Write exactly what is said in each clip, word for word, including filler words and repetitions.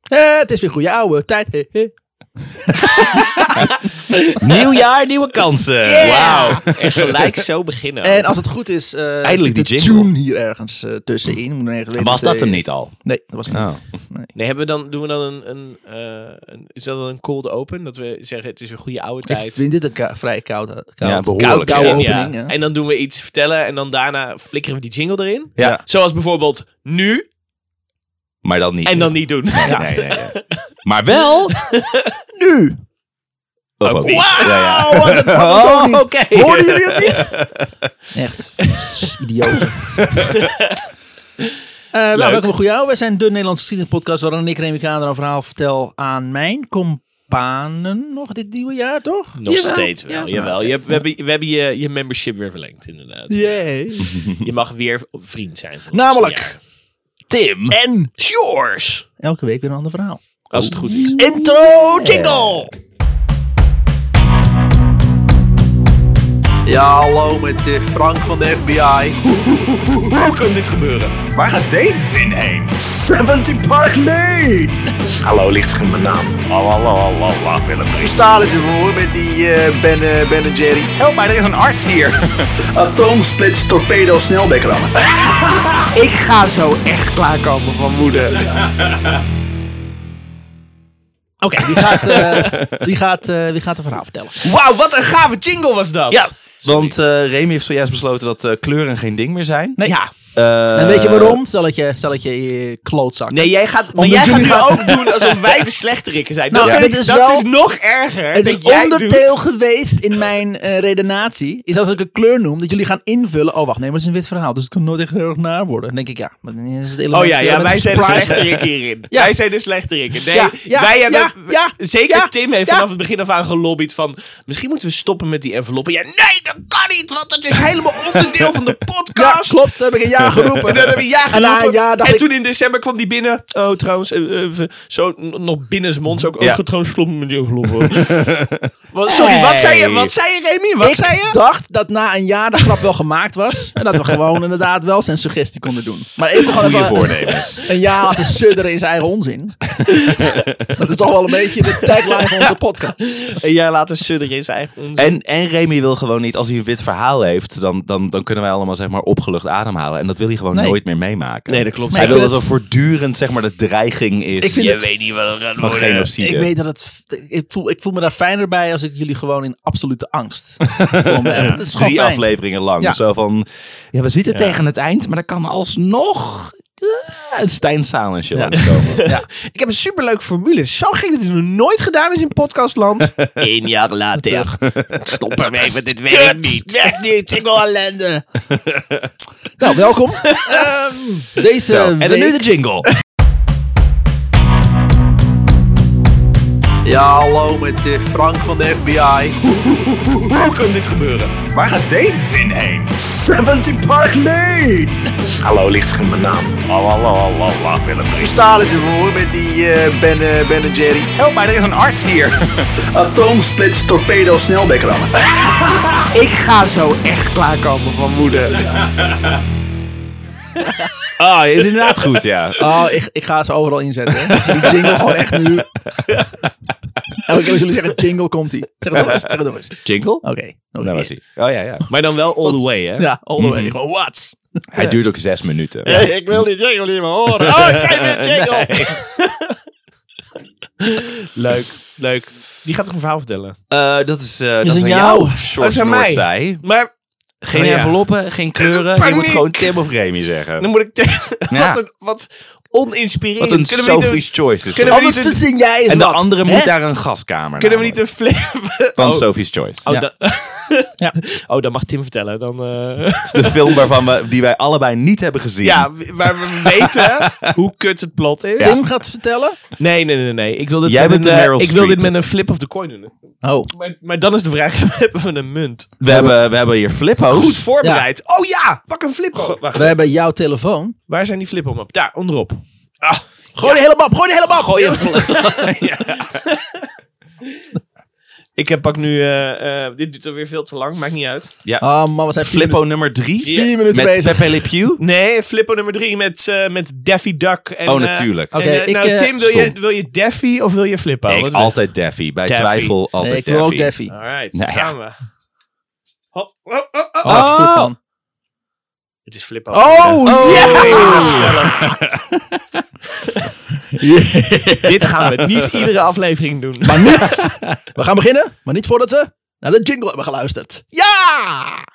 Eh, het is weer goede oude tijd. He, he. Nieuw jaar, nieuwe kansen. Yeah. Wauw. En gelijk zo beginnen. En als het goed is, uh, Eindelijk zit die de jingle. tune hier ergens uh, tussenin. Moet even weten Was dat uh, hem niet al? Nee, dat was het Oh. niet. Nee. Nee, hebben we dan, doen we dan een, een, uh, een... Is dat dan een cold open? Dat we zeggen, het is een goede oude tijd. Ik vind dit een ka- vrij koude, Ja, koud, behoorlijk. koude Ja, opening. ja. Ja. En dan doen we iets vertellen en dan daarna flikkeren we die jingle erin. Ja. Zoals bijvoorbeeld nu Maar dan niet. en dan niet doen. Nee, Ja. nee, nee, nee. Maar wel... Nu! Of ook niet. Wauw, Ja, ja. wat een, wat een Oh, zoiets. oké. Hoorden jullie het niet? Echt, idioten. Uh, nou, welkom bij Goeie Ouwe. Wij zijn de Nederlandse geschiedenispodcast waarin ik, Remy Kader, een verhaal vertel aan mijn companen nog dit nieuwe jaar, toch? Nog Jawel. steeds wel, Ja. jawel. Je hebt, we hebben, we hebben je, je membership weer verlengd, inderdaad. Yay. Je mag weer vriend zijn van Namelijk. ons. Ja. Tim. En Yours. elke week weer een ander verhaal. Als het goed is. Intro jingle! Ja, hallo met uh, Frank van de F B I. Hoe kan dit gebeuren? Waar gaat deze zin heen? seventy Park Lane! Hallo, ligt in mijn naam. Lalalala, Willem. Ik sta er ervoor met die uh, Ben, uh, Ben en Jerry. Help mij, er is een arts hier. Atoomsplits torpedo sneldekkrammen. Ik ga zo echt klaarkomen van woede. Oké, okay, wie, gaat, uh, wie, gaat, uh, wie gaat een verhaal vertellen? Wauw, wat een gave jingle was dat. Ja, want uh, Remy heeft zojuist besloten dat uh, kleuren geen ding meer zijn. Nee. Ja. Uh, En weet je waarom? Stel dat je, stel dat je uh, klootzak. Nee, jij gaat, maar Omdat jij gaat jullie nu gaan- ook doen alsof wij de slechterikken zijn. Nou, dat ja. vind het ik, is dat wel- is nog erger. Het dat is jij onderdeel doet. geweest in mijn uh, redenatie. Is als ik een kleur noem, dat jullie gaan invullen. Oh, wacht, nee, maar het is een wit verhaal. Dus het kan nooit echt heel erg naar worden. Dan denk ik, ja. Maar dan is het element, Oh ja, ja, element wij zijn de surprise. slechterikken hierin. Ja. Wij zijn de slechterikken. Nee, Ja, ja, wij hebben, ja, ja, zeker ja, Tim heeft ja. vanaf het begin af aan gelobbyd van, misschien moeten we stoppen met die enveloppen. Ja, nee, dat kan niet, want het is helemaal onderdeel van de Ja, podcast. klopt. Heb ik een ja geroepen. En dan heb je ja En na geroepen. een jaar dacht en ik- toen in december kwam die binnen. Oh, trouwens, uh, uh, zo n- nog binnensmonds ook. Ja. Oh, ga trouwens sloppen met die enveloppen. Wat- Sorry, wat zei je? Wat zei je, Remy? Wat ik zei je? dacht dat na een jaar de grap wel gemaakt was. En dat we gewoon inderdaad wel zijn suggestie konden doen. Maar even gewoon Goede even voornemens. een jaar laten sudderen in zijn eigen onzin. Dat is toch wel een beetje de tagline van onze podcast. Een jaar later sudderen in zijn eigen onzin. En, en Remy wil gewoon niet, als hij een wit verhaal heeft, dan, dan, dan kunnen wij allemaal zeg maar opgelucht ademhalen. En dat wil hij gewoon Nee. nooit meer meemaken. Nee, dat klopt. Hij Nee, wil ik dat vind er voortdurend zeg maar de dreiging is. Ik vind Je het- weet niet wat er gaat van worden. genocide. Ik weet dat het. Ik voel, ik voel me daar fijner bij als ik jullie gewoon in absolute angst voel me. Dat is gewoon Drie fijn. afleveringen lang. Ja. Zo van, ja, we zitten Ja. tegen het eind, maar er kan alsnog uh, een Stijn Salensje Ja. langskomen. Ja. Ik heb een superleuke formule. Zo gek dat het nog nooit gedaan is in podcastland. Eén jaar later. Stop ermee met dit werk niet. Werkt niet, ik wil ellende. Nou, welkom. Ehm, deze Zo, en dan week... nu de jingle. Ja, hallo met uh, Frank van de F B I. Hoe kan dit gebeuren? Waar gaat deze zin heen? seventy Park Lane! Hallo, ligt in mijn naam. Lalalala, Willem. Ik sta er ervoor met die uh, Ben, uh, Ben en Jerry. Help mij, er is een arts hier. Atoomsplits torpedo sneldekkrammen. Ik ga zo echt klaarkomen van woede. Ah, is inderdaad goed, ja. Oh, ik, ik ga ze overal inzetten. Hè. Die jingle gewoon echt nu. Elke keer als jullie zeggen jingle, komt ie. Zeg het nog eens. Zeg het nog eens. Jingle? Oké. nog Daar een was keer. hij. Oh ja, ja. Maar dan wel all the way, hè? Ja, all the way. Mhm. Gewoon wat? Hij duurt ook zes minuten. Hey, ik wil die jingle niet meer horen. Oh, ik krijg weer een jingle. Leuk, leuk. Wie gaat er een verhaal vertellen? Uh, dat is, uh, dat is is aan aan jou. jou, Dat Short is aan mij. Noordzij. Maar Geen Oh, ja. enveloppen, geen kleuren. Je paniek. moet gewoon Tim of Remy zeggen. dan moet ik... Te- Ja. Wat, een, wat oninspirerend. Wat een Kunnen we niet Sophie's Choice is kunnen dat. we Anders niet een- verzin jij eens En de wat. andere Hè? moet daar een gaskamer Kunnen we namelijk. niet een flip... Van oh. Sophie's Choice. Oh, Ja. da- Ja. oh, dan mag Tim vertellen. Dan, eh, Dat is de film waarvan we, die wij allebei niet hebben gezien. ja, waar we weten hoe kut het plot is. Tim gaat vertellen. Nee, nee, nee, nee. Ik wil dit, Jij met, bent een, de eh, Meryl ik wil dit Streep. met een flip of the coin doen. Oh. Maar, maar dan is de vraag, hebben we een munt? We, hebben, we hebben hier flipho's. Goed voorbereid. Oh ja, pak een flip. Wacht. We hebben jouw telefoon. Waar zijn die flip op? Daar, onderop. Ah, Gooi de hele map. Gooi de hele map. Gooi een flip. Ik heb pak nu... Uh, uh, dit duurt alweer veel te lang, maakt niet uit. Ja. Oh, maar we zijn Flippo nummer drie. Vier minuten met bezig. Pepe Le Pew. Nee, Flippo nummer drie met, uh, met Daffy Duck. En, Oh, natuurlijk. Uh, Oké, okay, nou, uh, Tim, wil stom. je, wil je Daffy of wil je Flippo? Nee, Wat ik wil- altijd Daffy. Bij Daffy. twijfel altijd Nee, ik wil ook Daffy. Daffy. Alright, Nou, daar ja. gaan we. Hop, hop, hop, hop. Oh, het goed, man. Het is Flippo. Oh, Dit gaan we niet iedere aflevering doen. Maar niet. We gaan beginnen, maar niet voordat we naar de jingle hebben geluisterd. Ja!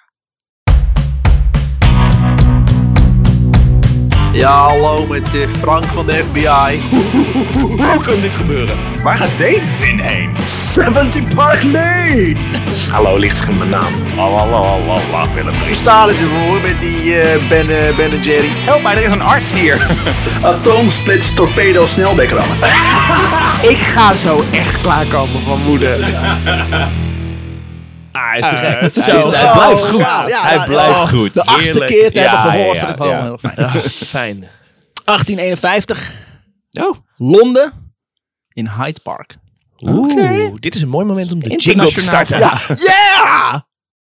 Ja, hallo met uh, Frank van de F B I. Hoe kan dit gebeuren? Waar gaat deze zin heen? seventy Park Lane! Hallo, ligt mijn naam. Lalalala, Willem. Ik sta ervoor met die uh, Ben, uh, Ben en Jerry. Help mij, er is een arts hier. Atoomsplits torpedo sneldekker. Ik ga zo echt klaarkomen van woede. Ah, is te gek. Hij, Zo. hij blijft goed. ja, ja, hij ja, blijft oh, goed. De achtste Heerlijk. keer te Ja, hebben gehoord. ja, vind ik wel ja. heel fijn. Ah, het is fijn. achttien eenenvijftig. Oh, Londen. In Hyde Park. Oeh, dit is een mooi moment om de jingle te starten. Ja. Yeah!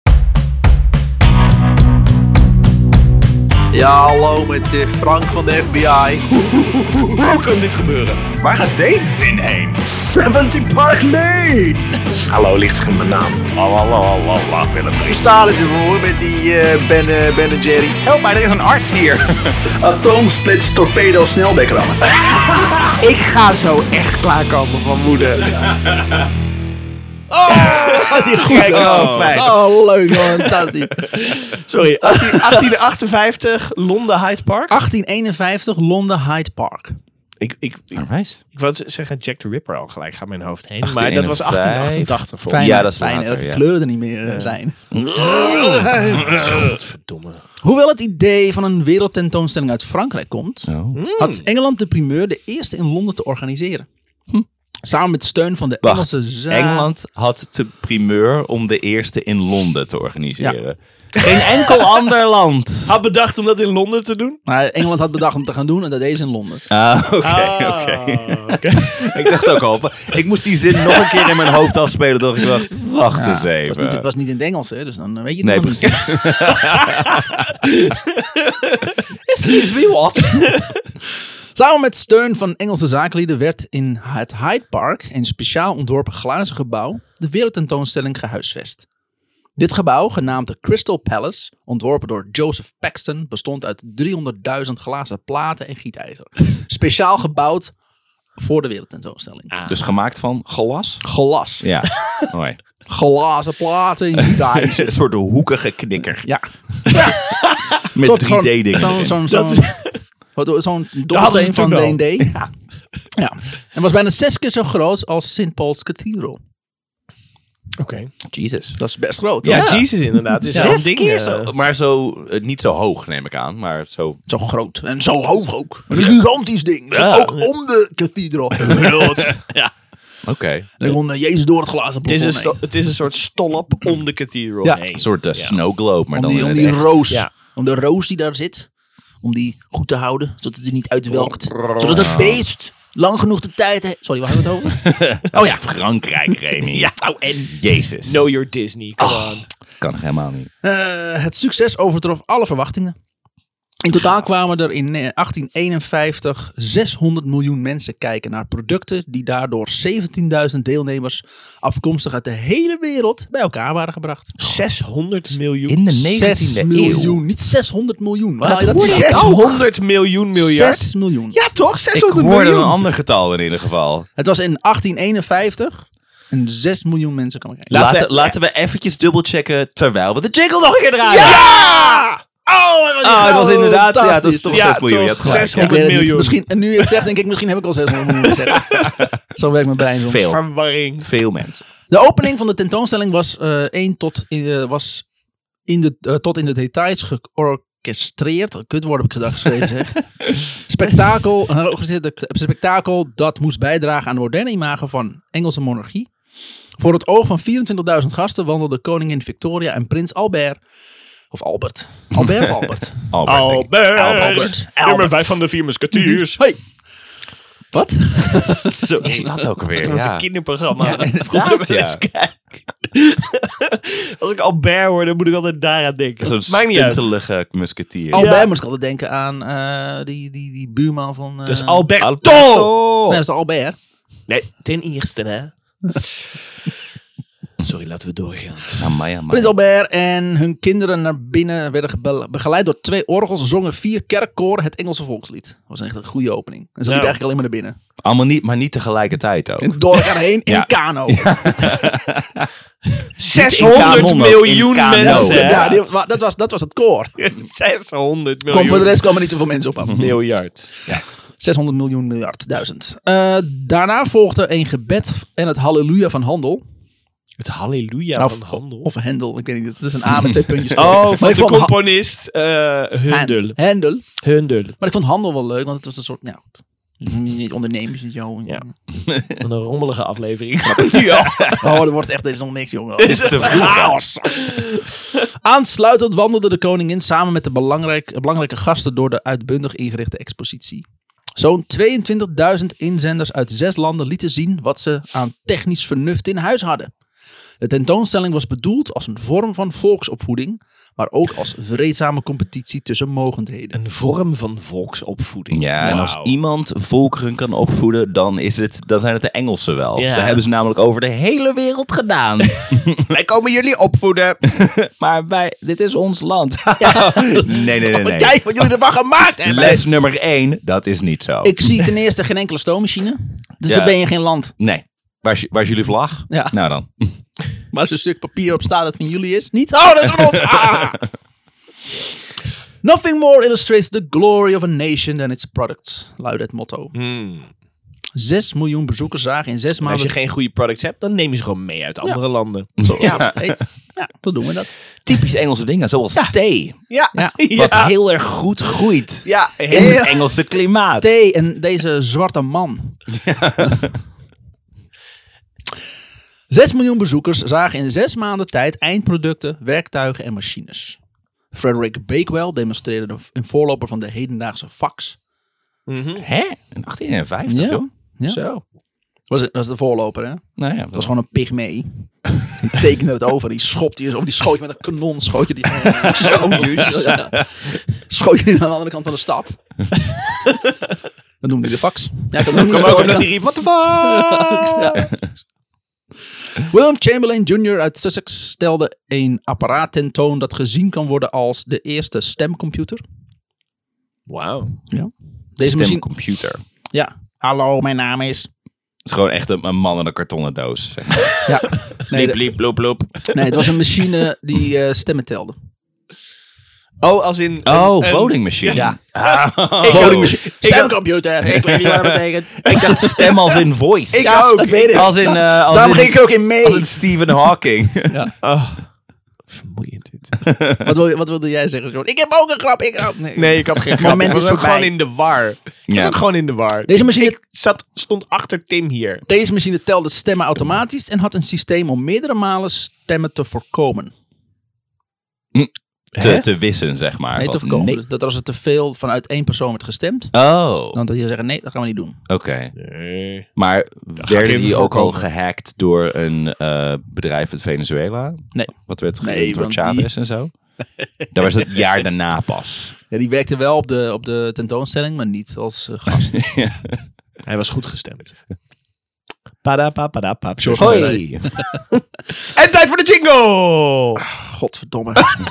Ja, hallo met uh, Frank van de F B I. Hoe kan dit gebeuren? Waar gaat deze zin heen? seventy Park Lane! Hallo, ligt mijn naam. Lalalala, Willem. Ik sta ervoor met die uh, Ben, uh, Ben en Jerry. help mij, er is een arts hier. Atoomsplits torpedo sneldekker. Ik ga zo echt klaarkomen van woede. Oh, dat is goed. Kijk, oh, fijn. Oh, leuk man. Fantastisch. Sorry, achttien achttien achtenvijftig, Londen Hyde Park. achttien eenenvijftig, Londen Hyde Park. Ik, ik, ik, Nice. ik wou zeggen Jack the Ripper al gelijk, gaat mijn hoofd heen. achttien Maar dat was achttien eenenvijftig. achtentachtig voor Fijn, Ja, dat is fijn later, dat de ja. kleuren er niet meer eh, zijn. Verdomme. Hoewel het idee van een wereldtentoonstelling uit Frankrijk komt, Oh. had Engeland de primeur de eerste in Londen te organiseren. Samen met steun van de Wacht, Engelse zaak. Engeland had de primeur om de eerste in Londen te organiseren. Geen enkel ander land. Had bedacht om dat in Londen te doen? Maar Engeland had bedacht om te gaan doen en dat deed ze in Londen. Ah, oké, oké. Ik dacht ook al. Ik moest die zin nog een keer in mijn hoofd afspelen. Dat ik dacht, wacht Ja, eens Het was, niet, het even. was niet in het Engels, hè, dus dan weet je het Nee, nog niet. precies. Excuse me, what? Samen met steun van Engelse zakenlieden werd in het Hyde Park, een speciaal ontworpen glazen gebouw, de wereldtentoonstelling gehuisvest. Dit gebouw, genaamd de Crystal Palace, ontworpen door Joseph Paxton, bestond uit driehonderdduizend glazen platen en gietijzer. Speciaal gebouwd voor de wereldtentoonstelling. Dus gemaakt van glas? Glas. Ja, mooi. Glazen platen en gietijzer. Een soort hoekige knikker. Ja. Met Soort drie van- D-dingen. Zo'n zo'n Dat zo'n wat- zo'n hadden ze dobbelsteen van toen D en D. Ja. Ja. En was bijna zes keer zo groot als Saint Paul's Cathedral. Oké. Jesus. Dat is best groot. Ja, hoor. Jesus inderdaad. Is Zes zo'n ding. keer eh, zo. Maar zo, eh, niet zo hoog neem ik aan. Maar zo... Zo groot. En zo hoog ook. Een gigantisch ding. Zit Ja. ook om de cathedral. Ja. Oké. En dan kon eh, Jezus door het glazen Het is, een plafond sto- heen. het is een soort stolp om de cathedral Ja. heen. Een soort uh, snow globe, maar Om dan die, in om het die echt. roos. Ja. Om de roos die daar zit. Om die goed te houden. Zodat het er niet uitwelkt. Zodat het beest lang genoeg de tijd heeft. Sorry, waar hebben we het over? Oh ja, Frankrijk, Remy. Ja, oh, en Jezus. know your Disney, come on. Kan ik helemaal niet. Eh, het succes overtrof alle verwachtingen. In totaal kwamen er in eh, achttien eenenvijftig zeshonderd miljoen mensen kijken naar producten die daardoor zeventienduizend deelnemers afkomstig uit de hele wereld bij elkaar waren gebracht. zeshonderd miljoen. In de zes negentiende miljoen, eeuw. niet zeshonderd miljoen. Waar Dat haal je hoorde ik zes- ook. zeshonderd miljoen miljard. zes miljoen. Ja, toch? Ik zeshonderd hoorde miljoen. een ander getal in ieder geval. Het was in achttien eenenvijftig en zes miljoen mensen kwamen kijken. Laten Laten, we- laten we eventjes dubbelchecken terwijl we de jingle nog een keer draaien. Ja! Oh, Ah, het was inderdaad, ja, het was toch Ja, zes miljoen. Je toch, had gelijk. zeshonderd Ik weet het niet. miljoen. Misschien, en nu je het zegt, denk ik, misschien heb ik al zeshonderd miljoen gezegd. Zo werkt mijn brein soms. Veel. Verwarring. Veel mensen. De opening van de tentoonstelling was, eh één tot, in, eh, was in de, eh, tot in de details georchestreerd. Kutwoord heb ik gedacht geschreven zeg. Spektakel, een georganiseerd spektakel dat moest bijdragen aan de moderne imago van Engelse monarchie. Voor het oog van vierentwintigduizend gasten wandelden koningin Victoria en prins Albert. Of Albert. Albert of Albert? Albert. denk ik. Albert. Albert. Nummer vijf van de vier musketiers. Hey. Wat? Zo is dat ook weer. Dat was Ja. een kinderprogramma. Ja, Vroeger inderdaad, wel eens ja. kijken. Als ik Albert hoor, dan moet ik altijd daaraan denken. Zo'n Maakt niet uit. stuntelige musketier. Albert Ja. moest ik altijd denken aan uh, die, die, die buurman van... Uh, Dat is Alberto! Alberto! Nee, dat is Albert. Nee, ten eerste hè. Sorry, laten we doorgaan. Amai, amai. Prins Albert en hun kinderen naar binnen werden gebe- begeleid door twee orgels, zongen vier kerkkoren het Engelse volkslied. Dat was echt een goede opening. En ze liepen Ja. eigenlijk alleen maar naar binnen. Allemaal niet, maar niet tegelijkertijd ook. En door elkaar heen in Ja. kano. zeshonderd kanon, miljoen in kano. mensen. hè? Ja, die, wa- dat, was, dat was het koor. zeshonderd Kom, voor de miljoen. rest komen er niet zoveel mensen op af. Miljard. zeshonderd miljoen miljard duizend. Uh, daarna volgde een gebed en het halleluja van Handel. Het halleluja Of, van handel. of Hendel, ik weet niet. Het is een A met twee puntjes. Oh, Maar van ik de vond Ha- componist uh, Hundel. Han- Hendel. Hundel. Maar ik vond Handel wel leuk, want het was een soort... Nou, goed. Niet ondernemers en zo. Ja. Een rommelige aflevering. Ja. Oh, er wordt echt deze nog niks, jongen. Is het te vroeg, chaos. Aansluitend wandelde de koningin samen met de belangrijk, belangrijke gasten door de uitbundig ingerichte expositie. Zo'n tweeëntwintigduizend inzenders uit zes landen lieten zien wat ze aan technisch vernuft in huis hadden. De tentoonstelling was bedoeld als een vorm van volksopvoeding, maar ook als vreedzame competitie tussen mogendheden. Een vorm van volksopvoeding. Ja, en als Wauw. iemand volkeren kan opvoeden, dan, is het, dan zijn het de Engelsen wel. Ja. Dat hebben ze namelijk over de hele wereld gedaan. Wij komen jullie opvoeden. Maar wij, dit is ons land. nee, nee, nee. nee. Kijk wat jullie ervan gemaakt hebben. Les nummer één, dat is niet zo. Ik zie ten eerste geen enkele stoommachine. Dus Ja. dan ben je geen land. Nee. Waar is, waar is jullie vlag? Ja. Nou dan. Maar als een stuk papier op staat dat van jullie is. Niet. Oh, dat is van ons. Ah. Nothing more illustrates the glory of a nation than its products, luidde het motto. Hmm. Zes miljoen bezoekers zagen in zes Maar maanden... als je geen goede products hebt, dan neem je ze gewoon mee uit andere landen. Ja, wat eet. Ja, hoe doen we dat? Typisch Engelse dingen, zoals thee. Ja. Ja. Wat heel erg goed groeit. Ja, In heel- het Engelse klimaat. Thee en deze zwarte man. Zes miljoen bezoekers zagen in zes maanden tijd eindproducten, werktuigen en machines. Frederick Bakewell demonstreerde een voorloper van de hedendaagse fax. Hè? In achttien eenenvijftig, Ja. joh. Ja. Zo. Was, het- was de voorloper, hè? Nou ja, Dat was gewoon een pygmee. Die tekende het over. Die schopt je, of die schoot je met een kanon. Schoot je die zo, ja. Schoot je die aan de andere kant van de stad. Dan noemde hij de fax. Ja, ik had ook niet Kom zo ook omdat hij riep, what the fuck? Ja. William Chamberlain junior uit Sussex stelde een apparaat tentoon dat gezien kan worden als de eerste stemcomputer. Wauw. Ja. Deze machine. Stemcomputer. Ja. Hallo, mijn naam is. Het is gewoon echt een, een man in een kartonnen doos. Zeg maar. Ja. Nee, Bliep, de- bliep, bloep, bloep. nee, het was een machine die eh, stemmen telde. Oh, als in... Oh, een- een- voting machine. Ja. Ah, Voting machine. Ik- Stemcomputer. Ik weet niet wat dat betekent. Ik dacht stem als in voice. Ik ja, ook. Dat weet ik. Als in, uh, als Daarom in, ging ik er ook in mee. als in Stephen Hawking. Oh, vermoeiend dit. Wat, wil, wat wilde jij zeggen, Jordan? Ik heb ook een grap. Ik ook. Nee, Nee, ik had geen grap. Moment Ik was is ook voorbij. gewoon in de war. Ik was Ja. ook gewoon in de war. Deze machine- Ik zat, stond achter Tim hier. Deze machine telde stemmen automatisch en had een systeem om meerdere malen stemmen te voorkomen. Te, te wissen, zeg maar. Nee, te Van, voorkomen. nee. Dus dat als er te veel vanuit één persoon werd gestemd, Oh, dan dat je zeggen, nee, dat gaan we niet doen. oké. Nee. Maar ga ik werden even die ook al voorkomen. gehackt door een eh, bedrijf uit Venezuela? Nee. Wat werd Nee, gerund door want Chavez die- en zo? Daar was het jaar daarna pas. Ja, die werkte wel op de, op de tentoonstelling, maar niet als eh, gast. Hij was goed gestemd. Pada, pa, pada, pa. George Hoi. Hoi. En tijd voor de jingle! Godverdomme.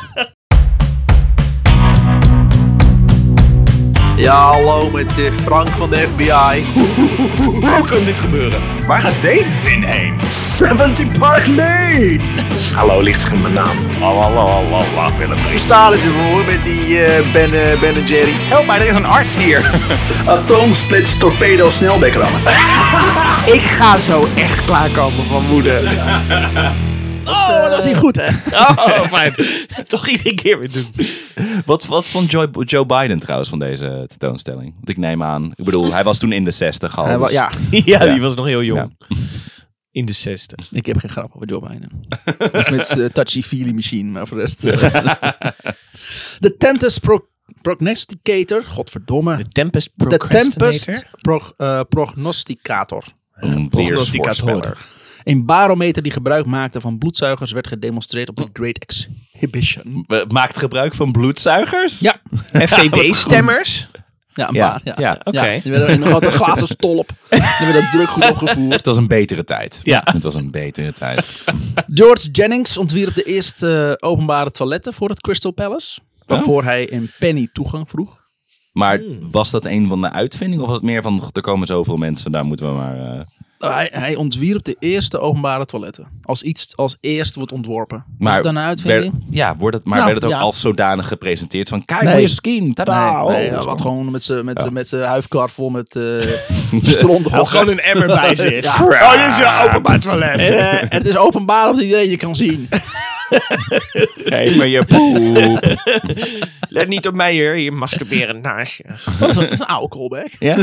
Ja, hallo met eh, Frank van de F B I. Hoe kan dit gebeuren? Waar gaat deze zin heen? seventy Park Lane. Hallo, lichtscherm mijn naam. Lalalala. Ik ben een presentator ervoor met die eh, Ben, eh, Ben en Jerry. Help mij, er is een arts hier. Atoomsplits torpedo sneldekkrammen. Ik ga zo echt klaarkomen van woede. Oh, dat was niet goed, hè? Oh, fijn. Toch iedere keer weer doen. Wat, wat vond Joe, Joe Biden trouwens van deze tentoonstelling? Want ik neem aan, ik bedoel, hij was toen in de zestig al. Hij wa- dus- ja, Ja, die was nog heel jong. Ja. In de zestig. ik heb geen grap over Joe Biden. Dat is met de touchy-feely machine, maar voor de rest... eh. De Tempest pro- prognosticator. Godverdomme. De Tempest De Procrastinator. Tempest prog, uh, Prognosticator. Een weersvoorspeller. Een barometer die gebruik maakte van bloedzuigers werd gedemonstreerd op de Great Exhibition. Maakt gebruik van bloedzuigers? Ja. F V D-stemmers. Ja, een Ja, paar. Ja, ja, oké. Ja, die werden nog altijd een glazen stolp. Die werden dat druk goed opgevoerd. Het was een betere tijd. Ja. Het was een betere tijd. George Jennings ontwierp de eerste uh, openbare toiletten voor het Crystal Palace. Waarvoor hij een penny toegang vroeg. Maar was dat een van de uitvindingen? Of was het meer van, er komen zoveel mensen, daar moeten we maar... Uh... Hij, hij ontwierp de eerste openbare toiletten. Als iets als eerst wordt ontworpen. Was Maar het dan een uitvinding? werd- ja, wordt het, maar Nou, werd het ook ja. als zodanig gepresenteerd? Van, kijk, Nee. mooie scheme, tada! Nee, oh, nee, dat is wat wel- gewoon met zijn met, Ja. met huifkar vol met uh, stront. Hij had gewoon een emmer bij zich. Ja. Oh, dit is een openbaar toilet. Uh, het is openbaar dat iedereen je kan zien. Geef me je poep. Let niet op mij hier, je masturberend naast je. Dat is een, dat is een oude callback. Ja?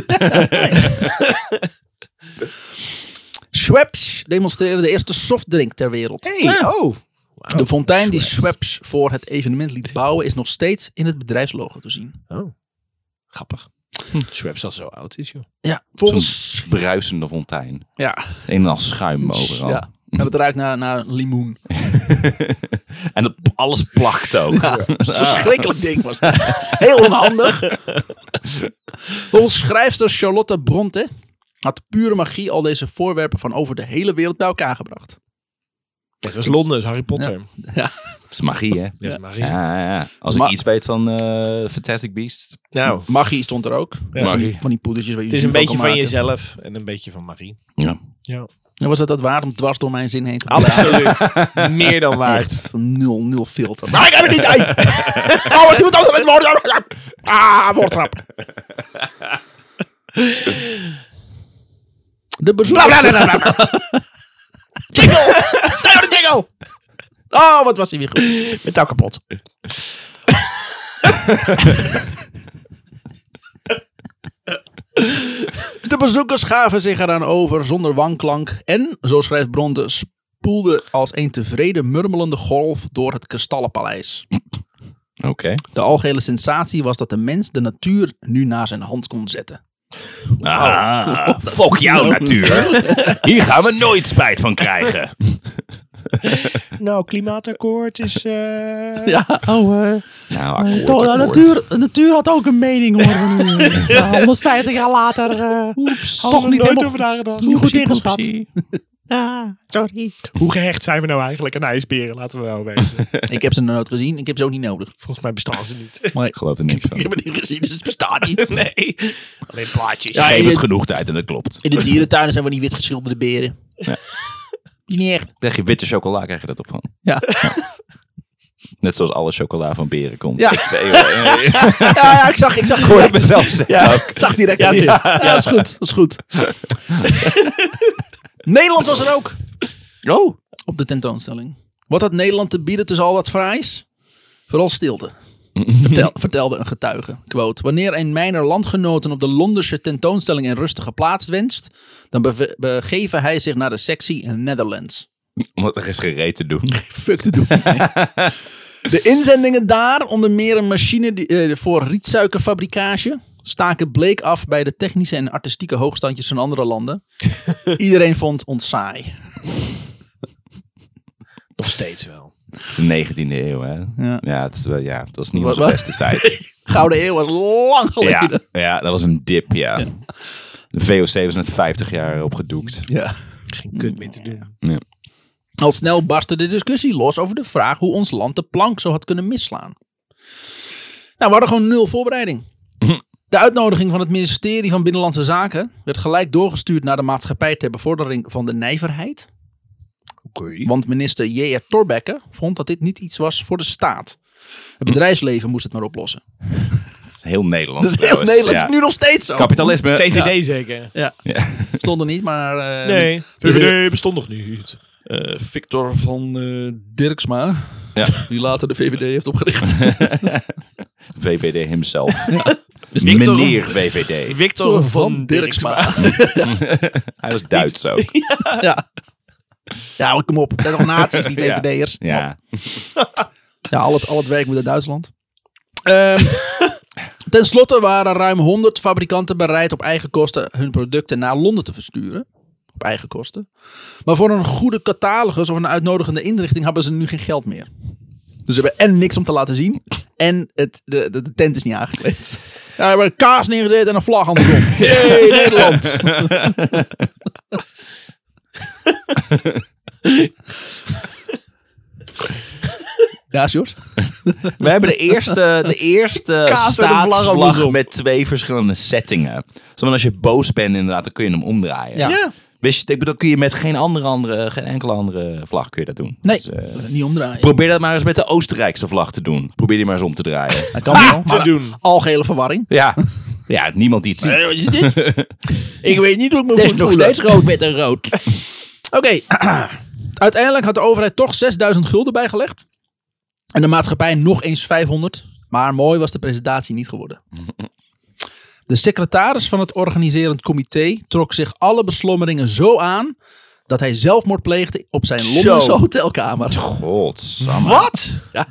Schweppes demonstreerde de eerste softdrink ter wereld. Hey, oh. De fontein die Schweppes. Schweppes voor het evenement liet bouwen is nog steeds in het bedrijfslogo te zien. Oh. Grappig. Schweppes al zo oud is, joh. Ja, volgens... Zo'n bruisende fontein. Ja, Een en al schuim overal. ja. En het ruikt naar, naar limoen. En het, alles plakt ook. Ja, een verschrikkelijk ding was het. Heel onhandig. Volgens schrijfster Charlotte Bronte had pure magie al deze voorwerpen van over de hele wereld bij elkaar gebracht. Het was Londen, is Harry Potter. Ja. Dat is magie, hè? Dat is magie. Ja, ja, ja. Als Ma- ik iets weet van uh, Fantastic Beasts. Nou, Magie stond er ook. Ja. Magie. Van die poedertjes waar je het is een zuur beetje kan van maken. jezelf en een beetje van magie. Ja. Ja. En was dat dat waard om dwars door mijn zin heen te blijven? Absoluut. Meer dan waard. Echt, nul, nul filter. Maar ik heb het niet uit! Oh, als je moet altijd het woord... Ah, woordgrap. De bezoekers... Jingle! Tijd voor de jingle! Oh, wat was hij weer goed. Met touw kapot. De bezoekers gaven zich eraan over zonder wanklank en, zo schrijft Bronte, spoelde als een tevreden murmelende golf door het Kristallenpaleis. Oké. De algehele sensatie was dat de mens de natuur nu naar zijn hand kon zetten. Ah, fuck jou natuur. Hier gaan we nooit spijt van krijgen. Nou, klimaatakkoord is... Uh... Ja, oh, uh, Nou, akkoord, de, akkoord. natuur, de natuur had ook een mening hoor. Ja, honderdvijftig jaar later, uh, oeps, toch niet helemaal over nagedacht. niet goed ingeschat. Ja, sorry. Hoe gehecht zijn we nou eigenlijk aan ijsberen? Laten we nou weten. Ik heb ze nog nooit gezien, ik heb ze ook niet nodig. Volgens mij bestaan ze niet. Maar Ik geloof er niks van. ik heb het niet gezien, dus het bestaat niet. Nee. Alleen plaatjes. Ja, Geef in het de- genoeg tijd en dat klopt. In de dierentuinen zijn we die wit geschilderde beren. Ja. Die niet echt. Krijg je witte chocola, krijg je dat op van. Ja. Net zoals alle chocola van beren komt. Ja. Ik weet- eh, Ja, ja, ik zag, ik zag Hoor ik direct. mezelf zeggen Ja, ook. ik zag direct. Ja, Ja, ja, dat is goed. Dat is goed. Nederland was er ook. Oh. Op de tentoonstelling. Wat had Nederland te bieden tussen al dat fraais? Vooral stilte. Vertel, vertelde een getuige. Quote, wanneer een mijner landgenoten op de Londense tentoonstelling een rustige plaats wenst, dan beve- begeven hij zich naar de sectie Netherlands. Omdat er is gereed te doen. Fuck te doen. De inzendingen daar, onder meer een machine die, eh, voor rietsuikerfabricage, staken bleek af bij de technische en artistieke hoogstandjes van andere landen. Iedereen vond ons saai. Nog steeds wel. Het is de negentiende eeuw, hè? Ja. Ja, het is wel, ja, dat was niet Wat- onze wat? beste tijd. Gouden eeuw was lang geleden. Ja, ja, dat was een dip, ja. De V O C was net vijftig jaar opgedoekt. Ja. Geen kut meer te doen. Ja. Al snel barstte de discussie los over de vraag hoe ons land de plank zo had kunnen misslaan. Nou, we hadden gewoon nul voorbereiding. De uitnodiging van het ministerie van Binnenlandse Zaken werd gelijk doorgestuurd naar de maatschappij ter bevordering van de nijverheid. Oké. Want minister J R Thorbecke vond dat dit niet iets was voor de staat. Het bedrijfsleven moest het maar oplossen. Dat is heel Nederlands. Dat is heel trouwens. Nederland. Ja. Het is nu nog steeds zo. Kapitalisme. V V D Ja. zeker? Ja, Ja. stond er niet, maar... eh, Nee, V V D bestond nog niet. eh, Victor van eh, Dirksma, Ja. die later de V V D heeft opgericht. V V D himself. Dus Victor- Meneer V V D. Victor van Dirksma. Hij was Duits ook. Ja. Ja, kom op. Het zijn toch nazi's, die V V D'ers? Ja. Ja, al het, al het werk moet uit Duitsland. Um, ten slotte waren ruim honderd fabrikanten bereid op eigen kosten hun producten naar Londen te versturen. Op eigen kosten. Maar voor een goede catalogus of een uitnodigende inrichting hebben ze nu geen geld meer. Dus ze hebben en niks om te laten zien. En het, de, de, de tent is niet aangekleed. Ja, we hebben een kaas neergezet en een vlag andersom. Hey, Nederland! Ja, Sjors? We hebben de eerste, de eerste Kaas en de vlag staatsvlag andersom. met twee verschillende settingen. Zoals als je boos bent inderdaad, dan kun je hem omdraaien. Ja. Ja. Wist je, ik bedoel, kun je met geen andere, andere, geen enkele andere vlag kun je dat doen. Nee, Dus, uh, niet omdraaien. probeer dat maar eens met de Oostenrijkse vlag te doen. Probeer die maar eens om te draaien. Dat kan wel, Te maar doen. algehele verwarring. Ja, ja niemand die het ziet. Eh, wat is dit? Ik weet niet hoe ik me Het moet is nog voelen. steeds rood met een rood. Oké, uiteindelijk had de overheid toch zesduizend gulden bijgelegd. En de maatschappij nog eens vijfhonderd. Maar mooi was de presentatie niet geworden. De secretaris van het organiserend comité trok zich alle beslommeringen zo aan dat hij zelfmoord pleegde op zijn Londense Zo. hotelkamer. Godsamme. Wat?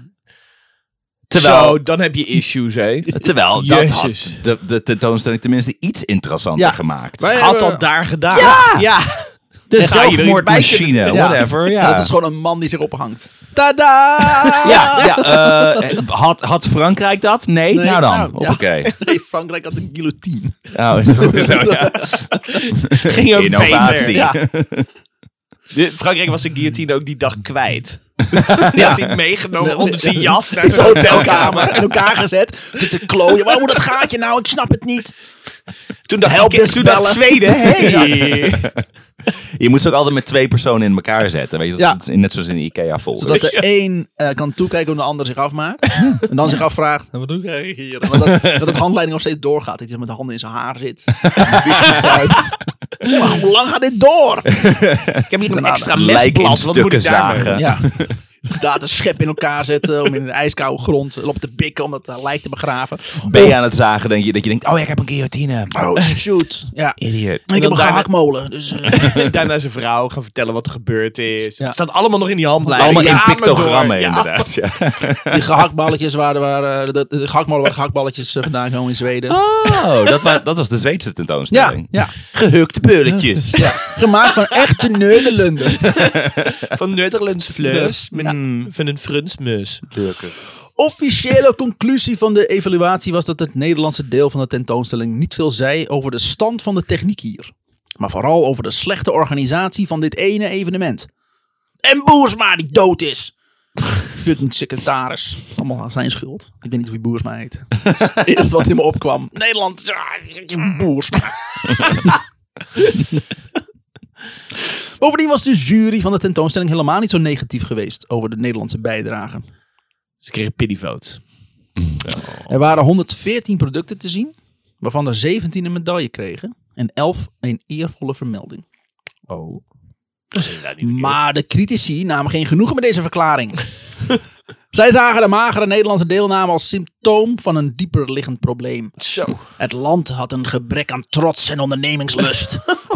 Terwijl, Zo, dan heb je issues, hè? terwijl dat Jezus. had de, de tentoonstelling tenminste iets interessanter Ja. gemaakt. Wij Had hebben- dat daar gedaan. Ja! Ja. De Dan ga je er iets bij zelfmoordmachine, kunnen- Ja. whatever. Ja, En dat is gewoon een man die zich ophangt. Tada! ja, ja eh, had, had Frankrijk dat? Nee? Nee, nou dan, nou, ja. hoppakee. Nee, Frankrijk had een guillotine. Oh, zo, ja. Ging ook Innovatie. beter. Ja. Frankrijk was zijn guillotine ook die dag kwijt. Die had hij meegenomen onder zijn jas naar In zijn zijn hotelkamer. In elkaar gezet. Te, te klooien. Waar moet dat gaatje nou? Ik snap het niet. Toen dacht, Help ik, desk toen dacht bellen. Zweden, hey. Je moet ze ook altijd met twee personen in elkaar zetten. Weet je, dat Ja. is net zoals in de IKEA-folder. Zodat de een uh, kan toekijken hoe de ander zich afmaakt. En dan zich afvraagt. Wat doe ik eigenlijk hier? En dat, dat het handleiding nog steeds doorgaat. Dat hij met de handen in zijn haar zit. Whisky zuipt. Maar hoe lang gaat dit door? Ik heb hier een extra Lijk in mesblad. Wat moet ik stukken daarmee? zagen. Ja. Inderdaad, een schep in elkaar zetten. Om in een ijskoude grond op te bikken. Om dat uh, lijk te begraven. Ben je aan het zagen denk je, dat je denkt, oh ja, ik heb een guillotine. Oh, shoot. Ja. Idiot. Ik heb dan een daarna- gehaktmolen. Dus, uh, Daarna zijn vrouw gaan vertellen wat er gebeurd is. Ja. Het staat allemaal nog in die handleiding. Allemaal in Ja, maar pictogrammen door. Ja. inderdaad. Ja. die gehaktballetjes waren... waren de, de gehaktmolen waar gehaktballetjes uh, vandaan komen in Zweden. Oh, dat, wa- dat was de Zweedse ja, tentoonstelling. ja. Gehukte bulletjes. ja. Gemaakt van echte Nederlanden. Van Nederlands vlees. Met, Mm. Van een frunsmus. Officiële conclusie van de evaluatie was dat het Nederlandse deel van de tentoonstelling niet veel zei over de stand van de techniek hier. Maar vooral over de slechte organisatie van dit ene evenement. En Boersma die dood is. Fucking secretaris. Allemaal zijn schuld. Ik weet niet wie Boersma heet. Dat is het eerste wat in me opkwam. Nederland. Ja, Boersma. Bovendien was de jury van de tentoonstelling helemaal niet zo negatief geweest over de Nederlandse bijdrage. Ze kregen pity votes. Er waren honderdveertien producten te zien, waarvan er zeventien een medaille kregen en elf een eervolle vermelding. Oh. Dat is inderdaad niet Maar de critici namen geen genoegen met deze verklaring. Zij zagen de magere Nederlandse deelname als symptoom van een dieper liggend probleem. Zo. Het land had een gebrek aan trots en ondernemingslust.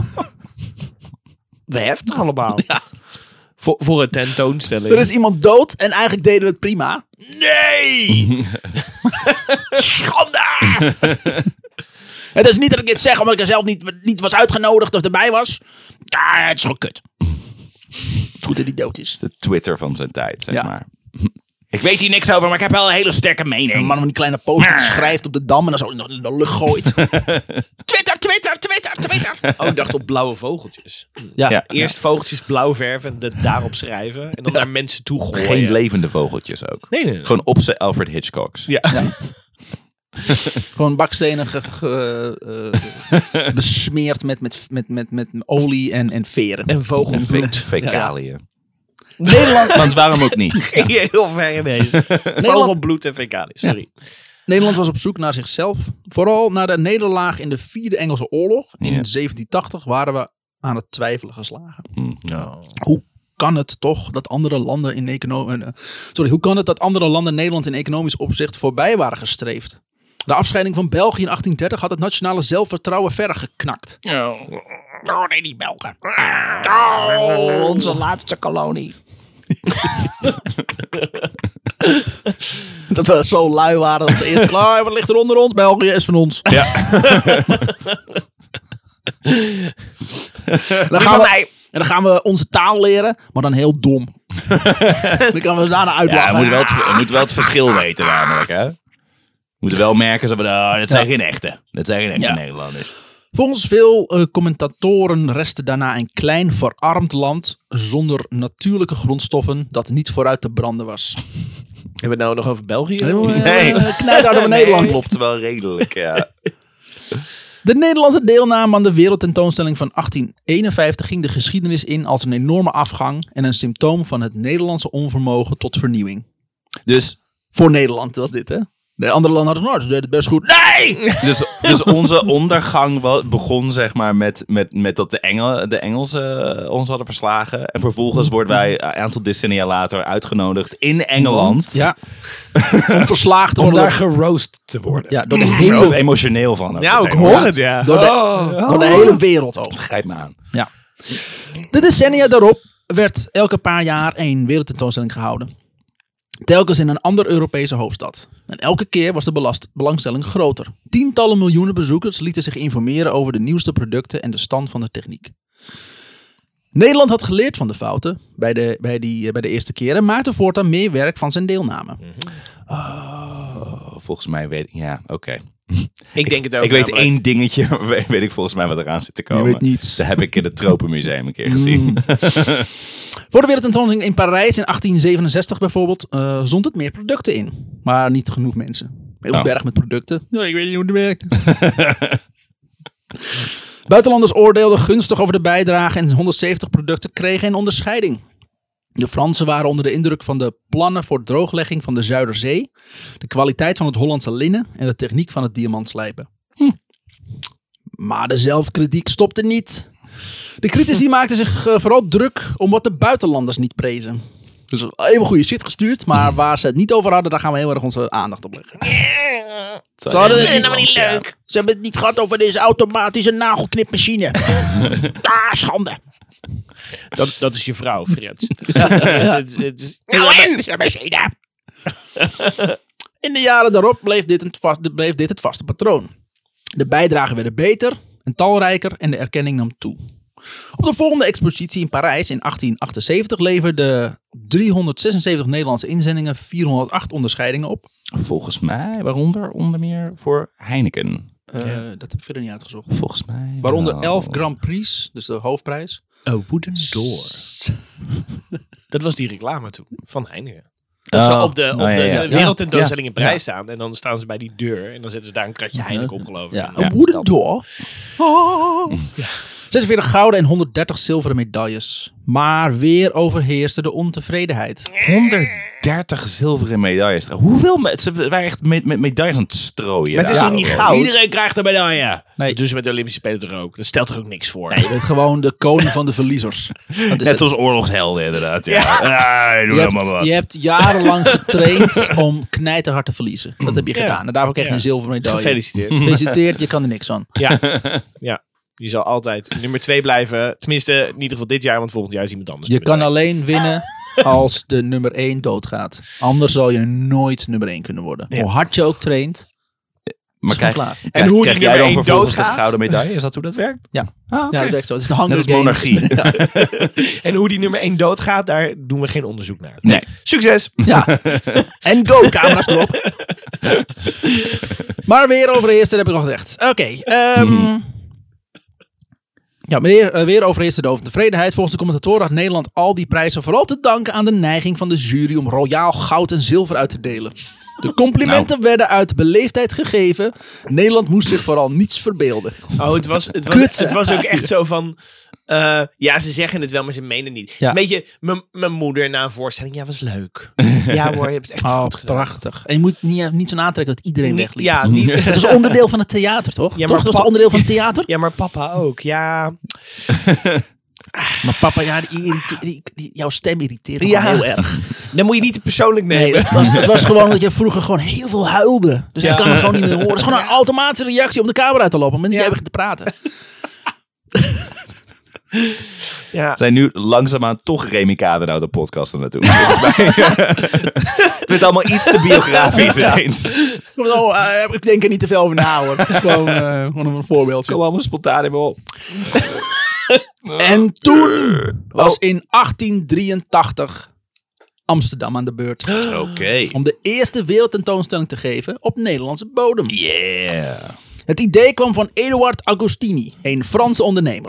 We heftig allemaal. Ja. Voor, voor een tentoonstelling. Er is iemand dood en eigenlijk deden we het prima. Nee! Schande! Het is niet dat ik dit zeg omdat ik er zelf niet, niet was uitgenodigd of erbij was. Ah, het is gewoon kut. Goed dat hij dood is. De Twitter van zijn tijd, zeg Ja. maar. Ik weet hier niks over, maar ik heb wel een hele sterke Een mening. man van die kleine post-it schrijft op de dam en dan zo in de, in de lucht gooit. Twitter, Twitter, Twitter, Twitter. Oh, ik dacht op blauwe vogeltjes. Ja, Ja. Eerst vogeltjes blauw verven en dat daarop schrijven. En dan naar mensen toe gooien. Geen levende vogeltjes ook. Nee, nee, nee. Gewoon op zijn Alfred Hitchcocks. Ja. Gewoon bakstenen ge, ge- eh, besmeerd met, met, met, met, met olie en, en veren. En vogelbloed. Fecaliën. Nederland, Want waarom ook niet? Ging je heel ver ineens. Vogelbloed en fecaliën. Sorry. Nederland was op zoek naar zichzelf. Vooral naar de nederlaag in de Vierde Engelse Oorlog. In Ja. zeventien tachtig waren we aan het twijfelen geslagen. Hm. Hoe kan het toch dat andere landen in econo- eh, sorry, hoe kan het dat andere landen Nederland in economisch opzicht voorbij waren gestreefd? De afscheiding van België in achttien dertig had het nationale zelfvertrouwen verder geknakt. Oh nee, die Belgen. Oh, onze laatste kolonie. Dat we zo lui waren dat ze eerst klaar, wat ligt er onder ons? België is van ons. Ja. dan gaan we, en dan gaan we onze taal leren, maar dan heel dom. dan kan we daarna uitlachen. Ja, we moeten wel het, we moeten wel het verschil weten namelijk, hè. We moeten wel merken, dat we, oh, dat zijn ja. geen echte. Dat zijn geen echte ja. Nederlanders. Volgens veel uh, commentatoren restte daarna een klein verarmd land zonder natuurlijke grondstoffen dat niet vooruit te branden was. Hebben we het nou nog over België? Nee. Uh, Knijt uit over nee, Nederland. Klopt wel redelijk, ja. De Nederlandse deelname aan de wereldtentoonstelling van achttien eenenvijftig ging de geschiedenis in als een enorme afgang en een symptoom van het Nederlandse onvermogen tot vernieuwing. Dus voor Nederland was dit, hè? De andere landen hadden nou, ze deden het best goed. Nee! Dus, dus onze ondergang begon zeg maar met, met, met dat de, Engel, de Engelsen ons hadden verslagen. En vervolgens worden wij een aantal decennia later uitgenodigd in Engeland. Ja. Om verslagen te Om worden. daar geroost te worden. Ja, door de Zo hele, emotioneel van. Ja, ik hoor het, ja. door de, Oh. door de hele wereld ook. Grijp me aan. Ja. De decennia daarop werd elke paar jaar een wereldtentoonstelling gehouden. Telkens in een andere Europese hoofdstad. En elke keer was de belast- belangstelling groter. Tientallen miljoenen bezoekers lieten zich informeren over de nieuwste producten en de stand van de techniek. Nederland had geleerd van de fouten bij de, bij die, bij de eerste keer en maakte voortaan meer werk van zijn deelname. Oh, volgens mij weet ik... Ja, oké. Okay. Ik denk het ook. Ik weet namelijk. één dingetje, weet ik volgens mij wat eraan zit te komen. Je weet niets. Dat heb ik in het Tropenmuseum een keer gezien. Mm. Voor de wereldtentoonstelling in Parijs in achttien zevenenzestig bijvoorbeeld uh, zond het meer producten in. Maar niet genoeg mensen. Heel Oh. berg met producten. Ja, ik weet niet hoe het werkt. Buitenlanders oordeelden gunstig over de bijdrage en honderdzeventig producten kregen een onderscheiding. De Fransen waren onder de indruk van de plannen voor drooglegging van de Zuiderzee, de kwaliteit van het Hollandse linnen en de techniek van het diamantslijpen. Hm. Maar de zelfkritiek stopte niet. De critici maakten zich uh, vooral druk om wat de buitenlanders niet prezen. Dus even goede shit gestuurd, maar waar ze het niet over hadden, daar gaan we heel erg onze aandacht op leggen. Ze hadden het niet, niet leuk. Ze hebben het niet gehad over deze automatische nagelknipmachine. Ah, schande. Dat, dat is je vrouw, Frits. Ja. het, is- het is- Nou, en ze machine. In de jaren daarop bleef dit, het vast, bleef dit het vaste patroon. De bijdragen werden beter en talrijker en de erkenning nam toe. Op de volgende expositie in Parijs in achttien achtenzeventig leverden driehonderdzesenzeventig Nederlandse inzendingen vierhonderdacht onderscheidingen op. Volgens mij, waaronder onder meer voor Heineken. Uh, dat heb ik verder niet uitgezocht. Volgens mij Waaronder wel. elf Grand Prix, dus de hoofdprijs. A wooden door. Dat was die reclame toen, van Heineken. Dat ze Oh. op de, op Oh, ja, de, ja. de wereldtentoonstelling Ja. in Parijs staan. En dan staan ze bij die deur. En dan zetten ze daar een kratje Heineken op, geloof ik. Ja, En een dan- wooden door. Oh. zesenveertig gouden en honderddertig zilveren medailles. Maar weer overheerste de ontevredenheid. honderddertig zilveren medailles. Hoeveel? Me- ze waren echt met, met medailles aan het strooien. Maar het is daar. toch niet goud? Iedereen krijgt een medaille. Nee, Dat doen ze met de Olympische Spelen toch ook? Dat stelt toch ook niks voor? nee, je bent gewoon de koning van de verliezers. Dat is Net het. als oorlogshelden inderdaad. Ja. Ja. Ja, doe Je helemaal hebt, wat. je hebt jarenlang getraind om knijterhard te verliezen. Dat heb je Ja. gedaan. En daarvoor krijg je Ja. een zilveren medaille. Gefeliciteerd. Gefeliciteerd, je kan er niks aan. Ja. Ja. Je zal altijd nummer twee blijven. Tenminste, in ieder geval dit jaar, want volgend jaar is iemand anders. Je nummer kan twee. alleen winnen als de nummer één doodgaat. Anders zal je nooit nummer één kunnen worden. Ja. Hoe hard je ook traint, Maar is krijg, klaar. krijg, En hoe krijg die jij dan nummer één vervolgens de doodgaat? gouden medaille? Is dat hoe dat werkt? Ja. Ah, oké. Ja, dat werkt zo. Het is de Hunger Net als Games. monarchie. Ja. En hoe die nummer één doodgaat, daar doen we geen onderzoek naar. Nee. Succes! Ja. En go, camera's erop. Maar weer overheerste, dat heb ik al gezegd. Oké. ehm, ja, maar weer, uh, weer overheerste de ontevredenheid. Volgens de commentatoren had Nederland al die prijzen vooral te danken aan de neiging van de jury om royaal goud en zilver uit te delen. De complimenten werden uit beleefdheid gegeven. Nederland moest zich vooral niets verbeelden. Oh, het was, het was, Kut. het was ook echt zo van... eh, ja, ze zeggen het wel, maar ze menen het niet. Het Ja. is een beetje mijn- mijn moeder na een voorstelling. Ja, was leuk. Ja hoor, je hebt het echt Oh, goed gedaan. prachtig. En je moet niet, niet zo aantrekken dat iedereen Niet- wegliep. ja, niet, Het is onderdeel van het theater, toch? Ja, maar toch? Dat is pa- toch onderdeel van het theater? ja, maar papa ook. Ja, Maar papa, ja, die irrite- die, die- jouw stem irriteert me Ja. gewoon heel erg. dan moet je niet te persoonlijk Nee, nemen. het was, het was gewoon dat je vroeger gewoon heel veel huilde. Dus Ja. ik kan het gewoon niet meer horen. Het is gewoon een automatische reactie om de kamer uit te lopen. Op het moment dat jij begint te praten. Ja. Zijn nu langzaamaan toch Remy Kadenau de podcast aan het doen. Het is bij- Het wordt allemaal iets te biografisch ineens. Oh, uh, ik denk er niet te veel over na hoor. Het is gewoon, uh, gewoon een voorbeeld. Kom allemaal spontaan in me op. En toen was in achttien drieëntachtig Amsterdam aan de beurt. Oké. Okay. Om de eerste wereldtentoonstelling te geven op Nederlandse bodem. Yeah. Het idee kwam van Eduard Agostini, een Franse ondernemer.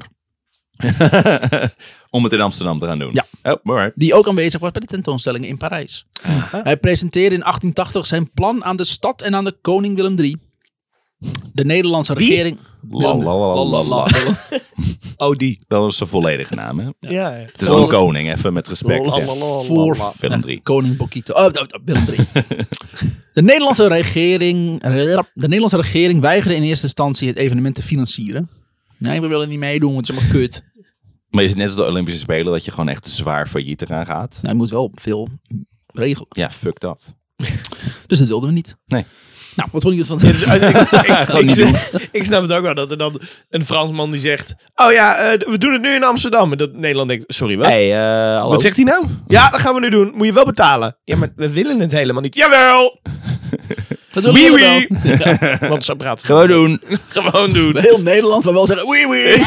Om het in Amsterdam te gaan doen. Ja. Oh, alright. Die ook aanwezig was bij de tentoonstellingen in Parijs. Uh-huh. Hij presenteerde in achttien tachtig zijn plan aan de stad en aan de koning Willem drie. De Nederlandse Wie? regering... Willem Lalalala. Oh, die. Dat was zijn volledige naam, hè? Ja, ja. Het is wel een koning, even met respect. Ja. Voor Willem drie. Koning Bokito. Oh, oh, oh, Willem drie. De Nederlandse regering... De Nederlandse regering weigerde in eerste instantie het evenement te financieren. Nee, we willen niet meedoen, want het is allemaal kut. Maar is het net als de Olympische Spelen dat je gewoon echt zwaar failliet eraan gaat? Nou, je moet wel veel regelen. Ja, fuck dat. Dus dat wilden we niet. Nee. Nou, wat vond je ervan? Ja, dus, ik, ik, Gewoon ik, niet doen. ik, ik snap het ook wel dat er dan een Fransman die zegt... Oh ja, uh, we doen het nu in Amsterdam. En dat Nederland denkt, sorry, wat? Hey, uh, hallo? Wat zegt hij nou? Ja, dat gaan we nu doen. Moet je wel betalen. Ja, maar we willen het helemaal niet. Jawel! Dat willen Oui, we oui. wel. Ja, want zo praten we. Gewoon doen. Gewoon doen. Heel Nederland, maar wel zeggen... Oui, oui.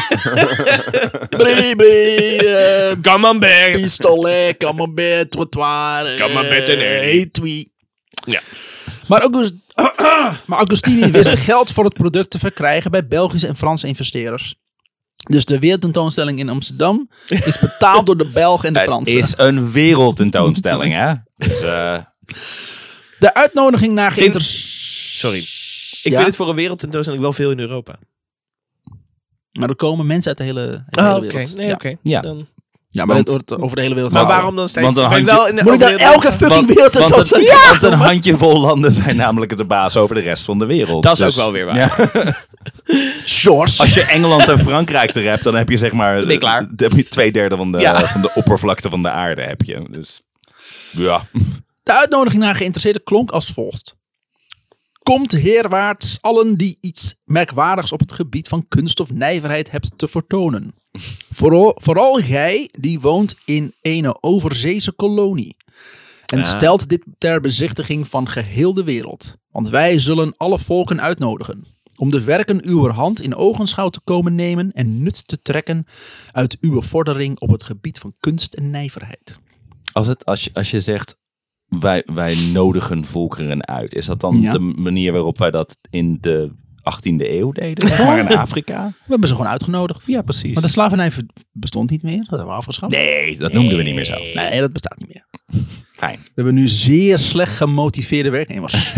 Brie, brie. Uh, Camembert. pistolet, camembert, trottoir. Camembert en uh, herrie. etui. Ja. Maar, August, maar Agostini wist geld voor het product te verkrijgen bij Belgische en Franse investeerders. Dus de wereldtentoonstelling in Amsterdam is betaald door de Belgen en de Het Fransen. is een wereldtentoonstelling, hè? Dus, uh, De uitnodiging naar Vind- geïnter... Sorry. Ik Ja? vind het voor een wereldtentoonstelling wel veel in Europa. Maar er komen mensen uit de hele, hele Ah, oké. wereld. Nee, ja. oké. Ja. Dan... Ja, maar Want- dit wordt over de hele wereld Maar gehaald. waarom dan steeds? Want een Ben je handje- wel in de Moet ik dan over- elke fucking want, wereldtentoonstelling... want, een, Ja! want een handjevol landen zijn namelijk de baas over de rest van de wereld. Dat is Dus- ook wel weer waar. Ja. George. Als je Engeland en Frankrijk er hebt, dan heb je zeg maar... Ben ik klaar. Dan heb je twee derde van de, Ja. van de oppervlakte van de aarde, heb je. Dus, ja. De uitnodiging naar geïnteresseerden klonk als volgt. Komt heerwaarts allen die iets merkwaardigs op het gebied van kunst of nijverheid hebt te vertonen. Vooral, vooral gij die woont in een overzeese kolonie. En Ja. stelt dit ter bezichtiging van geheel de wereld. Want wij zullen alle volken uitnodigen. Om de werken uwer hand in ogenschouw te komen nemen en nut te trekken uit uw vordering op het gebied van kunst en nijverheid. Als, het, als, je, als je zegt, wij, wij nodigen volkeren uit. Is dat dan Ja. de manier waarop wij dat in de achttiende eeuw deden? Zeg maar in Afrika? We hebben ze gewoon uitgenodigd. Ja, precies. Maar de slavernij bestond niet meer. Dat hebben we afgeschaft. Nee, dat noemden we niet meer zo. Nee, dat bestaat niet meer. Fijn. We hebben nu zeer slecht gemotiveerde werknemers.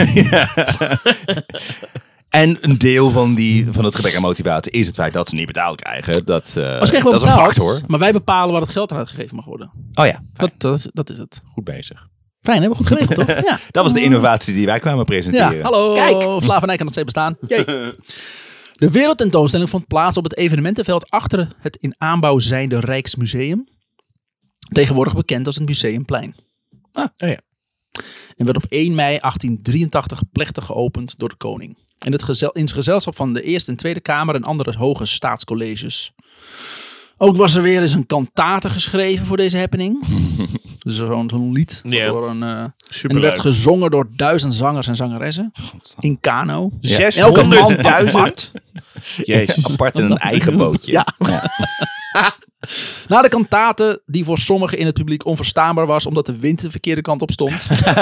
En een deel van, die, van het gebrek aan motivatie is het feit dat ze niet betaald krijgen. Dat, uh, Maar ze krijgen wel dat is een betaald, factor. maar wij bepalen waar het geld aan uitgegeven mag worden. Oh ja, Dat, dat, is, dat is het. goed bezig. Fijn, hebben we goed geregeld, toch? Ja. Dat was de innovatie die wij kwamen presenteren. Ja, hallo. Kijk. Slavernij kan nog steeds bestaan. Jee. De wereldtentoonstelling vond plaats op het evenementenveld achter het in aanbouw zijnde Rijksmuseum. Tegenwoordig bekend als het Museumplein. Oh ja. En werd op één mei achttien drieëntachtig plechtig geopend door de koning. In het, gezel, in het gezelschap van de Eerste en Tweede Kamer en andere hoge staatscolleges. Ook was er weer eens een kantate geschreven voor deze happening. Dus zo'n zo'n lied. Ja. Door een, uh, en Superleuk. werd gezongen door duizend zangers en zangeressen. In kano. Elke man zeshonderdduizend. Jezus. Apart in een eigen bootje. Ja. Na de kantate, die voor sommigen in het publiek onverstaanbaar was, omdat de wind de verkeerde kant op stond,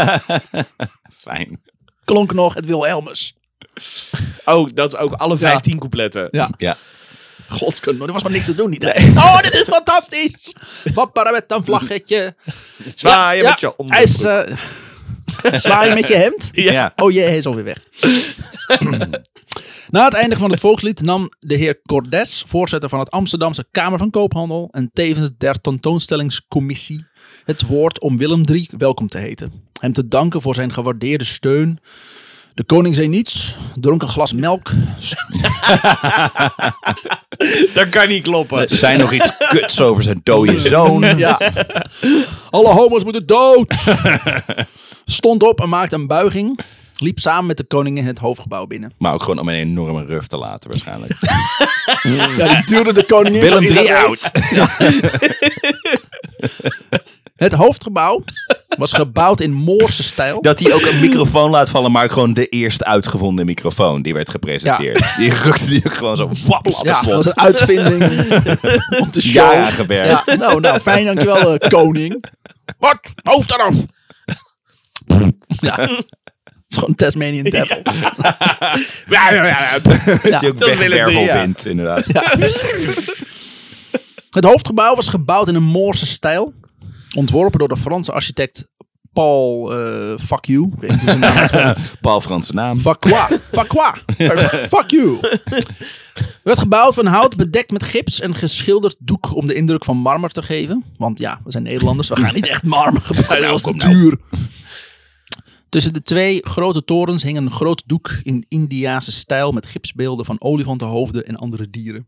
Fijn. klonk nog het Wilhelmus. Oh, dat is ook alle vijftien coupletten. Ja. Ja. Godskunde, er was maar niks te doen. Niet nee. Oh, dit is fantastisch. Pappara met een vlaggetje. Zwaaien Ja, met je hij is, uh, zwaaien met je hemd. Ja. Ja. Oh jee, hij is alweer weg. Na het eindigen van het volkslied nam de heer Cordes, voorzitter van het Amsterdamse Kamer van Koophandel en tevens der tentoonstellingscommissie, het woord om Willem drie welkom te heten. Hem te danken voor zijn gewaardeerde steun. De koning zei niets, dronk een glas melk. Dat kan niet kloppen. Zijn nog iets kuts over zijn dode zoon? Ja. Alle homo's moeten dood. Stond op en maakte een buiging. liep samen met de koningin het hoofdgebouw binnen. Maar ook gewoon om een enorme ruf te laten waarschijnlijk. Ja, die duwde de koningin Willem zo in drie haar oud. Het hoofdgebouw was gebouwd in Moorse stijl. Dat hij ook een microfoon laat vallen, maar gewoon de eerst uitgevonden microfoon. Die werd gepresenteerd. Ja. Die rukte die ook gewoon zo waps. Ja, dat was een uitvinding op de show. Ja, gewerkt. Ja, nou, nou, fijn, dankjewel, uh, koning. Wat? Hoofd eraf! Ja, het is gewoon Tasmanian Devil. Ja, ja, ja. Dat je ook dat is Willem drie, wegwervel ja. wint, inderdaad. Ja. Het hoofdgebouw was gebouwd in een Moorse stijl. Ontworpen door de Franse architect Paul uh, Fuck You. Ik weet niet hoe zijn naam is. Paul Franse naam. Vacqua. Vacqua. Fuck you. Werd gebouwd van hout, bedekt met gips en geschilderd doek om de indruk van marmer te geven. Want ja, we zijn Nederlanders, we gaan niet echt marmer gebruiken, dat is te duur. Tussen de twee grote torens hing een groot doek in Indiase stijl met gipsbeelden van olifantenhoofden en andere dieren.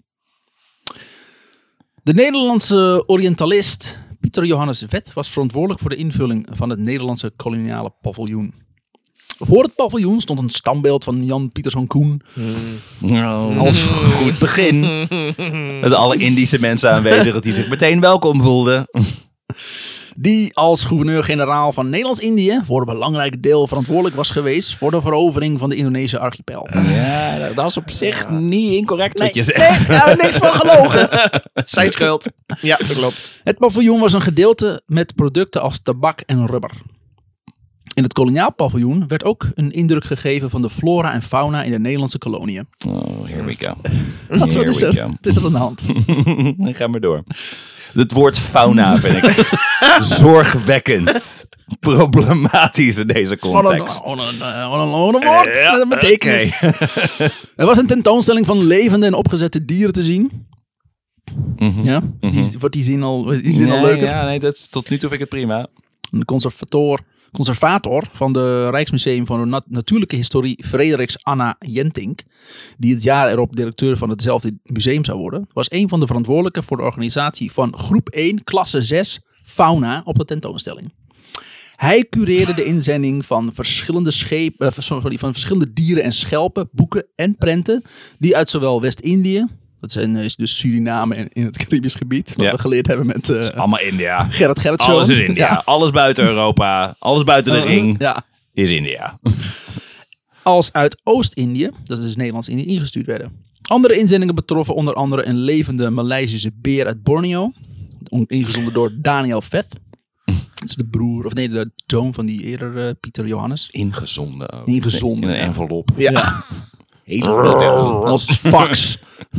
De Nederlandse orientalist Pieter Johannes Vet was verantwoordelijk voor de invulling van het Nederlandse koloniale paviljoen. Voor het paviljoen stond een standbeeld van Jan Pieterszoon Koen. Oh, als goed begin. Met alle Indische mensen aanwezig, dat die zich meteen welkom voelden. Die als gouverneur-generaal van Nederlands-Indië voor een belangrijk deel verantwoordelijk was geweest voor de verovering van de Indonesische archipel. Ja, dat is op zich niet incorrect Nee, wat je zegt. nee, daar heb ik niks van gelogen. Zijn schuld. Ja, dat klopt. Het paviljoen was een gedeelte met producten als tabak en rubber. In het koloniaal paviljoen werd ook een indruk gegeven van de flora en fauna in de Nederlandse koloniën. Oh, here we go. Wat, wat is Here we er? go. Het is er aan de hand. Ga maar door. Het woord fauna vind ik zorgwekkend problematisch in deze context. Gewoon een, gewoon een, gewoon een woord met een betekenis. Er was een tentoonstelling van levende en opgezette dieren te zien. Mhm. Ja, dus die, wordt die zin al, die zin al Nee, leuker. ja, nee, dat is, tot nu toe vind ik het prima. De conservator, conservator van de Rijksmuseum voor de Nat- Natuurlijke Historie, Frederiks Anna Jentink, die het jaar erop directeur van hetzelfde museum zou worden, was een van de verantwoordelijken voor de organisatie van groep één, klasse zes, fauna op de tentoonstelling. Hij cureerde de inzending van verschillende, scheep, uh, sorry, van verschillende dieren en schelpen, boeken en prenten, die uit zowel West-Indië, dat zijn uh, dus Suriname en in het Caribisch gebied, wat Ja. we geleerd hebben met uh, Allemaal India. Gerrit Gerritszoon. Alles is India. Ja. Alles buiten Europa. Alles buiten de Uh, ring Ja. is India. Als uit Oost-Indië, dat is dus Nederlands-Indië, ingestuurd werden. Andere inzendingen betroffen onder andere een levende Maleisische beer uit Borneo. Ingezonden door Daniel Veth. Dat is de broer, of nee, de zoon van die eerder uh, Pieter Johannes. Ingezonden ook. Ingezonden, In een ja. envelop. Ja. Hele Als fax.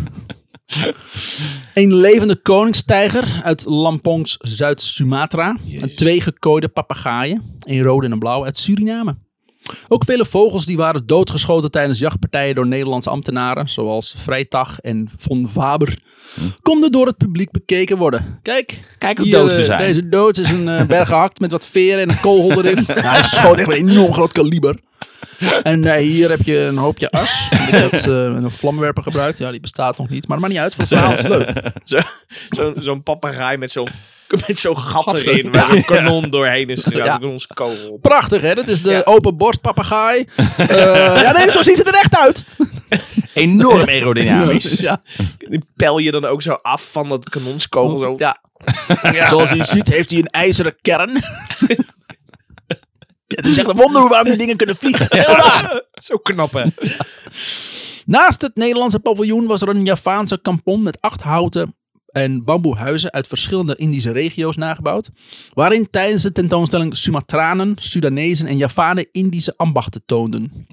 Een levende koningstijger uit Lampongs Zuid-Sumatra. En twee gekooide papegaaien, een rode en een blauw, uit Suriname. Ook vele vogels die waren doodgeschoten tijdens jachtpartijen door Nederlandse ambtenaren, zoals Vrijtag en Von Faber, konden door het publiek bekeken worden. Kijk, Kijk hoe hier, dood ze eh, zijn. Deze dood is een uh, berg gehakt met wat veren en een kogel erin. Ja, hij schoot echt met een enorm groot kaliber. En uh, hier heb je een hoopje as. Ik heb uh, een vlamwerper gebruikt. Ja, die bestaat nog niet. Maar het maakt niet uit. Voor het verhaal is het leuk. Zo, zo, zo'n papegaai met zo'n met zo'n gat Gat erin, erin. waar zo'n kanon doorheen is gegaan. Ja. Met ons kogel. Prachtig, hè? Dat is de Ja. open borst papegaai. Uh, ja, nee, zo ziet het er echt uit. Enorm aerodynamisch. Ja. Die pel je dan ook zo af van dat kanonskogel. Zo. Ja. Ja. Zoals je ziet heeft hij een ijzeren kern. Ja, het is echt een wonder waarom die dingen kunnen vliegen. Het is heel raar. Zo knap, hè? Naast het Nederlandse paviljoen was er een Javaanse kampong met acht houten en bamboehuizen uit verschillende Indische regio's nagebouwd, waarin tijdens de tentoonstelling Sumatranen, Sudanezen en Javanen Indische ambachten toonden.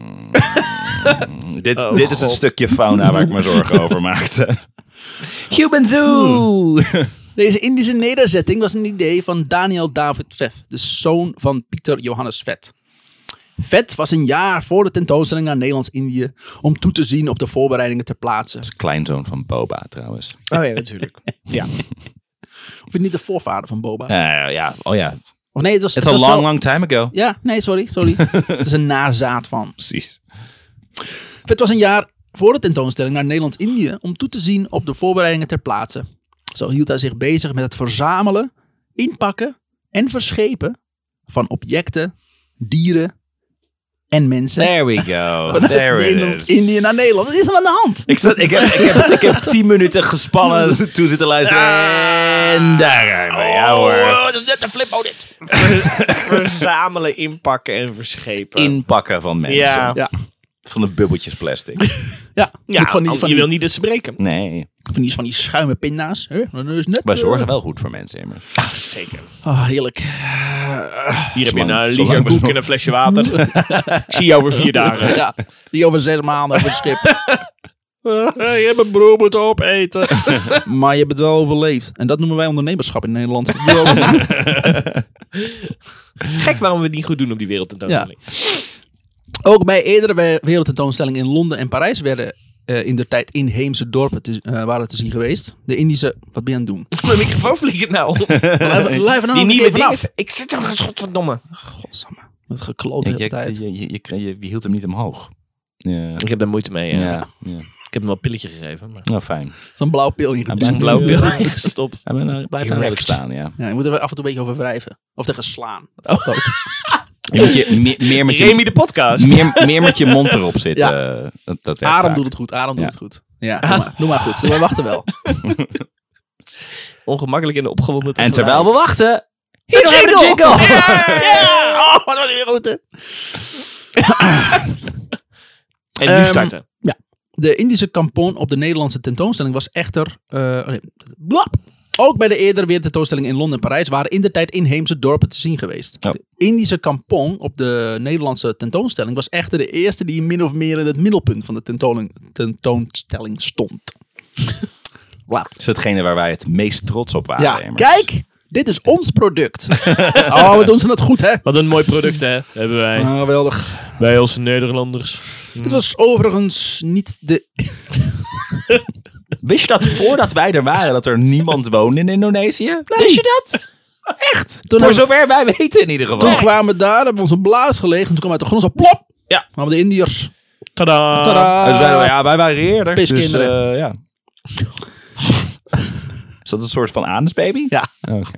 Dit, Oh, dit is God. het stukje fauna waar ik me zorgen over maakte. Human Zoo! Deze Indische nederzetting was een idee van Daniel David Veth, de zoon van Pieter Johannes Veth. Veth was een jaar voor de tentoonstelling naar Nederlands-Indië om toe te zien op de voorbereidingen ter plaatse. Kleinzoon van Boba trouwens. Oh ja, natuurlijk. Ja. Of het niet de voorvader van Boba? Ja, ja. Oh ja. Of nee, het was... It's het a was long, wel- long time ago. Ja, nee, sorry, sorry. Het is een nazaat van. Precies. Het was een jaar voor de tentoonstelling naar Nederlands-Indië om toe te zien op de voorbereidingen ter plaatse. Zo hield hij zich bezig met het verzamelen, inpakken en verschepen van objecten, dieren en mensen. There we go. There it is. Indië naar Nederland. Wat is er aan de hand? Ik, zat, ik, heb, ik, heb, ik heb tien minuten gespannen toe zitten luisteren. En daar gaan we. Ja hoor. Oh, dat is net een flip dit. Verzamelen, inpakken en verschepen. Inpakken van mensen. Ja. Ja. Van de bubbeltjes plastic. Ja, Ja, met van die, van van je die, wil niet dat ze breken. Nee. van die, van die schuime pinda's. Huh? Dat is net, Wij uh, zorgen wel goed voor mensen immers. Ah, zeker. Oh, heerlijk. Uh, Hier heb je Zolang- een zolang liegerkoek we- en een flesje water. Ik zie je over vier dagen. ja, die over zes maanden op het schip. Je hebt een brood moeten opeten. Maar je hebt het wel overleefd. En dat noemen wij ondernemerschap in Nederland. Gek waarom we het niet goed doen op die wereldtentoonstelling. Ook bij eerdere we- wereldtentoonstellingen in Londen en Parijs werden uh, in de tijd inheemse dorpen te, uh, waren te zien geweest. De Indische... Wat ben je aan het doen? Mijn microfoon vliegt nou. Blijf, blijf er nou Die een nieuwe keer vanaf. dingen. Ik zit er godverdomme. Godsamme. Wat gekloot de Je, hele je, tijd. je, je, je, je, je hield hem niet omhoog. Ja. Ik heb daar moeite mee. Ja. Ja. ja. Ik heb hem wel een pilletje gegeven. Maar... Nou, fijn. Zo'n blauw pil Hij ingeduwd. Een blauwe pil ingestopt. Ja, maar, nou, blijf daar Erect. redelijk staan, ja. Ja, je moet er af en toe een beetje over wrijven. Of tegen slaan. Dat ook. Je moet je meer, meer, met Remy je, de podcast. meer, meer met je mond erop zitten. Ja. Uh, dat, dat werkt Adem vaak. doet het goed. Adem doet Ja. het goed. Ja, doe maar, doe maar goed. We wachten wel. Ongemakkelijk en opgewonden En tegelijk. terwijl we wachten... Hier Hier hebben we de jingle! Ja! Oh, wat was weer goed. En nu Ehm, starten. De Indische kampong op de Nederlandse tentoonstelling was echter... Uh, oh nee, blap. Ook bij de eerdere wereldtentoonstelling in Londen en Parijs waren in de tijd inheemse dorpen te zien geweest. Ja. De Indische kampong op de Nederlandse tentoonstelling was echter de eerste die min of meer in het middelpunt van de tentoonstelling, tentoonstelling stond. Wauw. Dat is hetgene waar wij het meest trots op waren. Ja, immers. kijk! Dit is ons product. Oh, we doen ze het goed, hè? Wat een mooi product, hè? Hebben wij. Ah, geweldig. Wij als Nederlanders. Dit was overigens niet de... Wist je dat voordat wij er waren, dat er niemand woonde in Indonesië? Wist je dat? Echt? Toen Voor hebben- zover wij weten in ieder geval. Toen kwamen we daar, hebben we onze blaas gelegen. Toen kwam uit de grond zo plop. Ja. Kwamen de Indiërs. Tadaa. Tadaa. En toen zeiden we, ja, wij waren eerder. Piskinderen. Dus, uh, ja. Is dat een soort van anusbaby? Ja. Oké.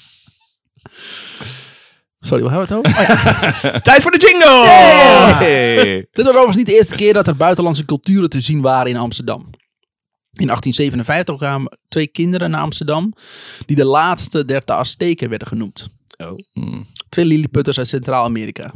Sorry, waar hebben we het over? Oh, ja. Tijd voor de jingle! Hey. Dit was overigens niet de eerste keer dat er buitenlandse culturen te zien waren in Amsterdam. In achttien zevenenvijftig kwamen twee kinderen naar Amsterdam, die de laatste der de Azteken werden genoemd. Oh. Twee lilliputters uit Centraal-Amerika.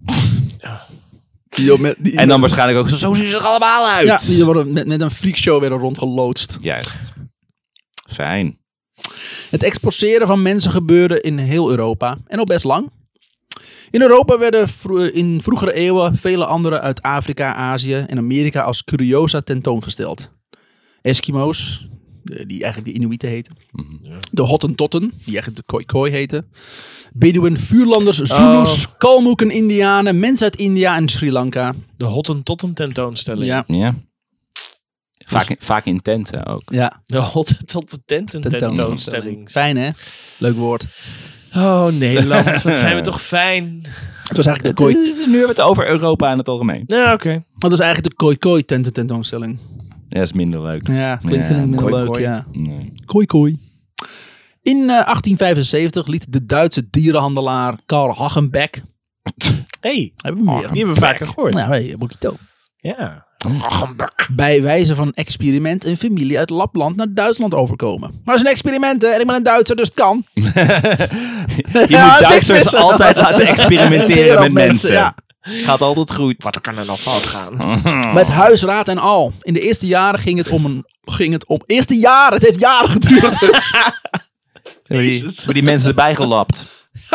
Die met, die, En dan waarschijnlijk ook zo, zo zien ze er allemaal uit. ja, die worden met, met een freakshow werden rondgeloodst. Juist. Fijn. Het exporteren van mensen gebeurde in heel Europa en al best lang. In Europa werden vro- in vroegere eeuwen vele andere uit Afrika, Azië en Amerika als curiosa tentoongesteld. Eskimo's, de- die eigenlijk de Inuiten heten. De Hottentotten, die eigenlijk de Khoikhoi heten. Bedouin, Vuurlanders, Zulus, Kalmoeken, Indianen, mensen uit India en Sri Lanka. De Hottentotten tentoonstelling. Ja, Ja. Vaak, in- vaak in tenten ook. ja. De Hottentotten Tentoonstelling. tentoonstelling. Fijn hè? Leuk woord. Oh, Nederland. Wat zijn we toch fijn. Het was eigenlijk de Khoi, Het is nu hebben we het over Europa in het algemeen. Ja, oké. dat is eigenlijk de Khoikhoi tent- tentoonstelling. Ja, dat is minder leuk. Ja, klinkt Ja, minder Khoi leuk, Khoi. ja. Nee. Koi koi. In eh, achttien vijfenzeventig liet de Duitse dierenhandelaar Karl Hagenbeck... Hey, Hebben we meer? die hebben we vaker gehoord. Nou, hey, Bokito. Ja. Bij wijze van experiment een familie uit Lapland naar Duitsland overkomen. Maar het is een experiment, hè? En ik ben een Duitser, dus het kan. Je Ja, moet dat Duitsers is best- altijd laten experimenteren op met mensen. ja. Gaat altijd goed. Wat kan er nou fout gaan? Met huisraad en al. In de eerste jaren ging het om een... Ging het om... Eerste jaren! Het heeft jaren geduurd dus. Hebben die, hebben die mensen erbij gelapt.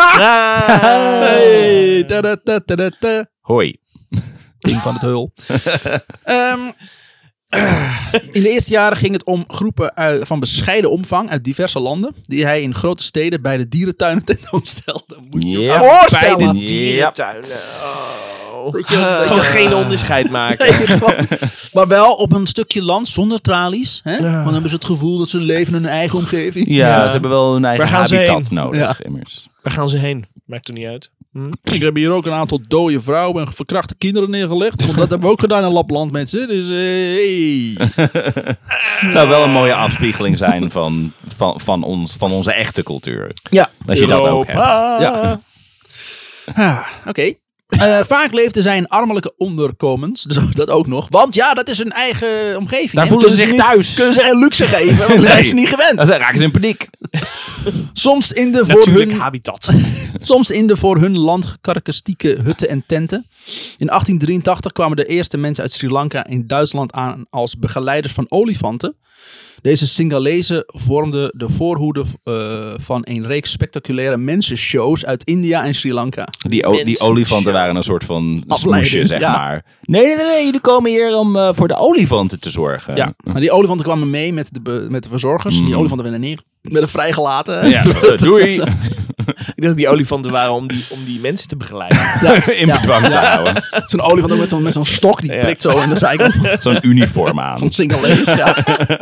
Hey, tada, tada, tada, tada. Hoi. Ding van het heul. Ehm, in de eerste jaren ging het om groepen uit, van bescheiden omvang uit diverse landen. Die hij in grote steden bij de dierentuinen tentoonstelde. Moet je je Ja, voorstellen. bij de- Dierentuinen. Oh. Dat je- dat Gewoon je- geen onderscheid maken. Nee, gewoon- maar wel op een stukje land zonder tralies. Hè? Want dan hebben ze het gevoel dat ze leven in hun eigen omgeving. Ja, Ja. ze hebben wel hun eigen Waar gaan ze habitat heen? nodig, Ja. immers. Waar gaan ze heen? Maakt toch niet uit. Hm? Ik heb hier ook een aantal dode vrouwen en verkrachte kinderen neergelegd. Want dat hebben we ook gedaan in Lapland, mensen. Dus eh, hey. Het zou wel een mooie afspiegeling zijn van, van, van, ons, van onze echte cultuur. Ja. Als je dat ook hebt. Ja. Ah, Oké. Uh, vaak leefden zij in armelijke onderkomens. Dus dat ook nog. Want ja, dat is hun eigen omgeving. Daar hè? voelen ze Kunnen zich niet- thuis. Kunnen ze geen luxe geven, want dat Nee. zijn ze niet gewend. Dan raken ze in paniek. Soms in de voor Natuurlijk hun... habitat. Soms in de voor hun land karakteristieke hutten en tenten. In achttien drieëntachtig kwamen de eerste mensen uit Sri Lanka in Duitsland aan als begeleiders van olifanten. Deze Singalezen vormden de voorhoede uh, van een reeks spectaculaire mensenshows uit India en Sri Lanka. Die, o- die Mensen- olifanten waren een soort van Afleiding, smoesje, zeg ja. maar. Nee, nee, nee, nee, jullie komen hier om uh, voor de olifanten te zorgen. Ja, maar die olifanten kwamen mee met de, be- met de verzorgers. Die olifanten werden neer, werden vrijgelaten. Ja, uh, doei. Ik dacht dat die olifanten waren om die, om die mensen te begeleiden. in Ja. bedwang te houden. Zo'n olifant ook met zo'n met zo'n stok, die Ja. prikt zo in de zijkant van Zo'n uniform aan. van Singalees. Ja.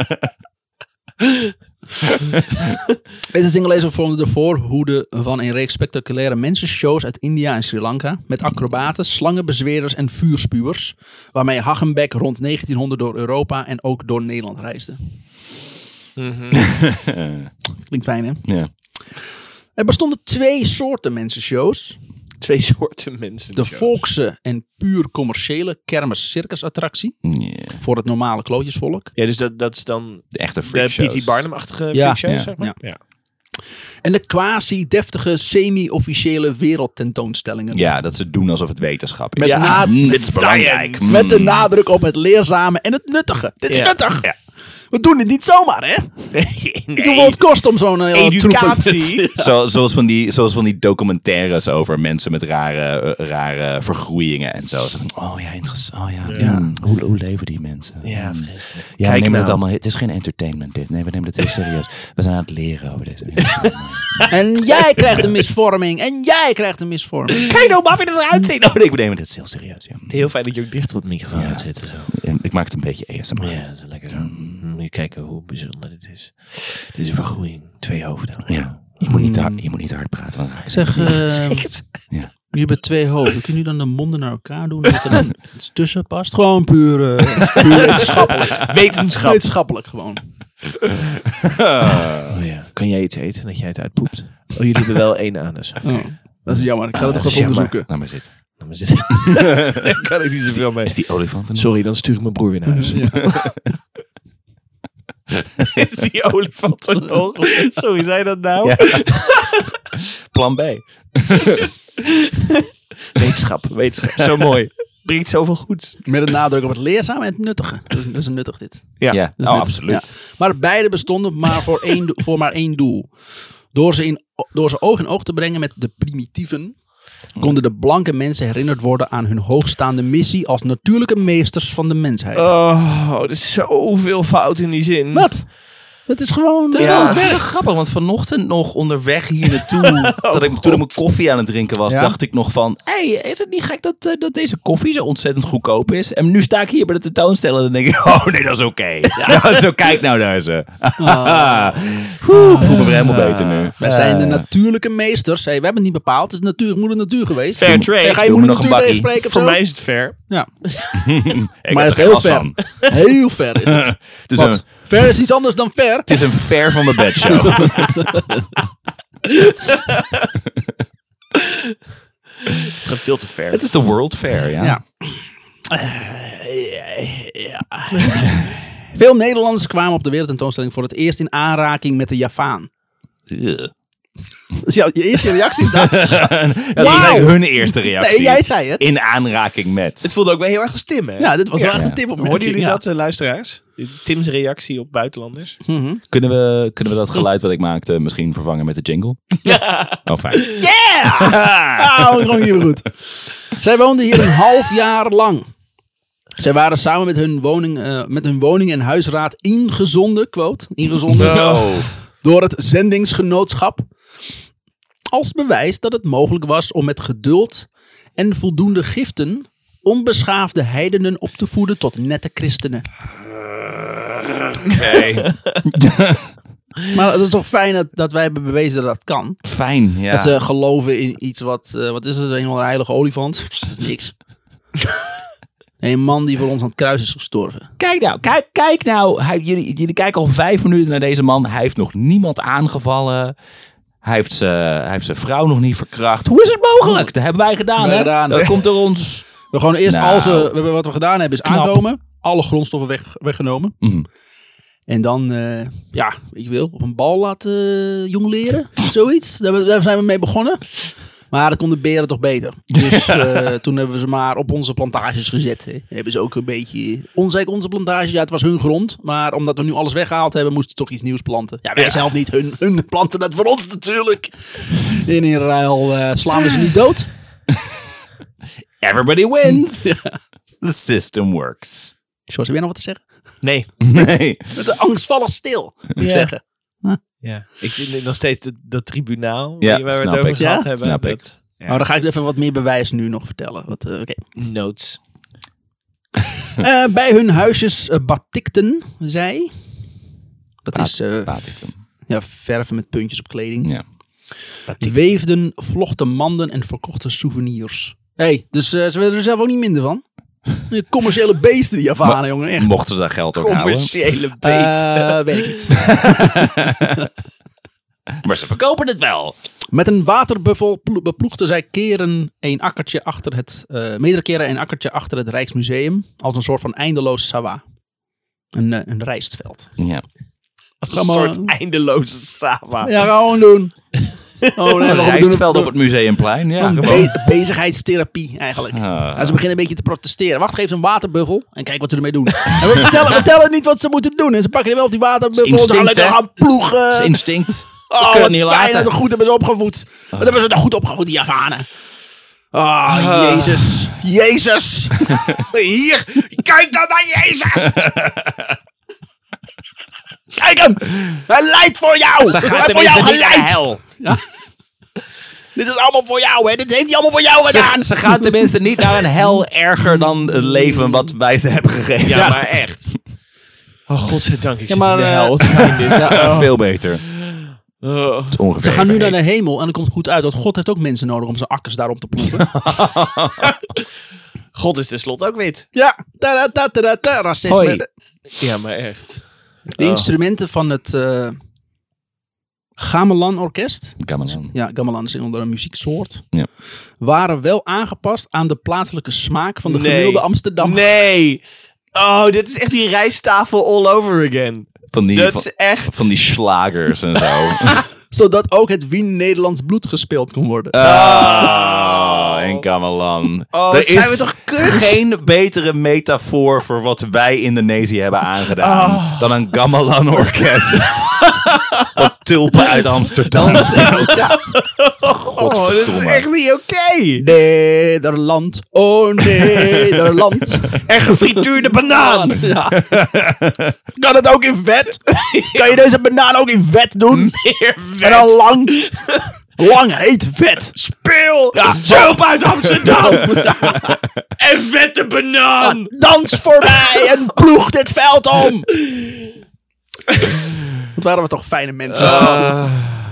Deze Singalezen vormden de voorhoede van een reeks spectaculaire mensenshows uit India en Sri Lanka. Met acrobaten, slangenbezweerders en vuurspuwers. Waarmee Hagenbeck rond negentienhonderd door Europa en ook door Nederland reisde. Mm-hmm. Klinkt fijn, hè? Ja. Er bestonden twee soorten mensenshows. Twee soorten mensen. De volkse en puur commerciële kermis-circusattractie. Ja. Voor het normale klootjesvolk. Ja, dus dat, dat is dan De echte de freakshows. P T Barnum-achtige Ja. freakshow, Ja. zeg maar. Ja. En de quasi-deftige, semi-officiële wereldtentoonstellingen. Ja, dat ze doen alsof het wetenschap is. Met, Ja. na- Mm, dit is belangrijk. Science. met de nadruk op het leerzame en het nuttige. Dit is Ja. nuttig. Ja. We doen het niet zomaar, hè? Nee. Ik hoeveel het kost om zo'n hele Educatie. troep- Zo, zoals, van die, zoals van die documentaires over mensen met rare, uh, rare vergroeien en zo. Zo van, oh ja, interessant. Oh ja. Ja. Hmm, Hoe, hoe leven die mensen? Ja, Hmm. vreselijk. Ja, we Kijk nemen nou. het allemaal. Het is geen entertainment dit. Nee, we nemen het heel serieus. We zijn aan het leren over deze. En jij krijgt een misvorming. En jij krijgt een misvorming. Kijk nou, maar weer eruit zien. Oh, nee, we nemen het heel serieus. Ja. Heel fijn dat je ook dichter op het microfoon Ja. gaat zitten. Zo. En ik maak het een beetje A S M R. Ja, dat is lekker zo. Moet je kijken hoe bijzonder dit is. Dit is een vergroeiing. Twee hoofden. Ja. Je moet niet te hard, je moet niet te hard praten. Dan raak je Zeg, uh, Ja. je hebt twee hoofden. Kun je dan de monden naar elkaar doen? Dat er dan iets tussen past? Gewoon puur, uh, puur wetenschappelijk. Wetenschap. Wetenschappelijk gewoon. Oh, ja. Kan jij iets eten dat jij het uitpoept? Oh, jullie hebben wel één anus. Oh, dat is jammer. Ik ga het Ah, toch dat even is onderzoeken. Laat maar zitten. Nou, maar zit. Daar kan ik niet zoveel mee. Is die olifant er nog? Sorry, dan stuur ik mijn broer weer naar huis. Is die olifant er nog? Sorry, zei je dat nou? Ja. Plan B. Wetenschap, wetenschap. Zo mooi. Brengt zoveel goeds. Met een nadruk op het leerzame en het nuttige. Dat is, dat is een nuttig dit. Ja. Ja, Dat is oh, nuttig. absoluut. Ja. Maar beide bestonden maar voor, één, do- voor maar één doel. Door ze, in, door ze oog in oog te brengen met de primitieven, konden de blanke mensen herinnerd worden aan hun hoogstaande missie als natuurlijke meesters van de mensheid. Oh, er is zoveel fout in die zin. Wat? Het is gewoon... Het is, Ja. wel, het is wel grappig, want vanochtend nog onderweg hier naartoe, dat ik, toen ik mijn koffie aan het drinken was, Ja? dacht ik nog van, hey, is het niet gek dat, uh, dat deze koffie zo ontzettend goedkoop is? En nu sta ik hier bij de tentoonstelling en dan denk ik, oh nee, dat is oké. Okay. Nou, zo kijk nou naar ze. Oeh, ik voel me weer helemaal beter nu. Wij zijn de Eh, natuurlijke meesters. Hey, we hebben het niet bepaald. Het is natuur, moeder natuur geweest. Fair trade. Hey, ga je Doe moeder me nog een natuur bakkie. tegenspreken of Voor zo? mij is het fair. Ja. ik Maar heb is er het heel geen ver. last van. Heel ver is het. Het is, Wat? een, Ver is iets anders dan ver. het is een ver van mijn bedshow. Het gaat veel te ver. Het is de World Fair, ja. Ja. Ja. Veel Nederlanders kwamen op de wereldtentoonstelling voor het eerst in aanraking met de Javaan. Ugh. Dus jouw je eerste reactie is dat? Dat is Wauw. eigenlijk hun eerste reactie. Nee, jij zei het. In aanraking met. Het voelde ook wel heel erg als Tim, hè? Ja, dit was wel echt Ja. een tip op Hoorden jullie ja. dat, uh, luisteraars? Tim's reactie op buitenlanders? Mhm. Kunnen we, kunnen we dat geluid wat ik maakte misschien vervangen met de jingle? Oh, fijn. Ah, we gaan hier goed. Zij woonden hier een half jaar lang. Zij waren samen met hun woning, uh, met hun woning en huisraad ingezonden, quote, ingezonden Oh. door het zendingsgenootschap. Als bewijs dat het mogelijk was om met geduld en voldoende giften onbeschaafde heidenen op te voeden tot nette christenen. Oké. Maar het is toch fijn dat, dat wij hebben bewezen dat dat kan. Fijn, ja. Dat ze geloven in iets wat, uh, wat is het, een of andere heilige olifant? Dat is niks. Nee, een man die voor ons aan het kruis is gestorven. Kijk nou, kijk, kijk nou. Hij, jullie, jullie kijken al vijf minuten naar deze man. Hij heeft nog niemand aangevallen. Hij heeft zijn hij heeft zijn vrouw nog niet verkracht. Hoe is het mogelijk? Dat hebben wij gedaan, Wij hè? gedaan. Dat komt door ons. We gewoon eerst Nou. al ze, we hebben wat we gedaan hebben is Knap. aankomen. Alle grondstoffen weg, weggenomen. Mhm. En dan, uh, ja, weet je wel, op een bal laten uh, jong leren. Zoiets. Daar, daar zijn we mee begonnen. Maar dat konden beren toch beter. Dus uh, toen hebben we ze maar op onze plantages gezet. Hè. Hebben ze ook een beetje... Onze, onze plantage, ja, het was hun grond. Maar omdat we nu alles weggehaald hebben, moesten we toch iets nieuws planten. Ja, wij ja. zelf niet. Hun, hun planten dat voor ons natuurlijk. En in ruil uh, slaan we ze niet dood. Everybody wins. Ja. The system works. Zoals, heb jij nog wat te zeggen? Nee. Nee. Met de angstvallig stil, moet ik ja. zeggen. Huh? Ja. Ik zit nog steeds dat, dat tribunaal ja, waar we het over ik. gehad ja? hebben. Snap dat, ik. Ja. Nou, dan ga ik even wat meer bewijs nu nog vertellen. Wat, uh, okay. Notes. uh, bij hun huisjes uh, batikten, zij. Dat Baat, is uh, batikten. Ja, verven met puntjes op kleding. Ja. Batikten. Weefden, vlochten manden en verkochten souvenirs. Hey, dus uh, ze werden er zelf ook niet minder van. Commerciële beesten, die Javanen, Ma- jongen. Echt. Mochten ze daar geld ook houden? Commerciële beesten. Uh, weet ik niet. Maar ze verkopen het wel. Met een waterbuffel beploegden zij keren een akkertje achter het, uh, meerdere keren een akkertje achter het Rijksmuseum. Als een soort van eindeloos sawa. Een, uh, een rijstveld. Ja. Als een soort eindeloze Sava. Ja, gewoon doen. Oh, nee, een we rijstveld doen op het Museumplein. Ja, een gewoon. be- bezigheidstherapie eigenlijk. Ah. Ja, ze beginnen een beetje te protesteren. Wacht, geef ze een waterbuffel en kijk wat ze ermee doen. En we vertellen, we vertellen niet wat ze moeten doen. En ze pakken wel op die waterbuffel. Ze gaan lekker gaan ploegen. Dat is instinct. Oh, Dat wat kunnen niet fijn laten. dat we goed hebben ze opgevoed. Wat hebben ze nou goed opgevoed, die Javanen. Oh, Ah. Jezus. Jezus. Hier. Kijk dan naar Jezus. Kijk hem. Hij lijdt voor jou. Ze Hij gaat heeft voor jou tenminste niet naar geleid. hel. Ja. Dit is allemaal voor jou, hè. Dit heeft hij allemaal voor jou gedaan. Ze, ze gaan tenminste niet naar een hel erger dan het leven wat wij ze hebben gegeven. Ja, maar echt. Oh, godzijdank. Ik Ja, zit maar, in de uh, hel. Wat fijn dit. Ja, Oh. veel beter. Oh. Het is ongeveer Ze gaan nu even naar de heet. hemel en dat komt goed uit. Want God heeft ook mensen nodig om zijn akkers daarop te ploegen. God is tenslotte ook wit. Ja. Ta ta ta ta ta. Racisme. Hoi. Ja, maar echt. De instrumenten van het uh, Gamelan Orkest. Gamelan. Ja, gamelan is een andere muzieksoort. Ja. Waren wel aangepast aan de plaatselijke smaak van de Nee. gemiddelde Amsterdam. Nee. Oh, dit is echt die rijsttafel all over again. Van die, Dat van, is echt... van die slagers en zo. Zodat ook het Wien Nederlands bloed gespeeld kon worden. Ah, en Gamelan. Oh, er zijn is we toch kut? geen betere metafoor voor wat wij Indonesië hebben aangedaan Oh. dan een Gamelan-orkest. Wat tulpen uit Amsterdam speelt. Oh, dit is echt niet oké. Nederland, oh Nederland. En gefrituurde banaan. Ja. Kan het ook in vet? Kan je deze banaan ook in vet doen? Meer En dan lang, lang heet vet. Speel. Ja, Tulp uit Amsterdam. En vette banaan. Dans voor mij en ploeg dit veld om. Wat waren we toch fijne mensen. Uh,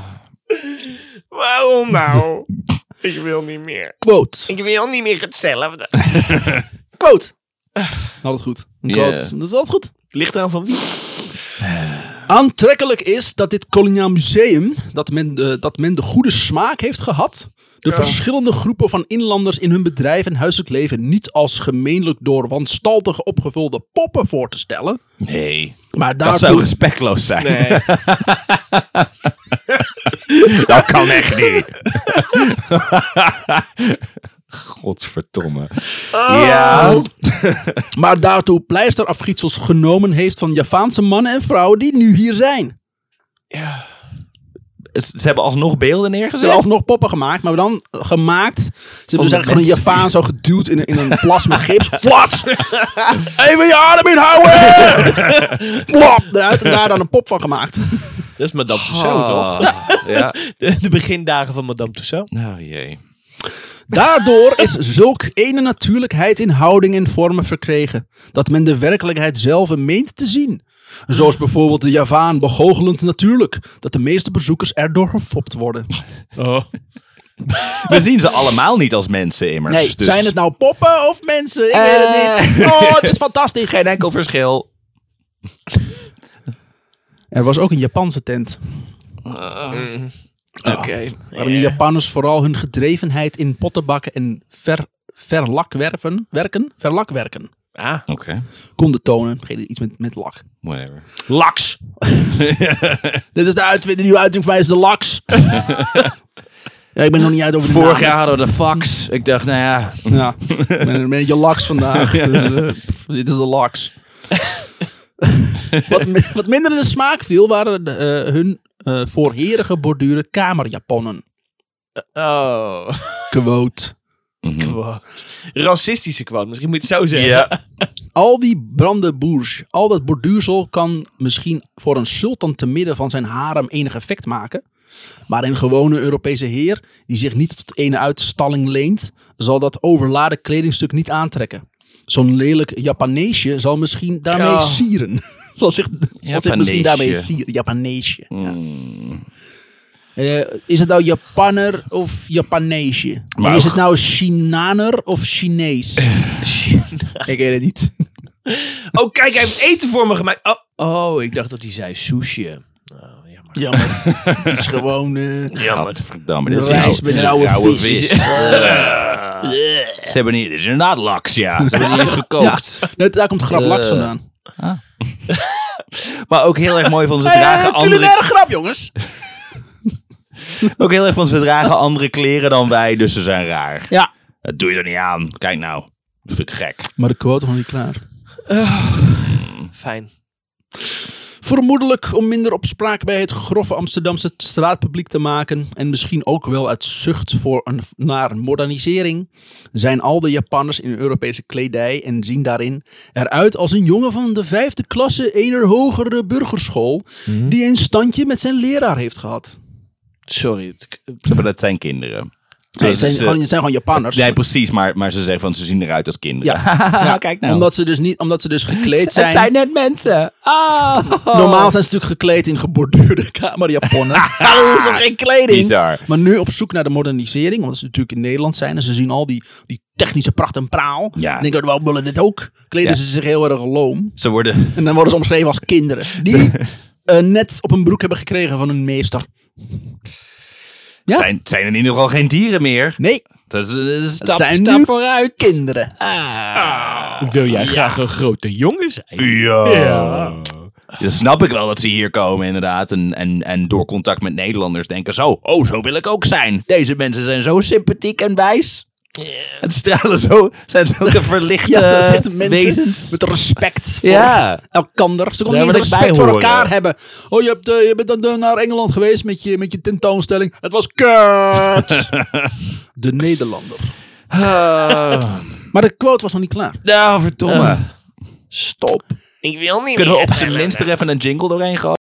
Waarom nou? Ik wil niet meer. Quote. Ik wil niet meer hetzelfde. Quote. Altijd goed. Een Yeah. quote. Dat is altijd goed. Ligt eraan van wie? Aantrekkelijk is dat dit koloniaal museum, dat men de, dat men de goede smaak heeft gehad, de Ja. verschillende groepen van inlanders in hun bedrijf en huiselijk leven niet als gemeenlijk door wanstaltige opgevulde poppen voor te stellen, nee, maar dat zou daartoe, respectloos zijn. Nee. Dat kan echt niet. Godverdomme. Ja. maar daartoe pleisterafgietsels genomen heeft van Javaanse mannen en vrouwen die nu hier zijn. Ja. Ze hebben alsnog beelden Ze neergezet. hebben alsnog poppen gemaakt, maar dan gemaakt. Ze hebben dus de eigenlijk gewoon een mensen Javaan zo geduwd in, een- in een plas met gips. Flats! Even je adem inhouden! Plop, eruit en daar dan een pop van gemaakt. Dat is Madame Tussauds, toch? Ah, ja. De, de begindagen van Madame Tussauds. Oh jee. Daardoor is zulk ene natuurlijkheid in houding en vormen verkregen, dat men de werkelijkheid zelf meent te zien. Zoals bijvoorbeeld de Javaan begoochelend natuurlijk, dat de meeste bezoekers erdoor gefopt worden. Oh. We zien ze allemaal niet als mensen immers. Nee, dus zijn het nou poppen of mensen? Ik Eh. weet het niet. Oh, het is fantastisch. geen enkel verschil. Er was ook een Japanse tent. Oké. Okay. Waarin de Japanners vooral hun gedrevenheid in pottenbakken en ver, verlakwerven, werken, verlakwerken Ah, Oké. Okay. konden tonen. Vergeet iets met, met lak. Whatever. laks. Dit is de, uit, de nieuwe uitdrukking de laks. Ja, ik ben nog niet uit over de Vorig naam. jaar hadden we de fax. Ik dacht, nou ja. Ja, ik ben een beetje laks vandaag. Dus, uh, pff, dit is de laks. wat, wat minder in de smaak viel waren uh, hun uh, voorherige borduren kamerjaponnen. Oh. Quote. Mm-hmm. Quote. Racistische quote, misschien moet je het zo zeggen. Ja. Al die brandebourge, al dat borduursel kan misschien voor een sultan te midden van zijn harem enig effect maken. Maar een gewone Europese heer die zich niet tot ene uitstalling leent, zal dat overladen kledingstuk niet aantrekken. Zo'n lelijk Japaneesje zal misschien daarmee Oh. sieren. zal zich, zal zich misschien daarmee sieren. Japaneesje. Mm. Uh, is het nou Japanner of Japaneesje? Maar En is ook- het nou Chinaner of Chinees? Ik weet het niet. Oh, kijk, hij heeft eten voor me gemaakt. Oh, oh ik dacht dat hij zei sushi. Oh, jammer. Jammer. Het is gewoon... Uh, Gadverdamme. Dit is rijst rauw- met rauwe rauwe vis. Ze hebben niet... Dit is inderdaad laks, ja. Ze hebben niet eens gekookt. nee, daar komt de grap Uh. laks vandaan. Maar ook heel erg mooi van ze Hey, dragen uh, andere... culinaire grap, jongens. Ook heel erg van ze dragen andere kleren dan wij, dus ze zijn raar. Ja. Dat doe je er niet aan. Kijk nou. Dat vind ik gek. Maar de quote nog niet klaar. Fijn. Vermoedelijk om minder opspraak bij het grove Amsterdamse straatpubliek te maken en misschien ook wel uit zucht voor een, naar modernisering, zijn al de Japanners in Europese kledij en zien daarin eruit als een jongen van de vijfde klasse ener hogere burgerschool Mhm. die een standje met zijn leraar heeft gehad. Sorry. Ze hebben dat zijn kinderen. Nee, het, zijn, ze- gewoon, het zijn gewoon Japanners. Nee, precies. Maar, maar ze zeggen van ze zien eruit als kinderen. Ja. Kijk nou. Omdat ze dus niet, omdat ze dus gekleed zijn. Het zijn net mensen. Ah. Normaal zijn ze natuurlijk gekleed in geborduurde kamerjaponnen. Dat is toch geen kleding? Bizar. Maar nu op zoek naar de modernisering, omdat ze natuurlijk in Nederland zijn en ze zien al die, die technische pracht en praal. Ja. Dan denken we, we willen dit ook. Kleden Ja. ze zich heel erg loom. Ze worden... En dan worden ze omschreven als kinderen. Die uh, net op een broek hebben gekregen van hun meester. Ja? Het zijn, het zijn in ieder geval geen dieren meer. Nee, Dat is een stap, het zijn stap nu vooruit. kinderen. Wil jij graag een grote jongen zijn? Ja. ja. Dat snap ik wel dat ze hier komen inderdaad. En, en, en door contact met Nederlanders denken zo. Oh, zo wil ik ook zijn. Deze mensen zijn zo sympathiek en wijs. Het stralen zo. Zijn zulke verlichte Ja, zo zegt de mensen wezens. met respect voor Ja. elkander. Ze Daar konden niet wil eens ik bij respect voor horen. elkaar hebben. Oh, je, hebt, uh, je bent dan uh, naar Engeland geweest met je, met je tentoonstelling. Het was kut. De Nederlander. Uh, Maar de quote was nog niet klaar. nou, verdomme. Stop. Ik wil niet Kunnen we meer. op zijn minst er even een jingle doorheen gooien?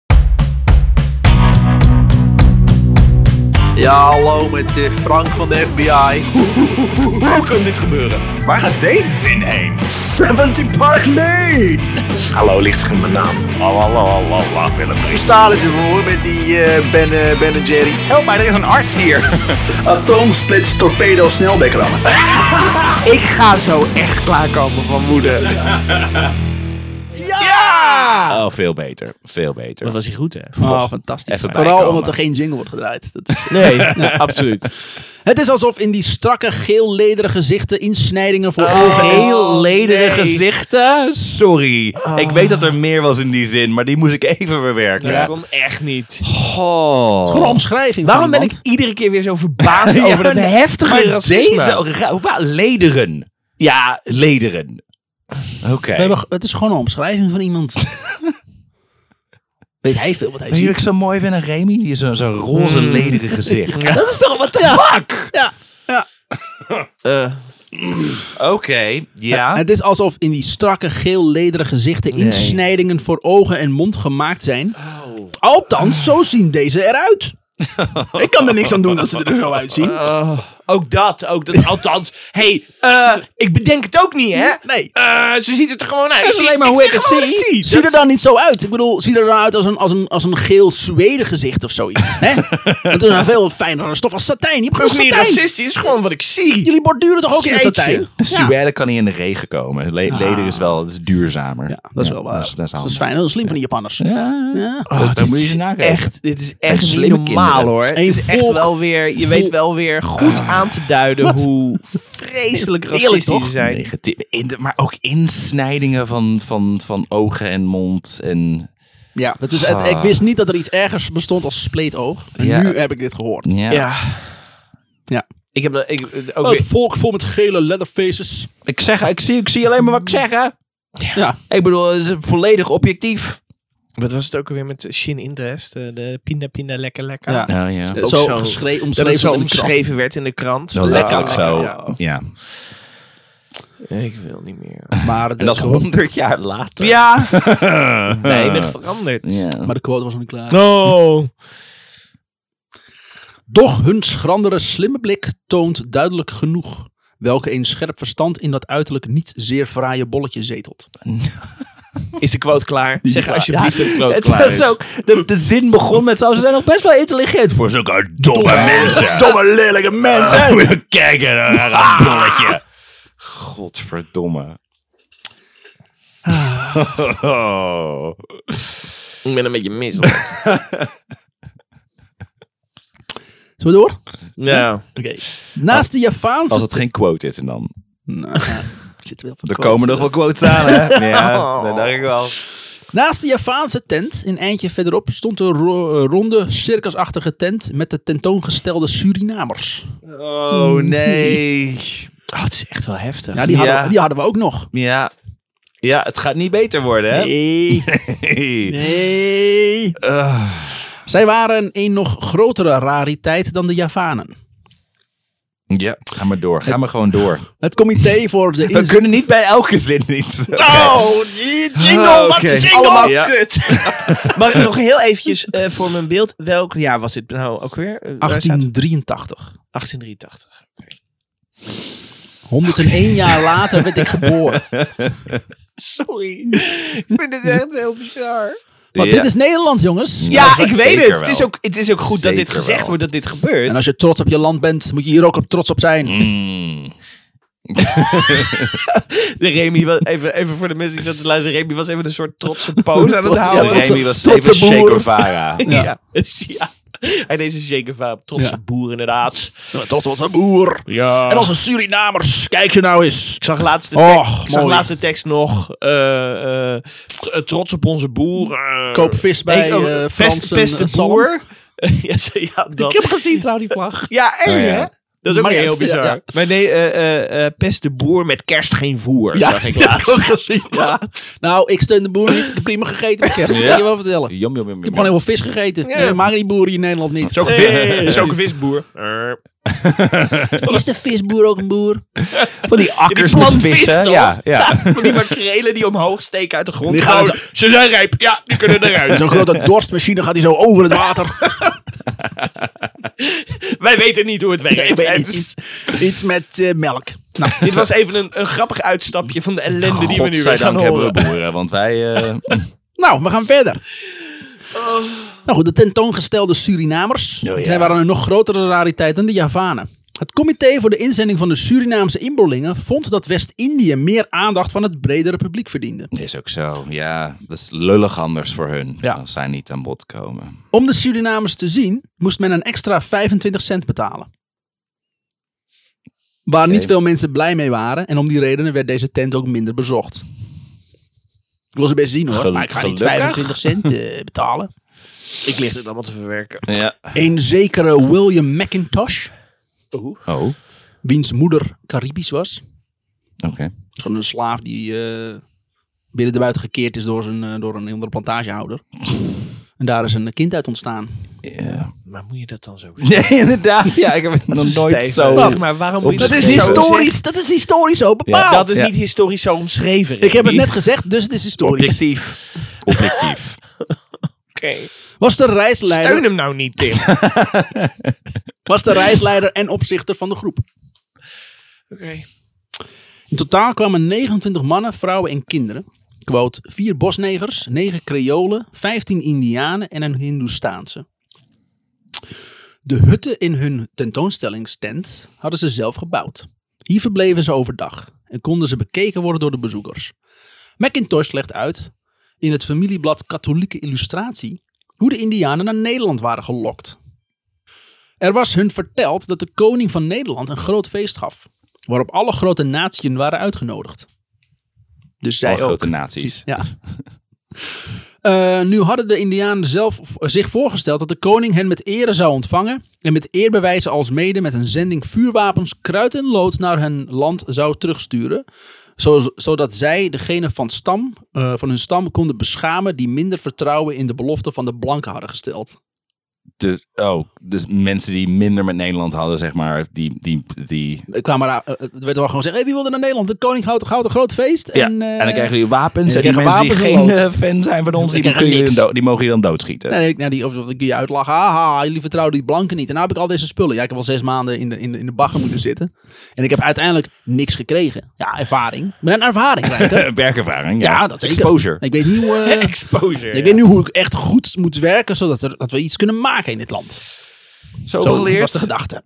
Ja, hallo met eh, Frank van de F B I. Hoe kan dit gebeuren? Waar gaat deze zin heen? seventy Park Lane! Hallo, ligt mijn naam. Lalalala, Willem. Ik sta ervoor met die eh, Ben, eh, Ben en Jerry. Help mij, er is een arts hier. Atoomsplits torpedo sneldekker. Ik ga zo echt klaarkomen van woede. Oh, veel beter. Veel beter. Wat was hij goed, hè? Oh, fantastisch. Even Vooral bijkomen. omdat er geen jingle wordt gedraaid. Dat is... Nee, absoluut. Het is alsof in die strakke geel lederen gezichten insnijdingen voor ogen. Heel lederen nee. gezichten? Sorry. Ik weet dat er meer was in die zin, maar die moest ik even verwerken. Dat kon echt niet. Oh. Het is gewoon een omschrijving. Waarom van ben ik iemand. iedere keer weer zo verbaasd Ja, over dat maar- heftige maar racisme? Deze, hoe ga- lederen. Ja, Lederen. Oké. We hebben, het is gewoon een omschrijving van iemand. Weet hij veel wat hij Weet je wat ziet? ik zo mooi vind aan Remy? Die is zo'n zo'n roze lederen gezicht. dat is toch wat de fuck? Ja, ja. Eh, Oké, ja. Het is alsof in die strakke geel lederen gezichten insnijdingen voor ogen en mond gemaakt zijn. Althans, zo zien deze eruit. Ik kan er niks aan doen dat ze er zo uitzien. oh, ook dat. Ook dat althans, hé, hey, uh, ik bedenk het ook niet, hè? Nee. Uh, zo ziet het er gewoon uit. Dat is alleen maar hoe ik het zie. zie. Zie er dan niet zo uit? Ik bedoel, zie er dan uit als een, als een, als een geel Zweden gezicht of zoiets. Hè? Dat is een veel fijnere stof als satijn. Je hebt dat is gewoon niet satijn. racistisch, is gewoon wat ik zie. Jullie borduren toch ook in satijn? Suède kan niet in de regen komen. Le- leder is wel, dat is duurzamer. Ja, dat is wel waar. Dat is, dat is, dat is fijn. Dat is slim van die Japanners. Ja. Ja. Oh, Dan moet je ze nakijken. Echt, dit is echt slimme niet normaal kinderen. hoor. Het Een is echt volk- wel weer, je vol- weet wel weer goed aan te duiden Wat? hoe vreselijk Eerlijk, racistisch toch? ze zijn. Negatief. In de, maar ook insnijdingen van, van, van ogen en mond. En, Ja, het is, het, ik wist niet dat er iets ergers bestond als spleetoog. En Ja. nu heb ik dit gehoord. ja. Ja. Ja. Ik heb ik, ook Het weer, volk vol met gele leatherfaces. Ik zeg, ik zie, ik zie alleen maar wat ik zeg, hè. Ja. Ik bedoel, het is volledig objectief. wat was het ook alweer met Shin Interest? De, de pinda pinda lekker lekker. Ja. Ja, ja. Ook Zo zo- geschreven, Dat omschreven het zo in de krant. omschreven werd in de krant. Zo Ja, letterlijk lekker, zo. ja. Ja. Ik wil niet meer. Maar de, En dat is honderd jaar later. Ja, weinig veranderd. Ja. maar de quote was nog niet klaar. Oh. Doch hun schrandere slimme blik toont duidelijk genoeg welke een scherp verstand in dat uiterlijk niet zeer fraaie bolletje zetelt. Is de quote klaar? Zeg klaar. alsjeblieft dat de quote Het klaar was is. ook, de, de zin begon met zo, ze zijn nog best wel intelligent voor zulke domme mensen. Domme lelijke mensen! Moet je kijken naar een bolletje. Godverdomme. Oh. Ik ben een beetje misselijk. Zullen we door? Ja. Oké. Naast de Javaanse... Als het geen quote is en dan. Nou, ja, er zitten wel van Er quotes. komen nog wel quotes aan, hè? Ja, Oh. dat dacht ik wel. Naast de Javaanse tent, een eindje verderop, stond een ro- ronde, circusachtige tent met de tentoongestelde Surinamers. Oh nee. Oh, het is echt wel heftig. Ja, die hadden, Ja. die hadden we ook nog. Ja. Ja, het gaat niet beter worden, hè? Nee, Nee. nee. Uh, Zij waren een nog grotere rariteit dan de Javanen. ja, ga maar door. Ga maar gewoon door. Het comité voor de... We ins- kunnen niet bij elke zin iets. Oh, die jingle, Ah, wat oké. is jingle? Allemaal Ja. kut. Mag ik nog heel eventjes uh, voor mijn beeld, welk jaar was dit nou ook weer? Uh, waar staat het? achttien drieëntachtig. achttien drieëntachtig. Okay. honderdéén jaar later werd ik geboren. Sorry. Ik vind dit echt heel bizar. Want Ja. dit is Nederland, jongens. Ja, Ja, ik weet zeker het. Het is, wel. ook, het is ook goed dat dit Zeker gezegd wel. wordt, dat dit gebeurt. En als je trots op je land bent, moet je hier ook op trots op zijn. Mm. De Remy, was, even, even voor de mensen die zaten te luisteren. Remy was even een soort trotse pose aan het Trots- ja, houden. trotse- Remy was trotse even Che boer. Guevara. Ja. Het is, ja. Hij deed zijn Jekeva op trotse Ja. boer inderdaad. Trots was een boer. Ja. En onze Surinamers. Kijk je nou eens. Ik zag laatst de, Och, tekst, ik zag mooi. laatst de tekst nog. eh, eh, t- eh, trots op onze boer. eh, Koop vis bij ik- oh, eh pest, Frans en, pest de eh, Zalm. boer. ja, zo- ja, dat. Ik heb gezien trouwens die vlag. Ja, echt Oh, ja. hè? Dat is ook Maar weer ja, heel het- bizar. ja. Maar nee, eh, eh, eh, pest de boer met kerst geen voer. Ja, zag ik dat heb laatst. ik ook gezien. Ja. Nou, ik steun de boer niet. Ik heb prima gegeten met kerst. Dat Ja. kan je wel vertellen. Jom, jom, jom, Ik jom. heb gewoon heel veel vis gegeten. Ja. Ja. Maken die boeren hier in Nederland niet. Is ook een vis- is ook een visboer. Eh. Is de visboer ook een boer? Van die akkers die met plantvis, vissen. toch? Ja, ja. Van die makrelen die omhoog steken uit de grond. Die gaan Gewoon, ze zijn rijp. Ja, die kunnen eruit. Zo'n grote dorstmachine gaat hij zo over het water. Wij weten niet hoe het werkt. Ik weet Het niet, is- iets, iets met eh, melk. Nou, Dit was even een, een grappig uitstapje van de ellende die we nu weer gaan Godzijdank hebben horen. we boeren, want wij... eh, nou, we gaan verder. Nou goed, de tentoongestelde Surinamers. Oh, ja. Zij waren een nog grotere rariteit dan de Javanen. Het comité voor de inzending van de Surinaamse inboorlingen vond dat West-Indië meer aandacht van het bredere publiek verdiende. is ook zo. Ja, dat is lullig anders voor hun. Ja. Als zij niet aan bod komen. Om de Surinamers te zien, moest men een extra vijfentwintig cent betalen. Waar niet veel mensen blij mee waren. En om die redenen werd deze tent ook minder bezocht. Ik wil ze best zien hoor, Gel- maar ik ga niet gelukkig. vijfentwintig cent eh, betalen. Ik lig dit allemaal te verwerken. Ja. Een zekere William McIntosh, Oh, wiens moeder Caribisch was. oké. Gewoon een slaaf die eh, binnen de buiten gekeerd is door, zijn, eh, door een andere plantagehouder. En daar is een kind uit ontstaan. Ja. Maar moet je dat dan zo zeggen? Nee, inderdaad. Ja, ik heb het nog nooit zo... Zeg maar, waarom moet je Dat dat is zo historisch. zeggen? dat is historisch zo bepaald. Dat is Ja. niet historisch zo omschreven. Ik heb het Remy. net gezegd, dus het is historisch. Objectief. Objectief. Okay. Was de reisleider... Steun hem nou niet, Tim. was de reisleider en opzichter van de groep. Oké. Okay. In totaal kwamen negenentwintig mannen, vrouwen en kinderen. Quote, vier bosnegers, negen Creolen, vijftien Indianen en een Hindoestaanse. De hutten in hun tentoonstellingstent hadden ze zelf gebouwd. Hier verbleven ze overdag en konden ze bekeken worden door de bezoekers. Mackintosh legt uit in het familieblad Katholieke Illustratie hoe de Indianen naar Nederland waren gelokt. Er was hun verteld dat de koning van Nederland een groot feest gaf, waarop alle grote natieën waren uitgenodigd. Dus zij Alle ook. grote naties. Ja. Uh, nu hadden de Indianen zelf zich voorgesteld dat de koning hen met ere zou ontvangen en met eerbewijzen alsmede met een zending vuurwapens, kruid en lood naar hun land zou terugsturen, zo, zodat zij degene van, stam, uh, van hun stam konden beschamen die minder vertrouwen in de belofte van de blanken hadden gesteld. De, oh, dus mensen die minder met Nederland hadden, zeg maar, die... die, die... Ik kwam maar, uh, het werd wel gewoon gezegd, hey, wie wilde naar Nederland? De koning houdt, houdt een groot feest. Ja, en, uh, en dan krijgen jullie wapens. En, en die dan mensen die krijgen geen wapens uh, fan zijn van ons, die, krijgen kun je niks. dan, die mogen je dan doodschieten. Nee, nou, die, of, of kun je uitlachen. Haha, jullie vertrouwen die blanken niet. En nou heb ik al deze spullen. Ja, ik heb al zes maanden in de, in de, in de bagger moeten zitten. En ik heb uiteindelijk niks gekregen. Ja, ervaring. Ik ben een ervaring krijgen. Werkervaring, ja. Ja, dat zeker. Exposure. Ik weet niet hoe... Uh, Exposure. ik weet nu hoe ik echt goed moet werken, zodat er, dat we iets kunnen maken in dit land. Zo, Zo geleerd. was de gedachte.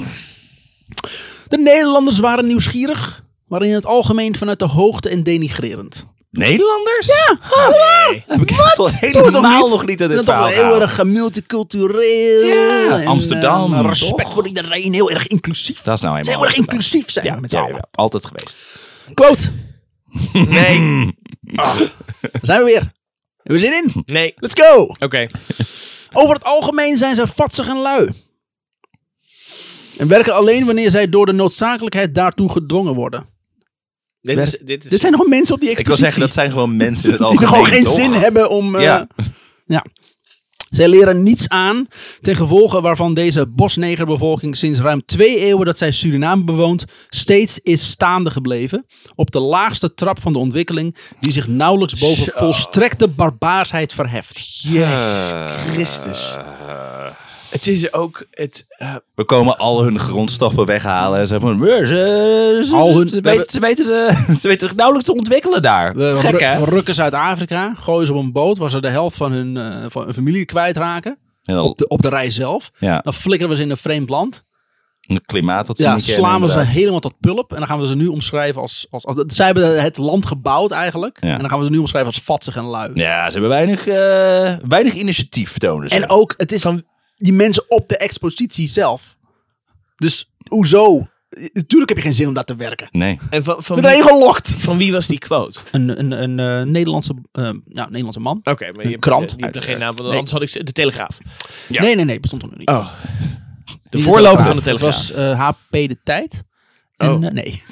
De Nederlanders waren nieuwsgierig, maar in het algemeen vanuit de hoogte en denigrerend. Nederlanders? Ja, nee. Heb ik echt al Doe het helemaal toch nog niet aan dit Dat is toch verhaal wel heel gehaald. erg multicultureel. Ja, en, Amsterdam, uh, respect toch? voor iedereen, heel erg inclusief. Dat is nou Ze helemaal heel erg Amsterdam. inclusief zijn Ja, met z'n ja, allen. ja, altijd geweest. Quote. Nee. Oh, daar zijn we weer. Hebben we zin in? Nee. Let's go. Oké. Okay. Over het algemeen zijn ze vatsig en lui. En werken alleen wanneer zij door de noodzakelijkheid daartoe gedwongen worden. Dit, is, dit, is... Dit zijn nog mensen op die Ik wil expositie. zeggen, dat zijn gewoon mensen in het die algemeen, gewoon geen toch? zin hebben om... Uh, Ja. ja. Zij leren niets aan, ten gevolge waarvan deze bosnegerbevolking sinds ruim twee eeuwen dat zij Suriname bewoont, steeds is staande gebleven. Op de laagste trap van de ontwikkeling, die zich nauwelijks boven Zo. volstrekte barbaarsheid verheft. Jezus Uh, Christus. Het is ook... Het, uh, We komen al hun grondstoffen weghalen en zeggen van... "Ze, ze, Al hun- ze, we weten, ze, weten, ze, ze weten zich nauwelijks te ontwikkelen daar. We Gek, ru- hè? rukken Zuid-Afrika, gooien ze op een boot waar ze de helft van hun, uh, van hun familie kwijtraken. En dan, Op de, op de reis zelf. ja, Dan flikkeren we ze in een vreemd land. het klimaat dat ze Ja, niet kennen, slaan we ze inderdaad. helemaal tot pulp. En dan gaan we ze nu omschrijven als... als, als zij hebben het land gebouwd eigenlijk. Ja. En dan gaan we ze nu omschrijven als vatsig en lui. Ja, ze hebben weinig, uh, weinig initiatief tonen ze. En ook, het is van die mensen op de expositie zelf. Dus hoezo? Natuurlijk heb je geen zin om daar te werken. Nee. en van, van, Je bent wie, erin gelokt. van wie was die quote? Een, een, een uh, Nederlandse, uh, ja, Nederlandse man. Oké, okay, maar je Een hebt, krant, je hebt er geen naam van. Nee. Anders had ik ze- de Telegraaf. Ja. Nee, nee, nee. Bestond er nog niet. Oh. De Niet voorloper van de Het Telegraaf. was uh, H P De Tijd. En, Oh. uh, nee.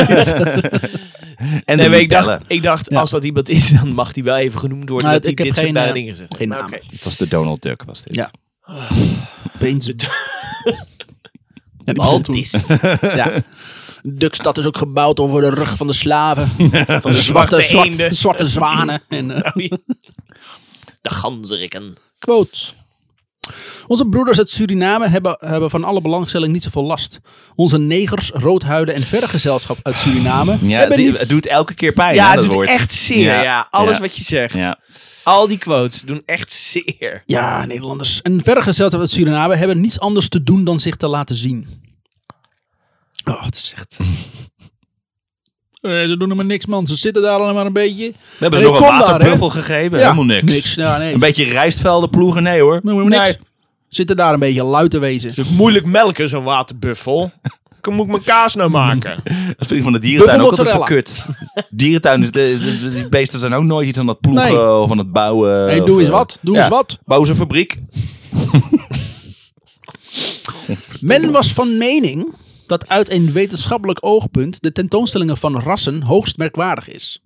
En Nee, de maar ik libellen. dacht, ik dacht Ja. als dat iemand is, dan mag die wel even genoemd worden Nou, dat hij ik heb dit geen, soort nare eh, dingen gezegd geen heeft. naam. Maar oké. Het was de Donald Duck, was dit. Ja. Opeens. Ja, die Behalve bestond die toen. Ja. Dukstad is ook gebouwd over de rug van de slaven. Van de zwarte, zwarte zwarte, eenden. zwarte zwanen. En, uh, Oh, ja. De ganzerikken. quotes. Onze broeders uit Suriname hebben, hebben van alle belangstelling niet zoveel last. Onze negers, roodhuiden en vergezelschap uit Suriname Ja, hebben het, niets. het doet elke keer pijn. Ja, hè, het dat doet woord. echt zeer. Ja, Ja. alles Ja. wat je zegt. Ja. Al die quotes doen echt zeer. Ja, Nederlanders. En vergezelschap uit Suriname hebben niets anders te doen dan zich te laten zien. Oh, het is echt... Eh, ze doen helemaal niks, man. Ze zitten daar allemaal maar een beetje. We hebben En ze ik nog een kom daar, waterbuffel gegeven. Ja, Helemaal niks. niks. Ja, nee. Een beetje rijstvelden ploegen. Nee hoor. Nee, helemaal niks. Zitten daar een beetje lui te wezen. Het is ook moeilijk melken, zo'n waterbuffel. Hoe moet ik mijn kaas nou maken? Dat vind ik van de dierentuin ook altijd zo Buffelmozzarella. kut. Dierentuin, is de, de, de- die beesten zijn ook nooit iets aan het ploegen Nee. of aan het bouwen. Hey, of, doe eens eh, wat. Doe ja. eens wat. Bouw ze een fabriek. Men was van mening dat uit een wetenschappelijk oogpunt de tentoonstellingen van rassen hoogst merkwaardig is.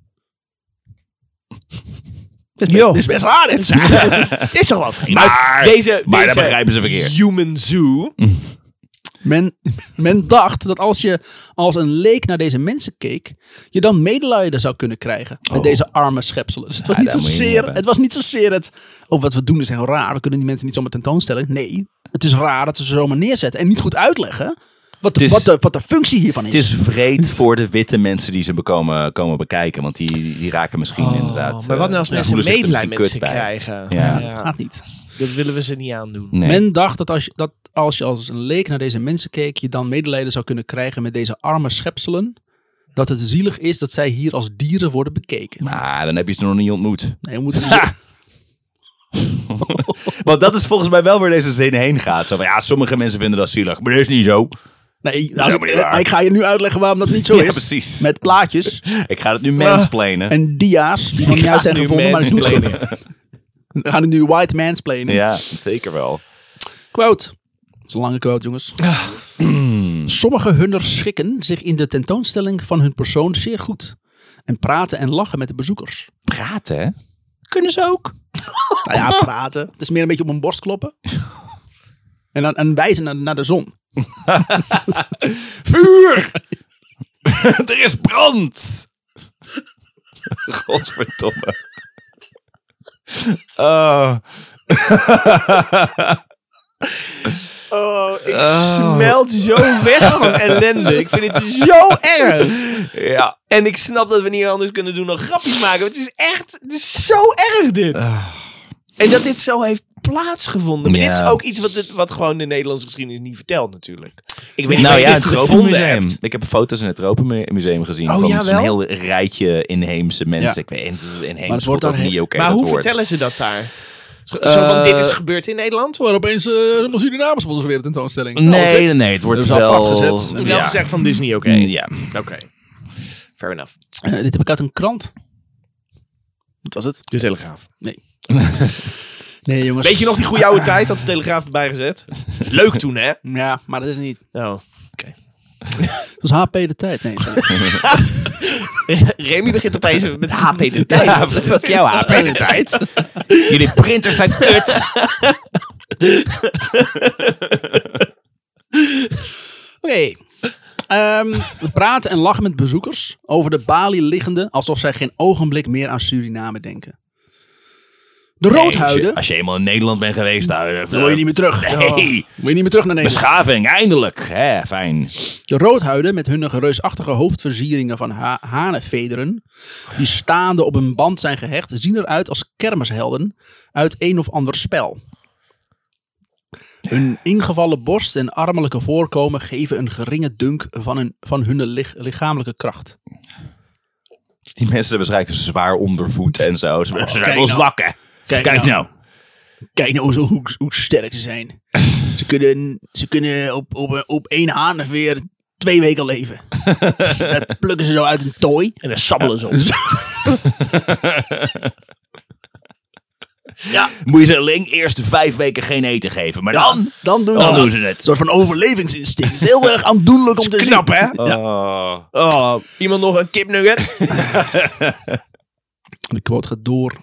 Dit is, best, dit is best raar, dit. Het is toch wel vreemd. Maar- deze, maar deze dat begrijpen ze verkeerd. Human Zoo. Men, men dacht dat als je als een leek naar deze mensen keek, je dan medelijden zou kunnen krijgen met Oh. deze arme schepselen. Dus het was, Ja, niet dat moet je niet zozeer, hebben. het was niet zozeer het, oh wat we doen is heel raar, we kunnen die mensen niet zomaar tentoonstellen. Nee, het is raar dat ze ze zomaar neerzetten en niet goed uitleggen wat de, Het is- wat de, wat de functie hiervan is. Het is vreed voor de witte mensen die ze bekomen, komen bekijken. Want die, die raken misschien inderdaad... maar wat nou als eh, mensen voelen zich er medelijden met ze misschien kut bij. krijgen? Ja. Dat gaat niet. Dat willen we ze niet aandoen. Nee. Men dacht dat als, je, dat als je als een leek naar deze mensen keek, je dan medelijden zou kunnen krijgen met deze arme schepselen. Dat het zielig is dat zij hier als dieren worden bekeken. Ah, dan heb je ze nog niet ontmoet. Nee, we moeten ze... Want dat is volgens mij wel waar deze zin heen gaat. Zo van, ja, sommige mensen vinden dat zielig, maar dat is niet zo. Nee, is nou, helemaal niet waar. ik ga je nu uitleggen waarom dat niet zo Ja, is. precies. Met plaatjes Ik ga het nu mansplainen. en dia's die nog niet uit zijn gevonden, maar het doet gewoon. We gaan het nu white mansplainen. Ja, zeker wel. Quote. Dat is een lange quote, jongens. Sommige hunner schikken zich in de tentoonstelling van hun persoon zeer goed. En praten en lachen met de bezoekers. Praten, hè? Kunnen ze ook. Nou ja, praten. Het is meer een beetje op een borst kloppen. En dan en wijzen naar, naar de zon. Vuur! Er is brand! Godverdomme. Oh. Oh, ik smelt zo weg van ellende. Ik vind het zo erg. Ja. En ik snap dat we niet anders kunnen doen dan grapjes maken. Het is echt, het is zo erg dit. En dat dit zo heeft plaatsgevonden. Maar Ja. dit is ook iets wat, het, wat gewoon de Nederlandse geschiedenis niet vertelt natuurlijk. Ik weet niet Nou waar je ja, dit het gevonden Tropenmuseum. hebt. Ik heb foto's in het Tropenmuseum gezien. Oh, van jawel? zo'n heel rijtje inheemse mensen. Ja. Ik weet Maar inheems het wordt wordt ook daar niet he- oké. Maar dat hoe woord. vertellen ze dat daar? Zo van, Eh, dit is gebeurd in Nederland? Maar opeens uh, helemaal Surinamers op onze weer tentoonstelling. Nee, Nou, oké. nee, nee. Het wordt Dat is wel... apart gezet. Er wordt wel Ja. gezegd van dit is niet oké. Ja. Oké. Fair enough. Eh, dit heb ik uit een krant. Wat was het? De Telegraaf. Nee. Nee, jongens. Weet je nog die goede oude tijd dat de Telegraaf erbij gezet? Leuk toen, hè? Ja, maar dat is niet. Oh, oké. Het was H P de tijd. Nee. Remy begint opeens met H P de tijd. Ja, Wat is fuck jou, H P de tijd. Jullie printers zijn kut. Oké. Ehm, we praten en lachen met bezoekers over de balie liggende alsof zij geen ogenblik meer aan Suriname denken. De roodhuiden. Als je eenmaal in Nederland bent geweest, dan Dan wil je niet meer terug. Nee. Wil je niet meer terug naar Nederland. Beschaving, eindelijk. Hè, fijn. De roodhuiden met hun reusachtige hoofdversieringen van ha hanenvederen, die staande op een band zijn gehecht, zien eruit als kermishelden uit een of ander spel. Hun ingevallen borst en armelijke voorkomen geven een geringe dunk van hun, van hun lich lichamelijke kracht. Die mensen zijn waarschijnlijk zwaar ondervoed en zo. Ze zijn kijk wel nou. zwak, hè. Kijk, Kijk nou. nou. Kijk nou zo hoe, hoe sterk ze zijn. Ze kunnen, ze kunnen op, op, op één hanenveer twee weken leven. Dat plukken ze zo uit een tooi. En dan sabbelen ze op. Ja, Moet je ze alleen eerst vijf weken geen eten geven. Maar dan, dan doen ze, dan dat. doen ze het. Een soort van overlevingsinstinct. Het is heel erg aandoenlijk om te zien. Knap, hè? Ja. Oh. Oh, iemand nog een kipnugget? De quote gaat door.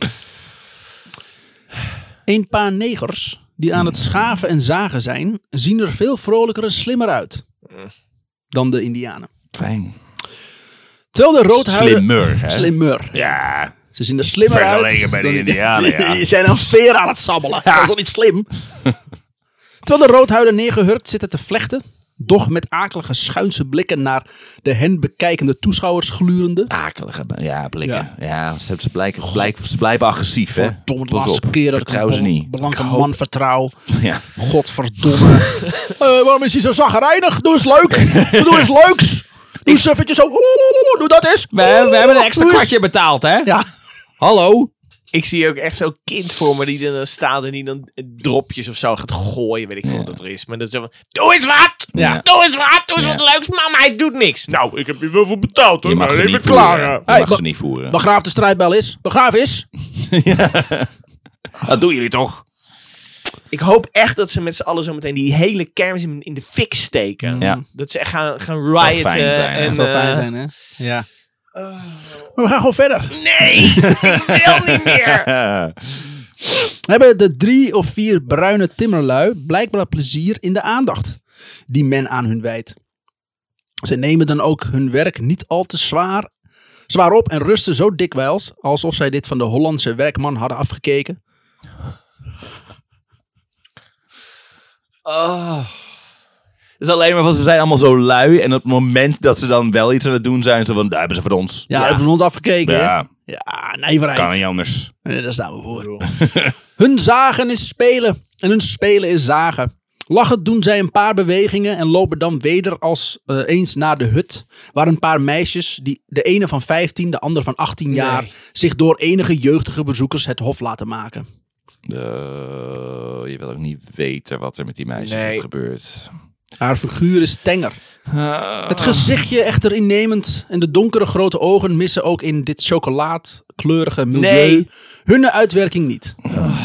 Een paar negers die aan het schaven en zagen zijn, zien er veel vrolijker en slimmer uit dan de Indianen. Fijn. Terwijl de roodhuiden... Slimmer, hè? Slimmer. Ja. Ze zien er slimmer uit. Vergeleken bij de dan- Indianen, ja. Die zijn een veer aan het sabbelen. Dat is wel niet slim. Terwijl de roodhuiden neergehurkt zitten te vlechten, doch met akelige schuinse blikken naar de hen bekijkende toeschouwers glurende. Akelige ja, blikken. Ja. Ja, ze, ze, blijken, blijken, ze blijven agressief, hè. Verdomme, de Pas laatste op. keer dat ik Vertrouw ze een niet. belangrijk man vertrouw. Ja. Godverdomme. Eh, waarom is hij zo zagrijnig? Doe eens leuk. Doe eens leuks. Doe eens eventjes zo. Doe dat eens. We, we hebben een extra Doe eens. kwartje betaald, hè. Ja. Hallo. Ik zie ook echt zo'n kind voor me die er dan staat en die dan dropjes of zo gaat gooien. Weet ik veel Ja. wat dat er is. Maar dat is zo van, doe eens wat! Ja. Doe eens wat! Doe eens Ja. wat leuks! Mama, hij doet niks. Nou, ik heb hier wel voor betaald hoor. Je mag Nou, ze even niet voeren. klaar. Je Hey, mag wa- ze niet voeren. Begraaf de strijdbel is. Begraaf is. Dat doen jullie toch? Ik hoop echt dat ze met z'n allen zo meteen die hele kermis in, in de fik steken. Ja. Dat ze echt gaan, gaan zou rioten. fijn zijn, hè? en, Dat zou fijn eh, zijn, hè? Ja. Maar we gaan gewoon verder. Nee, ik wil niet meer. Hebben de drie of vier bruine timmerlui blijkbaar plezier in de aandacht die men aan hun wijdt. Ze nemen dan ook hun werk niet al te zwaar, zwaar op en rusten zo dikwijls alsof zij dit van de Hollandse werkman hadden afgekeken. Oh. Het is alleen maar, want ze zijn allemaal zo lui. En op het moment dat ze dan wel iets aan het doen zijn, ze van, daar hebben ze van ons. Ja, ja. hebben ze van ons afgekeken. Ja, hè? Ja, nijverheid. Kan niet anders. Nee, daar staan we voor. Hun zagen is spelen en hun spelen is zagen. Lachend doen zij een paar bewegingen en lopen dan weder als uh, eens naar de hut. Waar een paar meisjes, die, de ene van vijftien, de andere van achttien nee. jaar, zich door enige jeugdige bezoekers het hof laten maken. Uh, je wil ook niet weten wat er met die meisjes nee. is gebeurd. Haar figuur is tenger. Uh. Het gezichtje echter innemend en de donkere grote ogen missen ook in dit chocolaadkleurige milieu nee. hun uitwerking niet. Uh.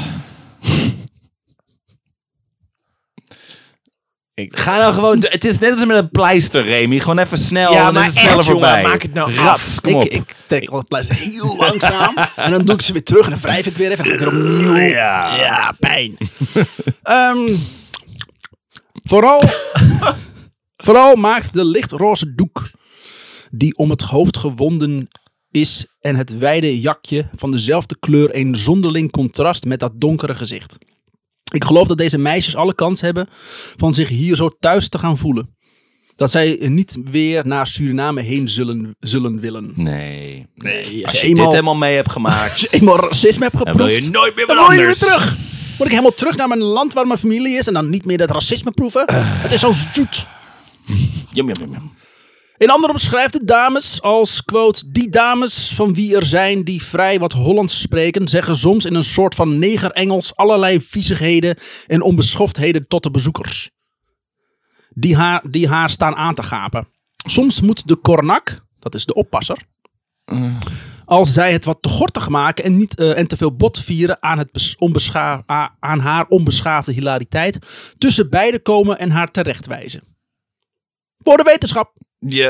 Ik ga nou gewoon... Het is net als met een pleister, Remy. Gewoon even snel. Ja, en maar is het sneller echt, voorbij. Jongen, maak het nou Rat, af. Kom op. Ik, ik trek al het pleister heel langzaam. En dan doe ik ze weer terug en dan wrijf ik weer even. En dan weer opnieuw. Ja, ja pijn. um, vooral, vooral maakt de lichtroze doek die om het hoofd gewonden is en het wijde jakje van dezelfde kleur een zonderling contrast met dat donkere gezicht. Ik geloof dat deze meisjes alle kans hebben van zich hier zo thuis te gaan voelen. Dat zij niet weer naar Suriname heen zullen, zullen willen. Nee. nee. Als, als je, je eenmaal, dit helemaal mee hebt gemaakt. Als je eenmaal racisme hebt geproefd. Dan wil je nooit meer wat dan wil je anders. weer terug. Moet ik helemaal terug naar mijn land waar mijn familie is. En dan niet meer dat racisme proeven. Uh. Het is zo zoet. Jum, jum, jum. Een ander omschrijft de dames als, quote, die dames van wie er zijn die vrij wat Hollands spreken, zeggen soms in een soort van neger-Engels allerlei viezigheden en onbeschoftheden tot de bezoekers. Die haar, die haar staan aan te gapen. Soms moet de kornak, dat is de oppasser, mm. als zij het wat te gortig maken en, niet, uh, en te veel bot vieren aan, het onbescha- aan haar onbeschaafde hilariteit, tussen beiden komen en haar terechtwijzen. Voor de wetenschap. Ja. Yeah.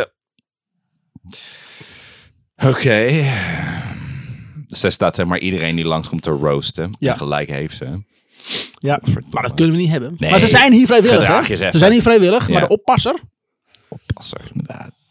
Oké. Okay. Zij staat zeg maar iedereen die langskomt te roosten. Ja. En gelijk heeft ze. Ja, maar dat kunnen we niet hebben. Nee. Maar ze zijn hier vrijwillig. Hè? Ze zijn hier vrijwillig, ja. Maar de oppasser. Oppasser, inderdaad.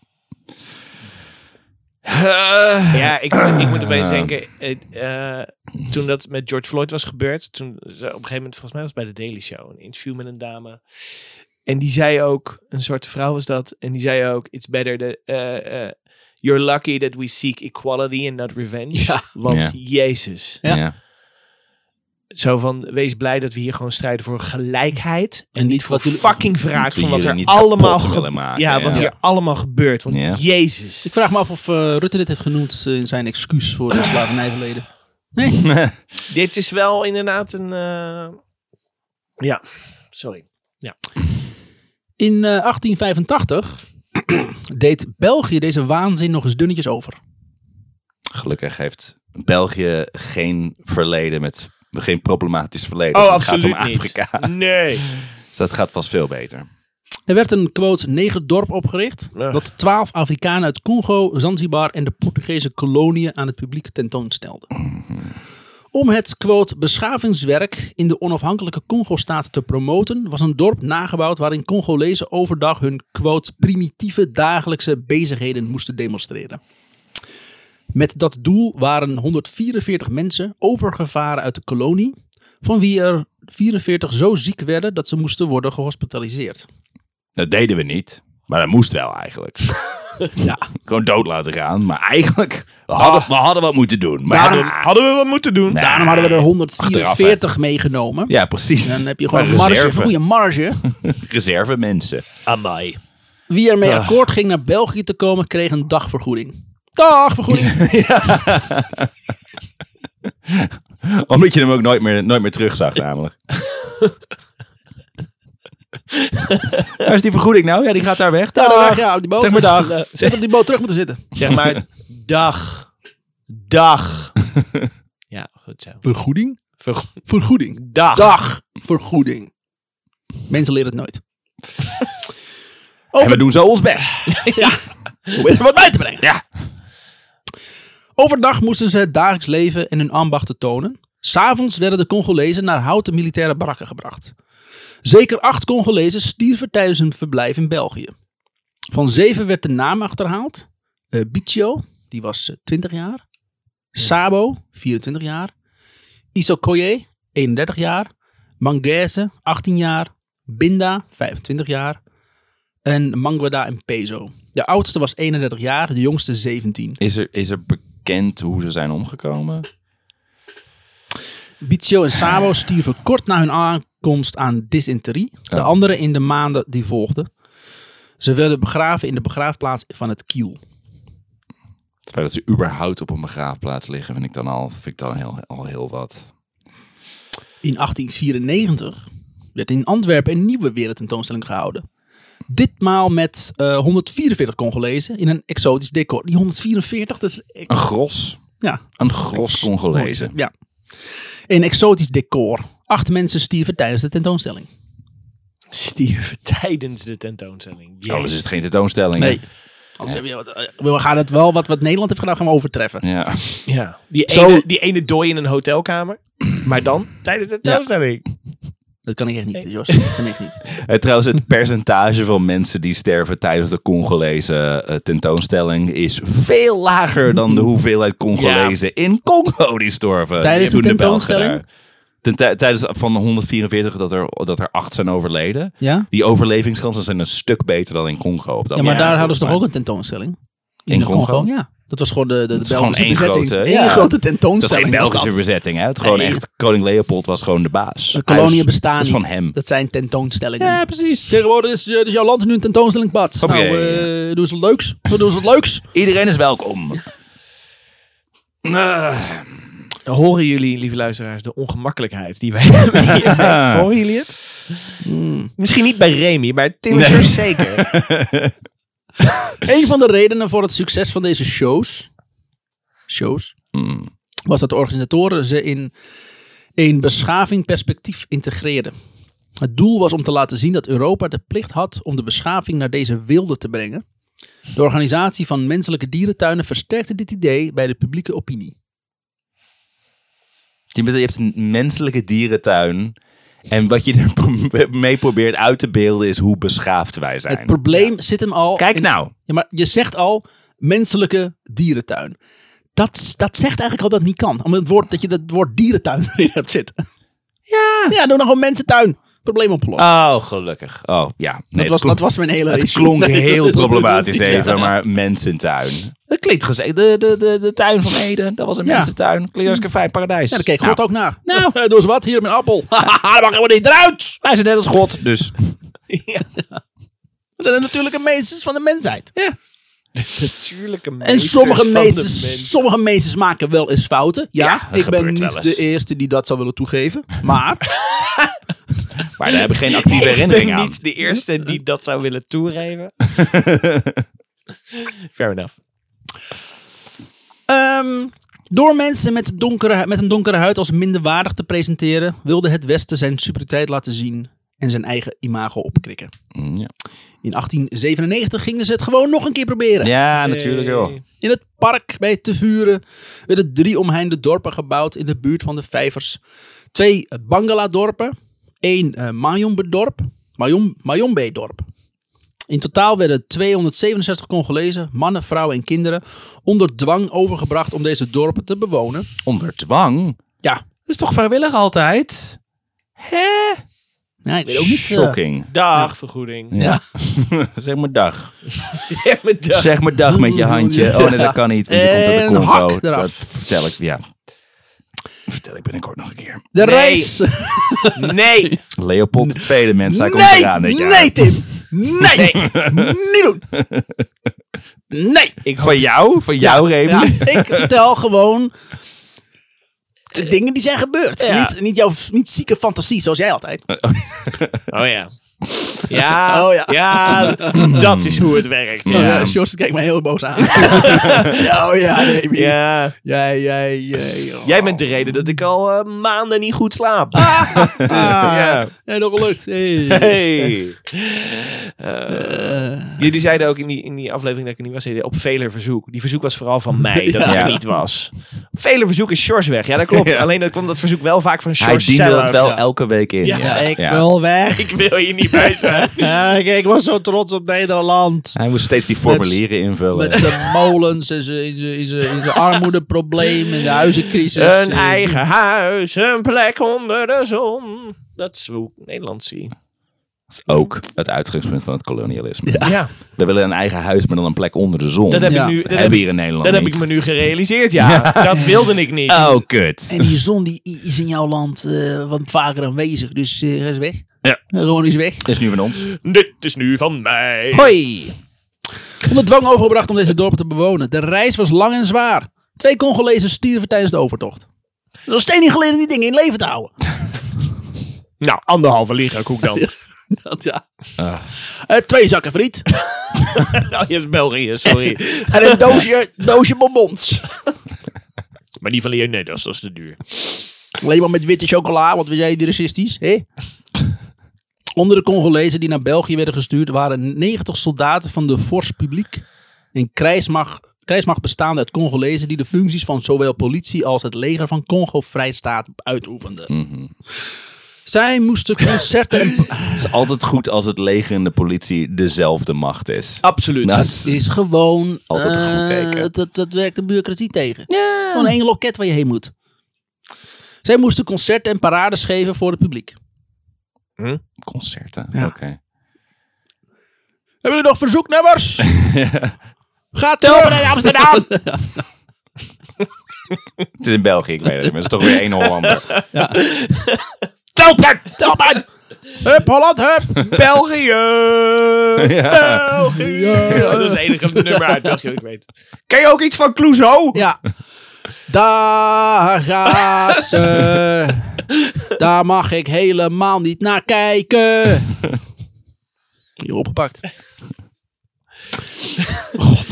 Uh. Ja, ik, ik moet opeens denken. Uh, toen dat met George Floyd was gebeurd. Toen op een gegeven moment, volgens mij was het bij de Daily Show. Een interview met een dame. En die zei ook, een zwarte vrouw was dat. En die zei ook, it's better that uh, uh, you're lucky that we seek equality and not revenge. Ja. Want ja. Jezus. Ja. Ja. Zo van, wees blij dat we hier gewoon strijden voor gelijkheid. En, en niet voor wat fucking wraak van wat er allemaal, ge- maken, ja, wat ja. hier allemaal gebeurt. Want ja. Jezus. Ik vraag me af of uh, Rutte dit heeft genoemd in zijn excuus voor de slavernijverleden. Nee. Dit is wel inderdaad een... Uh... Ja, sorry. Ja. In uh, achttien vijfentachtig deed België deze waanzin nog eens dunnetjes over. Gelukkig heeft België geen verleden met geen problematisch verleden. Oh, dus het absoluut gaat om Afrika. Niet. Nee. Dus dat gaat pas veel beter. Er werd een, quote, negerdorp opgericht ja. dat twaalf Afrikanen uit Congo, Zanzibar en de Portugese koloniën aan het publiek tentoonstelde. Mm-hmm. Om het, quote, beschavingswerk in de onafhankelijke Congo-staat te promoten, was een dorp nagebouwd waarin Congolezen overdag hun, quote, primitieve dagelijkse bezigheden moesten demonstreren. Met dat doel waren honderdvierenveertig mensen overgevaren uit de kolonie, van wie er vierenveertig zo ziek werden dat ze moesten worden gehospitaliseerd. Dat deden we niet, maar dat moest wel eigenlijk. Ja, gewoon dood laten gaan. Maar eigenlijk, we hadden, ah, we hadden wat moeten doen. Maar daarom hadden, hadden we wat moeten doen. Nee, daarom hadden we er honderdvierenveertig achteraf, meegenomen. Ja, precies. En dan heb je gewoon een marge, goede marge. Reserve mensen. Amai. Wie ermee ah. akkoord ging naar België te komen, kreeg een dagvergoeding. Dagvergoeding. Ja. Omdat je hem ook nooit meer, nooit meer terug zag, namelijk. Waar is die vergoeding nou? Ja, die gaat daar weg. Daar, daar weg, ja, op die boot. Zeg maar dag. Uh, Zet op die boot terug moeten zitten. Zeg maar dag. Dag. Ja, goed zo. Vergoeding? Vergo- vergoeding. Dag. Dag. Vergoeding. Mensen leren het nooit. Over... En we doen zo ons best. Ja. Om er wat bij te brengen. Ja. Overdag moesten ze het dagelijks leven en hun ambachten tonen. 'S'avonds werden de Congolezen naar houten militaire barakken gebracht. Zeker acht Congolezen stierven tijdens hun verblijf in België. Van zeven werd de naam achterhaald. Uh, Bichio, die was uh, twintig jaar. Sabo, vierentwintig jaar. Isokoye, eenendertig jaar. Mangese, achttien jaar. Binda, vijfentwintig jaar. En Mangweda en Pezo. De oudste was eenendertig jaar, de jongste zeventien. Is er, is er bekend hoe ze zijn omgekomen? Bichio en Sabo stierven kort na hun aankomst aan dysenterie. De Oh. anderen in de maanden die volgden. Ze werden begraven in de begraafplaats van het Kiel. Het feit dat ze überhaupt op een begraafplaats liggen, vind ik dan al, vind ik dan heel, al heel wat. In achttien vierennegentig werd in Antwerpen een nieuwe wereldtentoonstelling gehouden. Ditmaal met uh, honderdvierenveertig Congolezen in een exotisch decor. Die honderdvierenveertig, dat is... Een gros. Ja. Een gros Congolezen. Ja. Een exotisch decor. Acht mensen stierven tijdens de tentoonstelling. Stierven tijdens de tentoonstelling. Oh, dus is het geen tentoonstelling. Nee. Anders heb je, we gaan het wel, wat, wat Nederland heeft gedaan, gaan we overtreffen. Ja. Ja. Die, Zo- ene, die ene dooi in een hotelkamer. Maar dan tijdens de tentoonstelling. Dat kan ik echt niet, Jos. Dat kan ik niet. Uh, trouwens, het percentage van mensen die sterven tijdens de Congolese uh, tentoonstelling is veel lager dan de hoeveelheid Congolezen in Congo die storven. Tijdens Toen de de Belgen tentoonstelling? daar. Ten tij- tijdens de- van de honderdvierenveertig dat er, dat er acht zijn overleden. Ja? Die overlevingskansen zijn een stuk beter dan in Congo. Op dat Ja, maar moment, daar hadden ze toch ook volgens een tentoonstelling? In de Congo? Ja. Dat was gewoon de, de, de is gewoon Belgische één bezetting. grote- Eén ja. grote mij. Dat is tentoonstelling. geen was Belgische dat. bezetting. Hè? Het gewoon Nee. echt, koning Leopold was gewoon de baas. De koloniën Huis, bestaan dat is niet. van hem. Dat zijn tentoonstellingen. Ja, precies. Tegenwoordig is, uh, dus jouw land is nu een tentoonstelling, Bad. Oké. Nou, uh, doe eens wat leuks. Doe eens wat leuks. Iedereen is welkom. Uh, Horen jullie, lieve luisteraars, de ongemakkelijkheid die wij hebben hier? Horen jullie het? Mm. Misschien niet bij Remy, maar Tim Nee. is zeker. Een van de redenen voor het succes van deze shows, shows mm. was dat de organisatoren ze in een beschaving perspectief integreerden. Het doel was om te laten zien dat Europa de plicht had om de beschaving naar deze wilde te brengen. De organisatie van menselijke dierentuinen versterkte dit idee bij de publieke opinie. Je bent- je hebt een menselijke dierentuin. En wat je ermee probeert uit te beelden is hoe beschaafd wij zijn. Het probleem zit hem al... Kijk in- nou. Ja, maar je zegt al menselijke dierentuin. Dat, dat zegt eigenlijk al dat het niet kan. Omdat het woord, dat je het woord dierentuin erin hebt zitten. Ja. Ja, doe nog een mensentuin. Probleem opgelost. Oh, gelukkig. Oh, ja. Nee, dat, het was, klonk, dat was mijn hele het issue. klonk Nee, heel dat- problematisch dat- even, ja. maar mensentuin. Dat klinkt gezegd. De, de, de, de tuin van Eden, dat was een Ja. mensentuin. Klinkt hartstikke fijn, paradijs. Ja, daar keek Nou, God ook naar. Nou, eh, doe eens wat. Hier mijn appel. Haha, dat mag helemaal niet eruit. Wij zijn net als God, dus. We zijn de natuurlijke meesters van de mensheid. Natuurlijke En meesters sommige van de meesters, mens. sommige meesters maken wel eens fouten. Ja, Ja, dat ik ben gebeurt wel niet eens. de eerste die dat zou willen toegeven. Maar Maar daar heb ik geen actieve Ik herinnering ben aan. niet de eerste die dat zou willen toegeven. Fair enough. Ehm, door mensen met, donkere, met een donkere huid als minderwaardig te presenteren, wilde het Westen zijn superioriteit laten zien en zijn eigen imago opkrikken. Mm, Ja, In achttien zevenennegentig gingen ze het gewoon nog een keer proberen. ja natuurlijk wel. Hey. In het park bij Te Vuren werden drie omheinde dorpen gebouwd in de buurt van de vijvers. Twee Bangala-dorpen, één uh, Mayombe-dorp, Mayom, Mayombe-dorp. In totaal werden tweehonderdzevenenzestig Congolezen, mannen, vrouwen en kinderen, onder dwang overgebracht om deze dorpen te bewonen. Onder dwang? Ja, Dat is toch vrijwillig altijd? Hè? ja ik weet ook niet. eh, Shocking. Dagvergoeding. Ja. Zeg maar dag. Ja, met dag. Zeg maar dag met je handje. Oh nee, dat kan niet. Want je komt uit de En Congo. hak eraf. Dat vertel ik, ja. Vertel ik binnenkort nog een keer. de Nee. reis. Nee. Leopold de tweede mens, hij komt Nee, eraan dit jaar. nee Tim. Nee, niet doen. Nee. Ik Van jou? Van jou, Remy? Ja, ik vertel gewoon de dingen die zijn gebeurd. Ja. Niet, niet jouw niet zieke fantasie zoals jij altijd. Oh ja. Ja, Oh, ja. ja, dat is hoe het werkt. Ja. Ja, Uh, Sjors kijkt mij heel boos aan. ja, oh ja, nee, wie- ja. Jij, jij, jij. oh. Jij bent de reden dat ik al uh, maanden niet goed slaap. Dus, ja. Ja, nog gelukt. Hey. Hey. Uh, jullie zeiden ook in die, in die aflevering dat ik er niet was, zeiden, op veler verzoek. Die verzoek was vooral van mij, dat Ja. ik er niet was. Veler verzoek is Sjors weg. Ja, dat klopt. Ja. Alleen dat kwam dat verzoek wel vaak van Hij Sjors diende zelf. dat wel Ja. elke week in. Ja, Ja, Ik Ja. wil weg. Ik wil hier niet bij zijn. Ja, ik, ik was zo trots op Nederland. Hij moest steeds die formulieren invullen. Met zijn molens en zijn, in zijn, in zijn, in zijn armoedeprobleem en de huizencrisis. Een eigen huis, een plek onder de zon. Dat is hoe ik Nederland zie. Dat is ook het uitgangspunt van het kolonialisme. Ja, We willen een eigen huis, maar dan een plek onder de zon. dat heb Ja. ik nu. Dat Dat hebben heb, we hier in Nederland dat heb niet. ik me nu gerealiseerd, ja. Dat wilde ik niet. Oh, kut. En die zon die is in jouw land uh, wat vaker aanwezig, dus uh, hij is weg. Ja. Gewoon is weg. Dat is nu van ons. Dit is nu van mij. Hoi! Onder dwang overgebracht om deze dorpen te bewonen. De reis was lang en zwaar. Twee Congolezen stierven tijdens de overtocht. Het is nog steeds niet geleden die dingen in leven te houden. Nou, anderhalve ligakoek dan. Dat ja. Uh, twee zakken friet. Oh, je is België, sorry. En een doosje, doosje bonbons. Maar die van Leonidas, dat is te duur. Alleen maar met witte chocola, want we zijn hier racistisch. Hè? Onder de Congolezen die naar België werden gestuurd waren negentig soldaten van de Force Publique. Een krijgsmacht, krijgsmacht bestaande uit Congolezen die de functies van zowel politie als het leger van Congo-Vrijstaat uitoefenden. Mm-hmm. Zij moesten concerten en... Het is altijd goed als het leger en de politie dezelfde macht is. Absoluut. Nou, Het is gewoon... Altijd een goed uh, teken. Dat, dat werkt de bureaucratie tegen. Ja. Gewoon één loket waar je heen moet. Zij moesten concerten en parades geven voor het publiek. Hm? Concerten, Ja. oké. Okay. Hebben jullie nog verzoeknummers? Ga terug naar Amsterdam! Het is in België, ik weet het niet, maar het is toch weer één Hollander. Ja. Topen! Topen! Hup, Holland, hup! België! Ja. België! Ja, dat is het enige nummer uit België dat ik weet. Ken je ook iets van Clouseau? Ja. Daar gaat ze. Daar mag ik helemaal niet naar kijken. Hier opgepakt. God.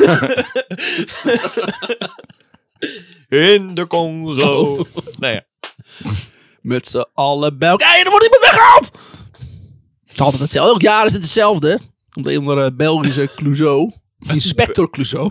In de Congo. Nou ja. Met z'n allen bij elkaar. Hey, er wordt iemand weggehaald! Het is altijd hetzelfde. Elk jaar is het hetzelfde. Komt een onder Belgische Clouseau. Inspector Clouseau.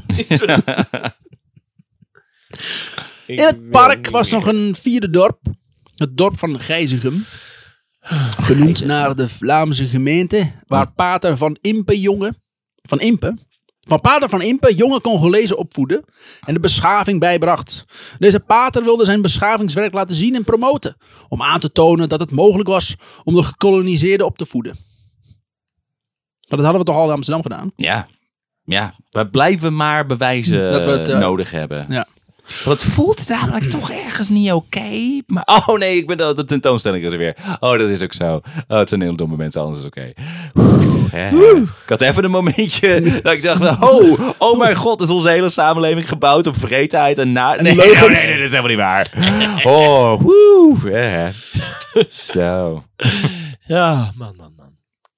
In het park was nog een vierde dorp. Het dorp van Gijzegem. Genoemd naar de Vlaamse gemeente. Waar Pater van Impe jongen. Van Impe. Van Pater van Impe jonge Congolezen opvoedde. En de beschaving bijbracht. Deze pater wilde zijn beschavingswerk laten zien en promoten. Om aan te tonen dat het mogelijk was om de gekoloniseerden op te voeden. Maar dat hadden we toch al in Amsterdam gedaan? Ja. Ja, we blijven maar bewijzen Dat we het, uh, nodig hebben. Ja. Want het voelt namelijk toch ergens niet oké. Okay, maar oh nee, ik ben de, de tentoonstelling is er weer. Oh, dat is ook zo. Oh, het zijn heel domme mensen, alles is oké. Okay. Ja. Ik had even een momentje dat ik dacht, oh, oh mijn god, is onze hele samenleving gebouwd op vreedheid en na... Nee, nee, nee, nee, dat is helemaal niet waar. Oh, woe. Ja. Zo. Ja, man, man, man.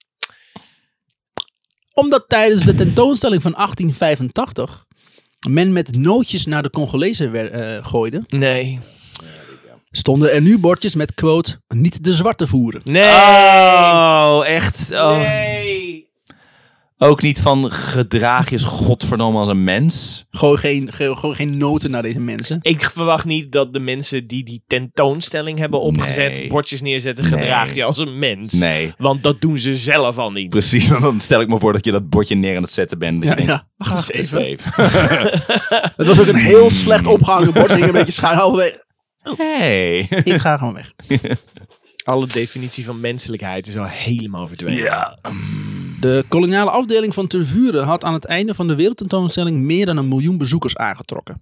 Omdat tijdens de tentoonstelling van achttien vijfentachtig men met nootjes naar de Congolezen uh, gooide, Nee. stonden er nu bordjes met quote, niet de zwarte voeren. Nee. Oh, echt. Oh. Nee. Ook niet van gedraag je godverdomme als een mens. Gooi geen, gooi geen noten naar deze mensen. Ik verwacht niet dat de mensen die die tentoonstelling hebben opgezet, Nee. bordjes neerzetten, gedraag je als een mens. Nee. Want dat doen ze zelf al niet. Precies, want dan stel ik me voor dat je dat bordje neer aan het zetten bent. Dat Ja, je denkt, ja. Wacht eens wacht even. even. Het was ook een heel slecht opgehangen bord. Ging een beetje schuin halverwege. Hey. Ik ga gewoon weg. Alle definitie van menselijkheid is al helemaal verdwenen. Ja. De koloniale afdeling van Tervuren had aan het einde van de wereldtentoonstelling meer dan een miljoen bezoekers aangetrokken.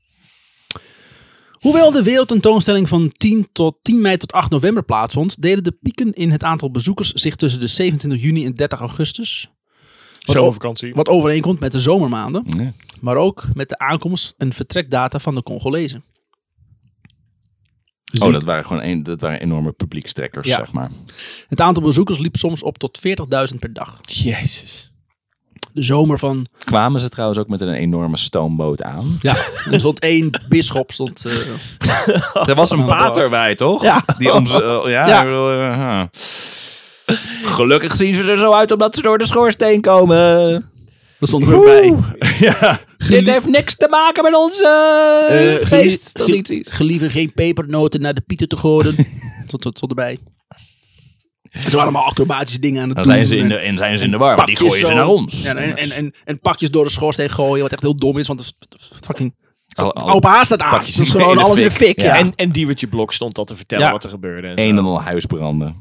Hoewel de wereldtentoonstelling van tien, tot tien mei tot acht november plaatsvond, deden de pieken in het aantal bezoekers zich tussen de zevenentwintig juni en dertig augustus. Wat, Zomervakantie. wat overeenkomt met de zomermaanden, Ja. maar ook met de aankomst en vertrekdata van de Congolezen. Oh, dat waren gewoon een, dat waren enorme publiekstrekkers, Ja. zeg maar. Het aantal bezoekers liep soms op tot veertigduizend per dag. Jezus. De zomer van... Kwamen ze trouwens ook met een enorme stoomboot aan? Ja, er stond één bisschop. Stond, uh, Er was een Oh, pater bij, toch? Ja. Die ons, uh, ja, Ja. ik bedoel, uh, huh. Gelukkig zien ze er zo uit omdat ze door de schoorsteen komen. dat stond er ook bij. Ja. Dit heeft niks te maken met onze uh, Uh, geesttradities. Gelieve geen pepernoten naar de pieten te gooien. dat, dat stond erbij. Ze waren allemaal acrobatische dingen aan het Dan doen. zijn ze in de, en en zijn ze in de war, maar die pakjes gooien ze zo. naar ons. Ja, en, en, en, en pakjes door de schoorsteen gooien, wat echt heel dom is, want het fucking... Alle- alle Open haard staat aan. pakjes Dat is in gewoon de alles in de fik. fik. Ja. En, en Diewertje Blok stond al te vertellen Ja. wat er gebeurde. En Een zo. en al huisbranden.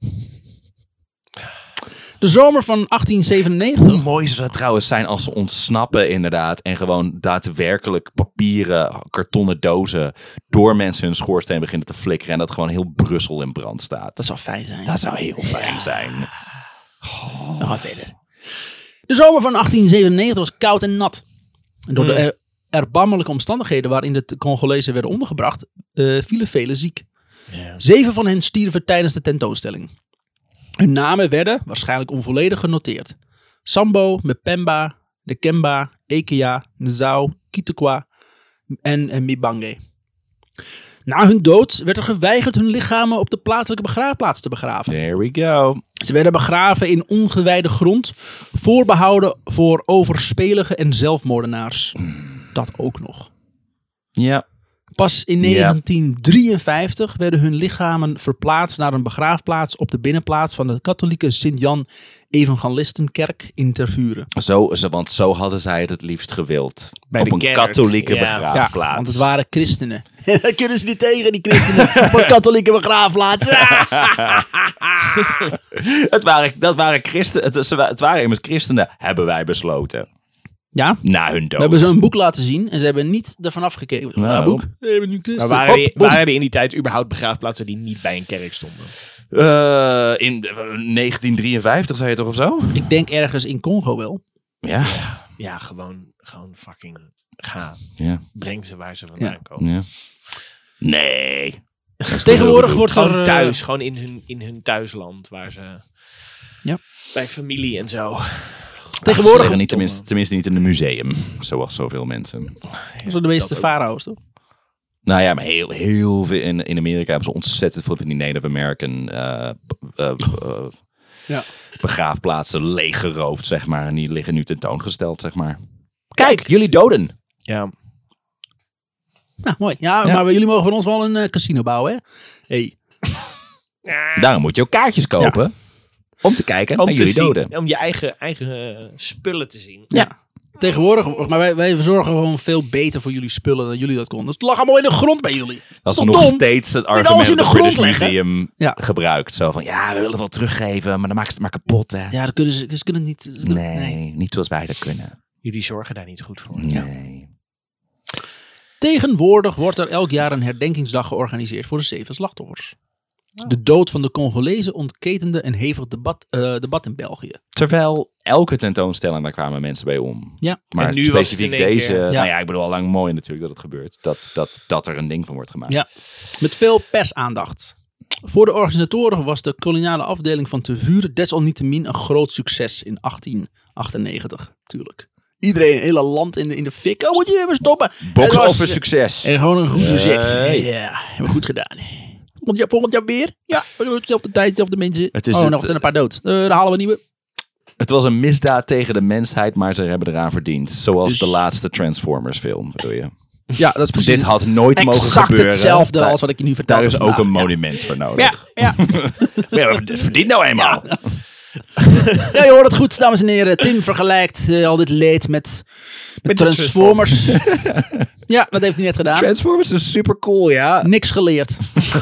De zomer van achttien zevenennegentig. Hoe mooi zou dat trouwens zijn als ze ontsnappen inderdaad. En gewoon daadwerkelijk papieren, kartonnen dozen door mensen hun schoorsteen beginnen te flikkeren. En dat gewoon heel Brussel in brand staat. Dat zou fijn zijn. Dat zou heel fijn zijn. We gaan verder. De zomer van achttien zevenennegentig was koud en nat. En door de er- erbarmelijke omstandigheden waarin de Congolezen werden ondergebracht, uh, vielen velen ziek. Ja. Zeven van hen stierven tijdens de tentoonstelling. Hun namen werden, waarschijnlijk onvolledig, genoteerd. Sambo, Mpemba, Nekemba, Ekea, Nzau, Kitukwa en, en Mibange. Na hun dood werd er geweigerd hun lichamen op de plaatselijke begraafplaats te begraven. There we go. Ze werden begraven in ongewijde grond, voorbehouden voor overspelige en zelfmoordenaars. Dat ook nog. Ja. Pas in Ja. negentien drieënvijftig werden hun lichamen verplaatst naar een begraafplaats op de binnenplaats van de katholieke Sint-Jan Evangelistenkerk in Tervuren. Zo, zo, want zo hadden zij het het liefst gewild. Bij op de een kerk. katholieke Ja. begraafplaats. Want het waren christenen. Dat kunnen ze niet tegen, die christenen, op een katholieke begraafplaats. het, waren, dat waren christen, het, ze wa- het waren immers christenen, hebben wij besloten. Ja, Na hun dood. we hebben ze een boek laten zien en ze hebben niet ervan afgekeken. Nou, Nou. boek. We hebben nu christen. Maar waren, Hop, die, bom. waren er in die tijd überhaupt begraafplaatsen die niet bij een kerk stonden? Eh, in eh, negentien drieënvijftig zei je toch of zo? Ik denk ergens in Congo wel. Ja. Ja, gewoon, gewoon fucking ga. Ja. Breng ze waar ze vandaan Ja. komen. ja. Nee. Tegenwoordig wordt er... Gewoon eh, thuis, gewoon in hun, in hun thuisland waar ze... Ja. Bij familie en zo. Tegenwoordig Ze liggen niet, tenminste, tenminste niet in een museum, zoals zoveel mensen. Dat zijn de meeste farao's, toch? Nou ja, maar heel, heel veel in, in Amerika hebben ze ontzettend veel van die Native American eh, eh, eh, Ja. begraafplaatsen leeggeroofd, zeg maar. En die liggen nu tentoongesteld, zeg maar. Kijk, jullie doden. Ja. Nou, mooi. Ja, Ja. maar jullie mogen van ons wel een eh, casino bouwen, hè? Hey. Daarom moet je ook kaartjes kopen. Om te kijken Om naar te jullie zien, doden. om je eigen, eigen eh, spullen te zien. Ja. Tegenwoordig, maar wij, wij zorgen gewoon veel beter voor jullie spullen dan jullie dat konden. Dus het lag allemaal in de grond bij jullie. Dat is toch nog dom? steeds het alles argument in de dat het British grond leggen? Museum Ja. gebruikt. Zo van, ja, we willen het wel teruggeven, maar dan maken ze het maar kapot. Hè. Ja, dat kunnen ze, ze kunnen het niet... ze kunnen- Nee, niet zoals wij dat kunnen. Jullie zorgen daar niet goed voor. Nee. Tegenwoordig wordt er elk jaar een herdenkingsdag georganiseerd voor de zeven slachtoffers. De dood van de Congolezen ontketende een hevig debat, eh, debat in België. Terwijl elke tentoonstelling, daar kwamen mensen bij om. Ja. Maar En nu was het specifiek in één deze, keer. Ja. nou ja, ik bedoel al lang mooi natuurlijk dat het gebeurt. Dat, dat, dat er een ding van wordt gemaakt. Ja, met veel persaandacht. Voor de organisatoren was de koloniale afdeling van Tervuren desalniettemin een groot succes in achttien achtennegentig. Tuurlijk. Iedereen, het hele land in de, in de fik. Oh, moet je even stoppen. Box Het was- office succes. En gewoon een goed succes. Hey. Ja, hebben we goed gedaan. Volgend jaar, volgend jaar weer? Ja, hetzelfde tijd, hetzelfde mensen. Het is oh, het- nog zijn een paar dood. Uh, dan halen we nieuwe. Het was een misdaad tegen de mensheid, maar ze hebben eraan verdiend. Zoals Dus- de laatste Transformers film, bedoel je. Ja, dat is precies. Dit had nooit mogen exact gebeuren. hetzelfde Daar- als wat ik je nu vertel. Daar is ook een monument voor nodig. Ja, ja. Ja, maar het verdient nou eenmaal. Ja, je hoort het goed, dames en heren. Tim vergelijkt eh, al dit leed met, met de Transformers. Ja, dat heeft hij net gedaan. Transformers is super cool, ja. Niks geleerd.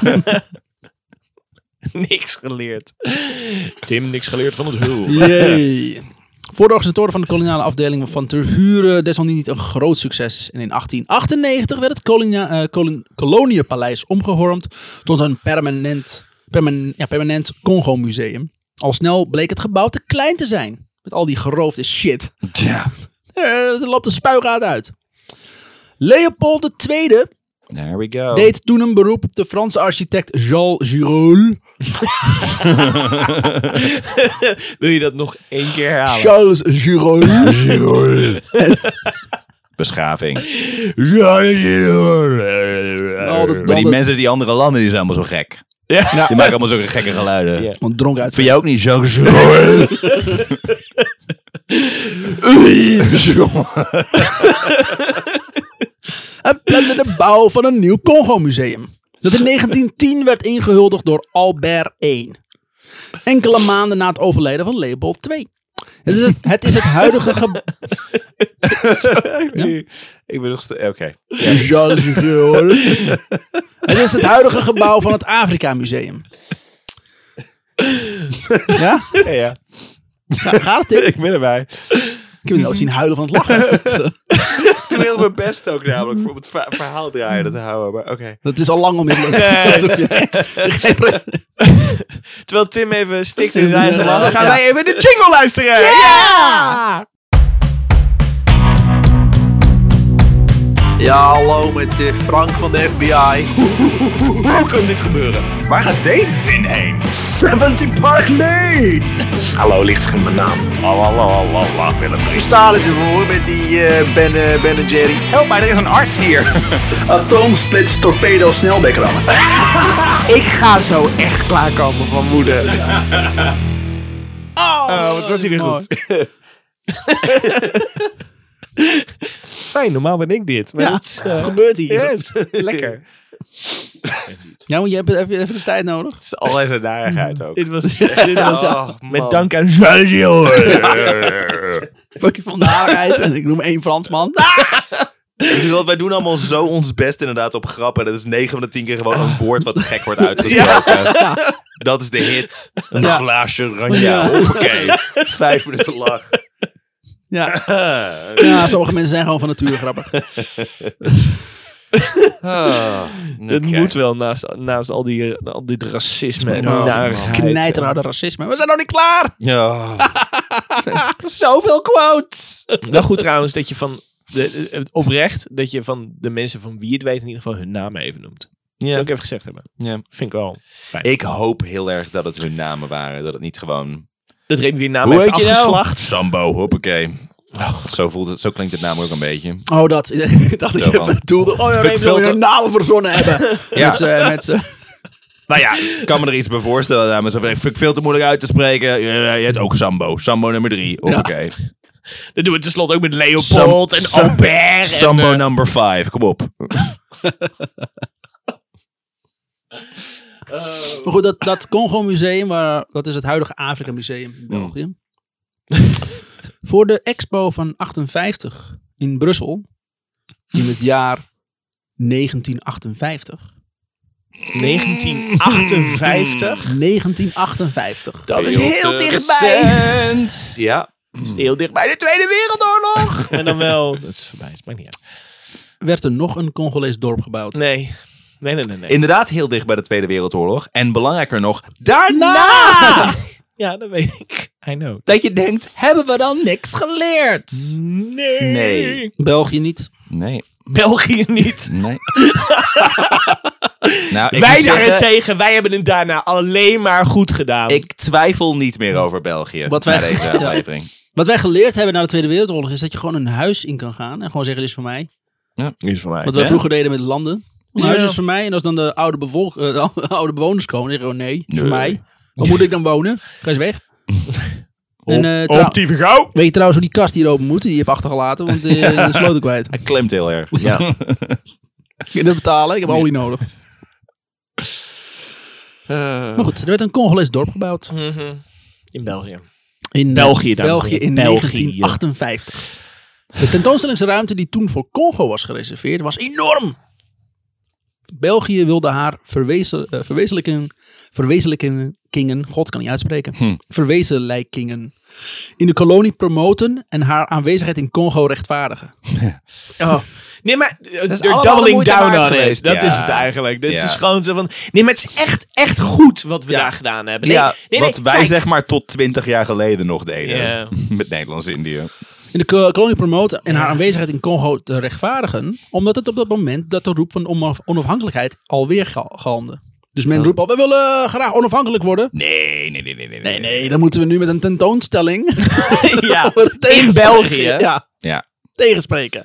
Niks geleerd. Tim, niks geleerd van het hul. Jee. Voor de organisatoren van de koloniale afdeling van Tervuren desalniettemin een groot succes. En in achttien achtennegentig werd het kolonia, eh, kolon, Koloniëpaleis omgevormd tot een permanent, permanent, ja, permanent Congo-museum. Al snel bleek het gebouw te klein te zijn. Met al die geroofde shit. Ja. Er loopt de spuigaat uit. Leopold de Tweede There we go. Deed toen een beroep op de Franse architect Jules Giraud. Wil je dat nog één keer herhalen? Charles Giraud. Giraud. Beschaving. Al de- Maar al die de- mensen, die andere landen, die zijn allemaal zo gek. Ja. Die maken allemaal zulke gekke geluiden. Ja. Want dronk uit. Vind je ook niet zo? En plande de bouw van een nieuw Congo-museum. Dat in negentien tien werd ingehuldigd door Albert één. Enkele maanden na het overlijden van Leopold twee. Het is het, het, is het huidige gebouw... Ik ben nog steeds... Oké. Het is het huidige gebouw van het Afrika Museum. Ja? Ja, ja. Ja, gaat het, Tim? Ik ben erbij. Ik heb je wel zien huilen van het lachen. Toen heel mijn best ook namelijk voor het va- verhaal draaien te houden. Maar oké. Dat is al lang onmiddellijk. Alsof je- Terwijl Tim even stikt in zijn eigen Ja. lach, gaan Ja. wij even de jingle luisteren. Ja! Ja, hallo met eh, Frank van de F B I. Hoe kan dit gebeuren? Waar gaat deze zin heen? zeventig Park Lane! Hallo, ligt mijn naam. Lalalala, Willem. Ik sta ervoor met die eh, Ben, eh, Ben en Jerry. Help mij, er is een arts hier. Atoomsplits torpedo sneldekkrammen. Ik ga zo echt klaarkomen van woede. Oh, wat was hij weer goed. Fijn, normaal ben ik dit. Maar Ja, dat is, eh, wat gebeurt hier? yes, lekker. Ja, maar je hebt even, even de tijd nodig. Het is altijd een narigheid ook. Dit was, dit was Oh, met man. dank aan Sergio. Fucking van de aardigheid. En ik noem één Fransman. Dus wel, wij doen allemaal zo ons best inderdaad op grappen. Dat is negen van de tien keer gewoon een woord wat gek wordt uitgesproken. Dat is de hit. Een Ja. glaasje oranje. Ja. Hoppakee. Vijf minuten lang. Ja. Ja, sommige mensen zijn gewoon van nature grappig. Ah, Het oké. moet wel naast, naast al, die, al dit racisme en Oh, narigheid. Knijterharde racisme. We zijn nog niet klaar. Ja. Zoveel quotes. Wel goed trouwens dat je van de, de- oprecht dat je van de mensen van wie het weet in ieder geval hun namen even noemt. Dat wil Ja. ik even gezegd hebben. Ja. Vind ik wel fijn. Ik hoop heel erg dat het hun namen waren. Dat het niet gewoon... dat er een weer naam Hoe heeft heet je nou? afgeslacht. Sambo, hoppakee. Zo, voelt het, zo klinkt het namelijk ook een beetje. Oh, dat. Ik dacht dat je Zo van. even doelde. Oh, ja, Vind ik even veel een te- naam verzonnen hebben. Ja. Met z'n... Met z'n- Nou ja, ik kan me er iets bij voorstellen. Namens, dat vind ik veel te moeilijk uit te spreken. Ja, je hebt ook Sambo. Sambo nummer drie. Hoppakee. Dat doen we tenslotte ook met Leopold Sam- en Albert. Sambo en, eh, number five. Kom op. Maar goed, dat, dat Congo-museum, waar- dat is het huidige Afrika-museum in België. Voor de expo van achtenvijftig in Brussel, in het jaar negentien achtenvijftig. negentien achtenvijftig. negentien achtenvijftig. Dat is Heel heel te dichtbij. recent. Ja. Dat is heel dichtbij de Tweede Wereldoorlog. En dan wel. Dat is voorbij. Het maakt niet uit. Werd er nog een Congolees dorp gebouwd. Nee. Nee, nee, nee. nee. Inderdaad heel dicht bij de Tweede Wereldoorlog. En belangrijker nog, daarna! Ja, dat weet ik. I know. Dat je denkt, hebben we dan niks geleerd? Nee. Nee. België niet. Nee. België niet. Nee. nou, ik Wij moet zeggen, daarentegen, wij hebben het daarna alleen maar goed gedaan. ik twijfel niet meer over België. Wat na wij- deze ja. aflevering. Wat wij geleerd hebben na de Tweede Wereldoorlog is dat je gewoon een huis in kan gaan en gewoon zeggen, dit is voor mij. is voor mij. Wat wij Ja? vroeger deden met landen. Een Ja. huis is voor mij. En als dan de oude, bevolk, eh, de oude bewoners komen, dan zeggen we, nee, is voor Nee. mij. Waar moet ik dan wonen? Ga eens weg. En, eh, trouw- Op die vergauw. weet je trouwens hoe die kast hier open moet? Die je hebt achtergelaten, want eh, de sloot ik kwijt. Hij klemt heel erg. Ja. Ik kan het betalen, ik heb olie nodig. Maar goed, er werd een Congolees dorp gebouwd. In België. In België, dames en België heren. in België. negentien achtenvijftig. De tentoonstellingsruimte die toen voor Congo was gereserveerd was enorm. België wilde haar verwezen, uh, verwezenlijken, verwezenlijkingen, god kan niet uitspreken, Hm. verwezenlijkingen in de kolonie promoten en haar aanwezigheid in Congo rechtvaardigen. Oh. Nee, maar uh, is they're allemaal de doubling moeite down waard on it. geweest. Dat Ja. is het eigenlijk. Dat Ja. is gewoon zo van... Nee, maar het is echt, echt goed wat we Ja. daar gedaan hebben. Nee, ja, nee, nee, wat wij kijk. zeg maar tot twintig jaar geleden nog deden. Ja. Met Nederlands-Indië. in de ko- kolonie promoten en haar aanwezigheid in Congo te rechtvaardigen, omdat het op dat moment dat de roep van onaf- onafhankelijkheid alweer gal- galmde. Dus men roept al, we willen graag onafhankelijk worden. Nee, nee, nee, nee, nee. Nee, nee, dan moeten we nu met een tentoonstelling Ja, tegenspreken. in België. Ja, Ja. tegenspreken.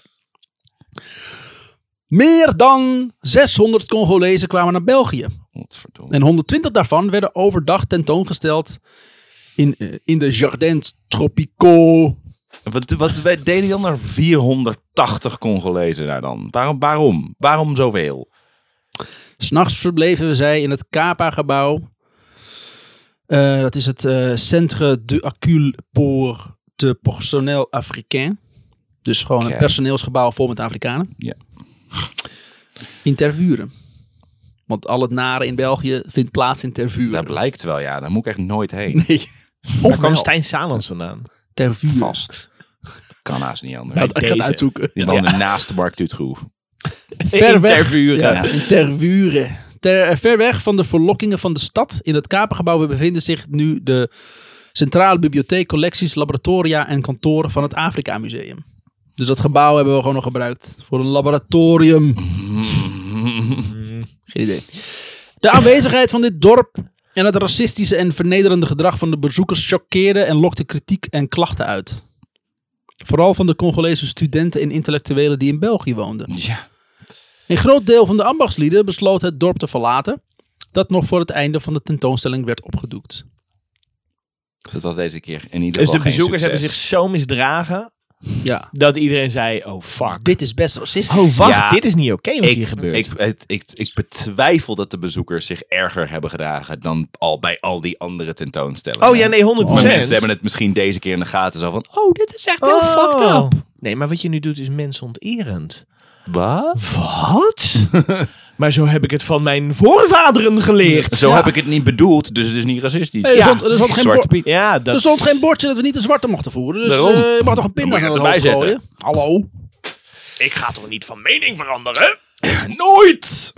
Meer dan zeshonderd Congolezen kwamen naar België. Godverdomme. En honderdtwintig daarvan werden overdag tentoongesteld in, uh, in de Jardins Tropicaux. Wat, wat wij deden dan er vierhonderdtachtig Congolezen daar dan? Waarom? Waarom, waarom zoveel? 'S Nachts verbleven zij in het Kapa-gebouw. Uh, dat is het uh, Centre de Accueil pour de Personnel Africain. Dus gewoon Oké. een personeelsgebouw vol met Afrikanen. Ja. In Tervuren. Want al het nare in België vindt plaats in Tervuren. Dat blijkt wel, ja. Daar moet ik echt nooit heen. Nee. Daar Of kwam wel. Stijn Salans vandaan. Tervuren. Vast. Kan haast niet anders. Nou, ik ga het deze. uitzoeken. Die woonde naast de Markt Dutroux. Ver In weg. Tervuren. Ja, in Tervuren. Ter, eh, ver weg van de verlokkingen van de stad. In het Kapengebouw bevinden zich nu de Centrale Bibliotheek, collecties, laboratoria en kantoren van het Afrika Museum. Dus dat gebouw hebben we gewoon nog gebruikt voor een laboratorium. Geen idee. De aanwezigheid van dit dorp en het racistische en vernederende gedrag van de bezoekers choqueerde en lokte kritiek en klachten uit. Vooral van de Congolese studenten en intellectuelen die in België woonden. Ja. Een groot deel van de ambachtslieden besloot het dorp te verlaten, dat nog voor het einde van de tentoonstelling werd opgedoekt. Dus dat was deze keer in ieder Dus geval de geen bezoekers hebben succes. zich zo misdragen Ja, dat iedereen zei, oh fuck. dit is best racistisch. Oh wacht, Ja, dit is niet oké wat Ik, hier gebeurt. ik, het, ik, ik betwijfel dat de bezoekers zich erger hebben gedragen dan al bij al die andere tentoonstellingen. oh ja, nee, honderd Maar procent. mensen hebben het misschien deze keer in de gaten zo van, oh, dit is echt heel Oh. fucked up. Nee, maar wat je nu doet is mensonterend. Wat? Wat? Maar zo heb ik het van mijn voorvaderen geleerd. Zo Ja. heb ik het niet bedoeld, dus het is niet racistisch. Hey, er, Ja. stond, er, stond geen Zwarte bord- Piet. Ja, dat er stond geen bordje dat we niet de zwarte mochten voeren. Dus Daarom. eh, je mag toch een Dan pinda moet je aan het het hoofd erbij gooien? Hallo. Ik ga toch niet van mening veranderen? Nooit!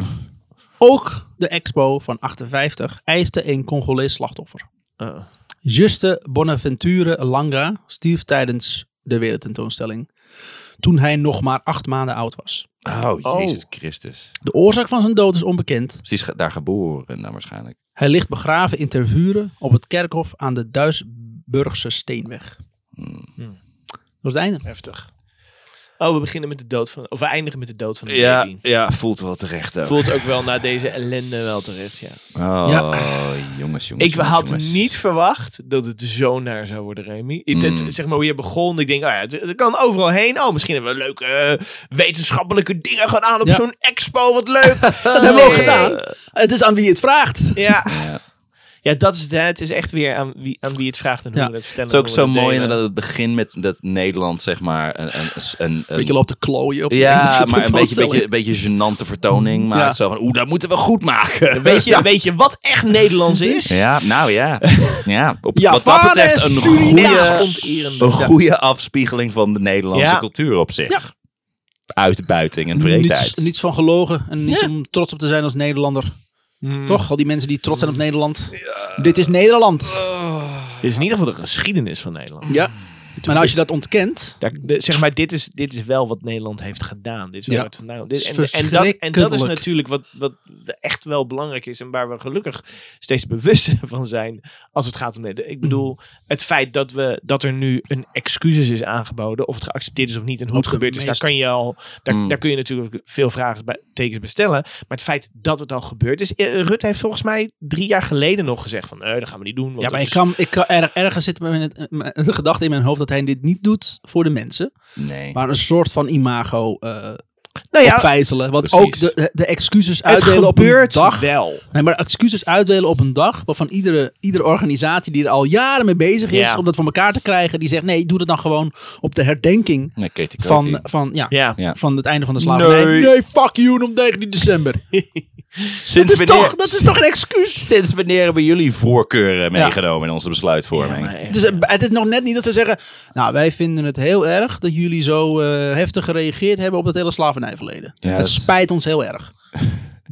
Ook de expo van achtenvijftig eiste een Congolees slachtoffer. Uh. Juste Bonaventure Langa stierf tijdens de wereldtentoonstelling. Toen hij nog maar acht maanden oud was. Oh, Oh. Jezus Christus. De oorzaak van zijn dood is onbekend. Dus die is ge- daar geboren dan waarschijnlijk. Hij ligt begraven in Tervuren op het kerkhof aan de Duisburgse Steenweg. Hmm. Dat was het einde. Heftig. Oh, we beginnen met de dood van... Of we eindigen met de dood van de Ja, baby. ja, voelt wel terecht ook. Voelt ook wel na deze ellende wel terecht, ja. Oh, Ja. jongens, jongens. Ik jongens, had jongens. niet verwacht dat het zo naar zou worden, Remy. Het, het- Mm. zeg maar hoe je begon. Ik denk, oh ja, het, het kan overal heen. Oh, misschien hebben we leuke eh, wetenschappelijke dingen gedaan op Ja. zo'n expo. Wat leuk. Dat hebben we ook gedaan. Het is aan wie het vraagt. Ja. Ja. Ja, dat is het. hè. Het is echt weer aan wie, aan wie het vraagt en hoe Ja. we het vertellen. Het is ook en zo hoe we mooi het delen. inderdaad het begin met dat Nederland, zeg maar, een, een, een, een, Beetje loopt te klooien op de ja, Engelse maar een beetje, tentoonstelling. beetje, beetje gênante vertoning. Maar Ja. zo van, oeh, dat moeten we goed maken. Weet je, weet je wat echt Nederlands is? Ja, nou ja. ja op, Ja, wat dat betreft vader, een Surinaams goede, onterend. een goede afspiegeling van de Nederlandse Ja. cultuur op zich. Ja. Uitbuiting en Niets, vreedheid. niets van gelogen en niets Ja. om trots op te zijn als Nederlander. Hmm. Toch? Al die mensen die trots zijn op Nederland. Dit is Nederland. Dit is in ieder geval de geschiedenis van Nederland. Ja. Maar als je dat ontkent. Daar, de- zeg maar, dit is, dit is wel wat Nederland heeft gedaan. Dit is wel Ja. waar het vandaan- Het is dit- en, en, dat, en dat is verschrikkelijk. natuurlijk wat, wat echt wel belangrijk is. En waar we gelukkig steeds bewuster van zijn. Als het gaat om Nederland. Ik bedoel, het feit dat, we, dat er nu een excuses is aangeboden. Of het geaccepteerd is of niet. En hoe Ook het gebeurd is. Daar meest- kan je al. Daar, Mm. daar kun je natuurlijk veel vragen bij, tekens bij stellen. Maar het feit dat het al gebeurd is. eh, Rutte heeft volgens mij drie jaar geleden nog gezegd. Van nee, dat gaan we niet doen. want Ja, maar dat ik is- kan, ik kan er, ergens zitten met een- met de gedachte in mijn hoofd dat hij dit niet doet voor de mensen. Nee. Maar een soort van imago eh nou ja, opvijzelen. Want precies. ook de, de excuses het uitdelen op een gebeurt dag. wel. Nee, maar excuses uitdelen op een dag waarvan iedere, iedere organisatie die er al jaren mee bezig is Ja. om dat voor elkaar te krijgen, die zegt nee, doe het dan gewoon op de herdenking Nee, Katie van, Coty. van, ja, Ja. Ja. van het einde van de slavernij. Nee. Nee, fuck you op negentien december. Sinds Dat is, wanneer, toch, dat is toch een excuus? sinds wanneer hebben jullie voorkeuren meegenomen in onze besluitvorming? Ja, maar echt. Dus eh, het is nog net niet dat ze zeggen, nou wij vinden het heel erg dat jullie zo eh, heftig gereageerd hebben op dat hele slavernijverleden. Ja, het dat is- spijt ons heel erg.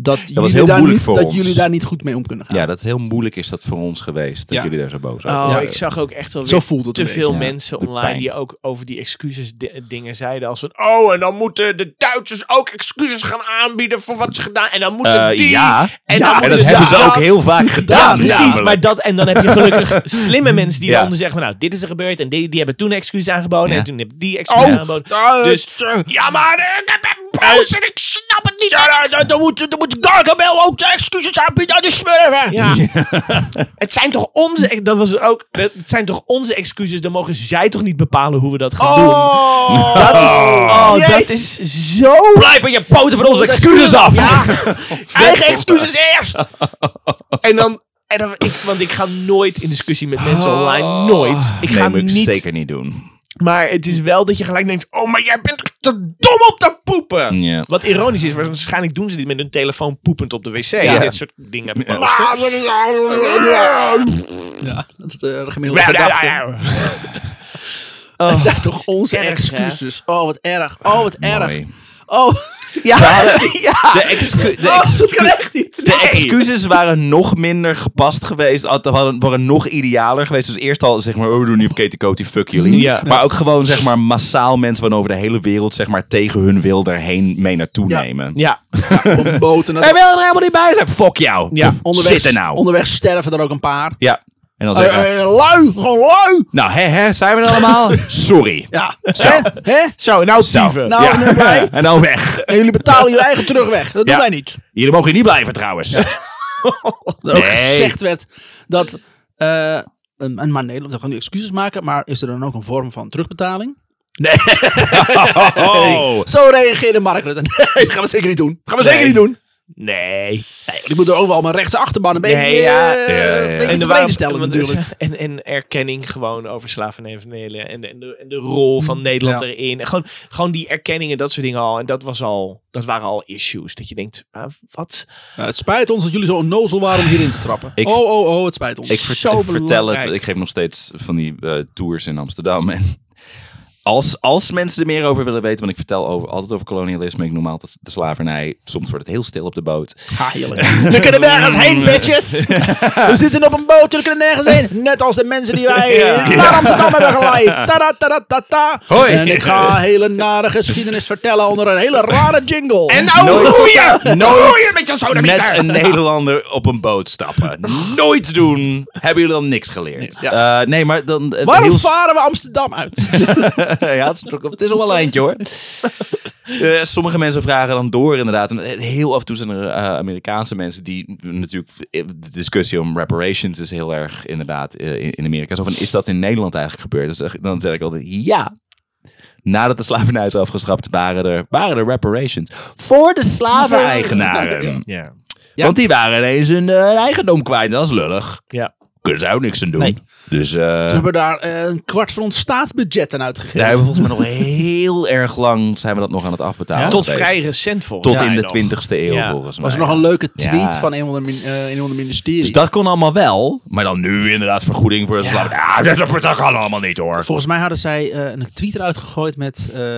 dat, was jullie, heel daar moeilijk niet, voor dat ons. jullie daar niet goed mee om kunnen gaan. Ja, dat is heel moeilijk is dat voor ons geweest. Dat Ja. jullie daar zo boos over Oh, Ja. ik zag ook echt wel Zo weer voelt het te een veel beetje, ja. mensen Doet online pijn. die ook over die excuses di- dingen zeiden. Als van, oh, en dan moeten de Duitsers ook excuses gaan aanbieden voor wat ze gedaan. En dan moeten Uh, die... ja, en en, dan en moeten dat hebben ze dat. ook heel vaak gedaan. Ja, precies. namelijk. Maar dat, en dan heb je gelukkig slimme mensen die Ja. dan zeggen van, nou, dit is er gebeurd. En die, die hebben toen excuses aangeboden. Ja. En toen hebben die excuses aangeboden. Dus, ja, maar uh, ik ben boos en ik snap het niet. Ja, dan, dan moet, dan moet Gargamel ook de excuses aanbieden aan de smurfen. Ja. Het zijn toch onze... Dat was het ook. Het zijn toch onze excuses. Dan mogen zij toch niet bepalen hoe we dat gaan doen. Dat is... Oh, dat is zo... Blijf van je poten van onze excuses af. Ja. Eigen excuses eerst. En dan... En dan ik, want ik ga nooit in discussie met mensen online. Nooit. Ik nee, ga moet ik niet... zeker niet doen. Maar het is wel dat je gelijk denkt... Oh, maar jij bent te dom om te poepen. Ja. Wat ironisch is. Waarschijnlijk doen ze dit met hun telefoon poepend op de wc. Ja. Dit soort dingen posten. Ja, dat is de gemiddelde gedachte. Oh, Het zijn toch onze erg, hè? excuses. Oh, wat erg. Oh, wat erg. Mooi. Oh, Ja. ja. De, excu de, oh, ex- dat kan echt niet. de excuses waren nog minder gepast geweest. Waren, waren nog idealer geweest. Dus eerst al zeg maar, oh, we doen niet op Katie Coty, fuck jullie. Ja. Maar ook gewoon zeg maar massaal mensen van over de hele wereld zeg maar tegen hun wil daarheen mee naartoe Ja. nemen. Ja. Op een boot en Hij dat wil er helemaal niet bij zijn. Fuck jou. Ja. onderweg, Zit er nou. onderweg sterven er ook een paar. Ja. En dan Eh, zeggen, eh, lui, gewoon lui. nou hè, hè, zijn we er allemaal? Sorry. Ja, hè? Hè? Zo, nou Zo. Steven. Nou, Ja. nu wij. En dan weg. En jullie betalen je eigen terugweg. Dat doen Ja. wij niet. Jullie mogen hier niet blijven trouwens. Dat er ook Nee. gezegd werd dat... eh een, een maar Nederland zou gewoon nu excuses maken, maar is er dan ook een vorm van terugbetaling? Oh. Zo reageerde Mark Rutte. Nee, gaan we zeker niet doen. Gaan we zeker Nee. niet doen. Nee. Nee, die moeten ook wel mijn rechtse achterban een beetje, Nee, ja. eh, Ja, ja, ja. een beetje er tevreden waren- stellen want- natuurlijk. En, en erkenning gewoon over slavernij en verdelen en de, en, de, en de rol van Nederland Ja. erin. En gewoon, gewoon die erkenningen, dat soort dingen al. En dat, was al, dat waren al issues. Dat je denkt, ah, wat? Ja, het spijt ons dat jullie zo onnozel waren om hierin te trappen. Ik- oh, oh, oh, het spijt ons. Ik, ver- Zo ik vertel het, belangrijk. ik geef nog steeds van die eh, tours in Amsterdam. En als, als mensen er meer over willen weten, want ik vertel over, altijd over kolonialisme, ik noem altijd de slavernij. Soms wordt het heel stil op de boot. Ha, heerlijk. We kunnen nergens heen, bitches. We zitten op een boot en we kunnen nergens heen. Net als de mensen die wij Ja. naar Amsterdam hebben geleid. Tada, tada, tada. Hoi. En ik ga een hele nare geschiedenis vertellen onder een hele rare jingle. En nou Nooit- roeien! nooit Roeien met je sodemieter! Met een Nederlander op een boot stappen. Nooit doen. Hebben jullie dan niks geleerd? Ja. Eh, nee, maar dan... eh, Waarom heel- varen we Amsterdam uit? ja, het is, ook- het is nog wel een eindje hoor. Eh, sommige mensen vragen dan door inderdaad. En heel af en toe zijn er eh, Amerikaanse mensen die natuurlijk... De discussie om reparations is heel erg inderdaad eh, in, in Amerika. Zo van, is dat in Nederland eigenlijk gebeurd? Dus zeg- dan zeg ik altijd ja. Nadat de slavernij is afgeschaft waren er, waren er reparations. Voor de slaveneigenaren. Ja. Ja. Want die waren ineens hun eh, eigendom kwijt. Dat is lullig. Ja. Kunnen ze ook niks aan doen. Nee. Dus eh, Toen hebben we daar eh, een kwart van ons staatsbudget aan uitgegeven. daar hebben we volgens mij nog heel erg lang zijn we dat nog aan het afbetalen. Ja? Tot geweest. vrij recent volgens Tot mij in de nog. twintigste eeuw Ja. volgens mij. was er nog een leuke tweet Ja. van een van de, min- eh, een van de ministerie. Dus dat kon allemaal wel. Maar dan nu inderdaad vergoeding voor de slaven. Ja, dat, dat kan allemaal niet hoor. Volgens mij hadden zij eh, een tweet eruit gegooid met eh,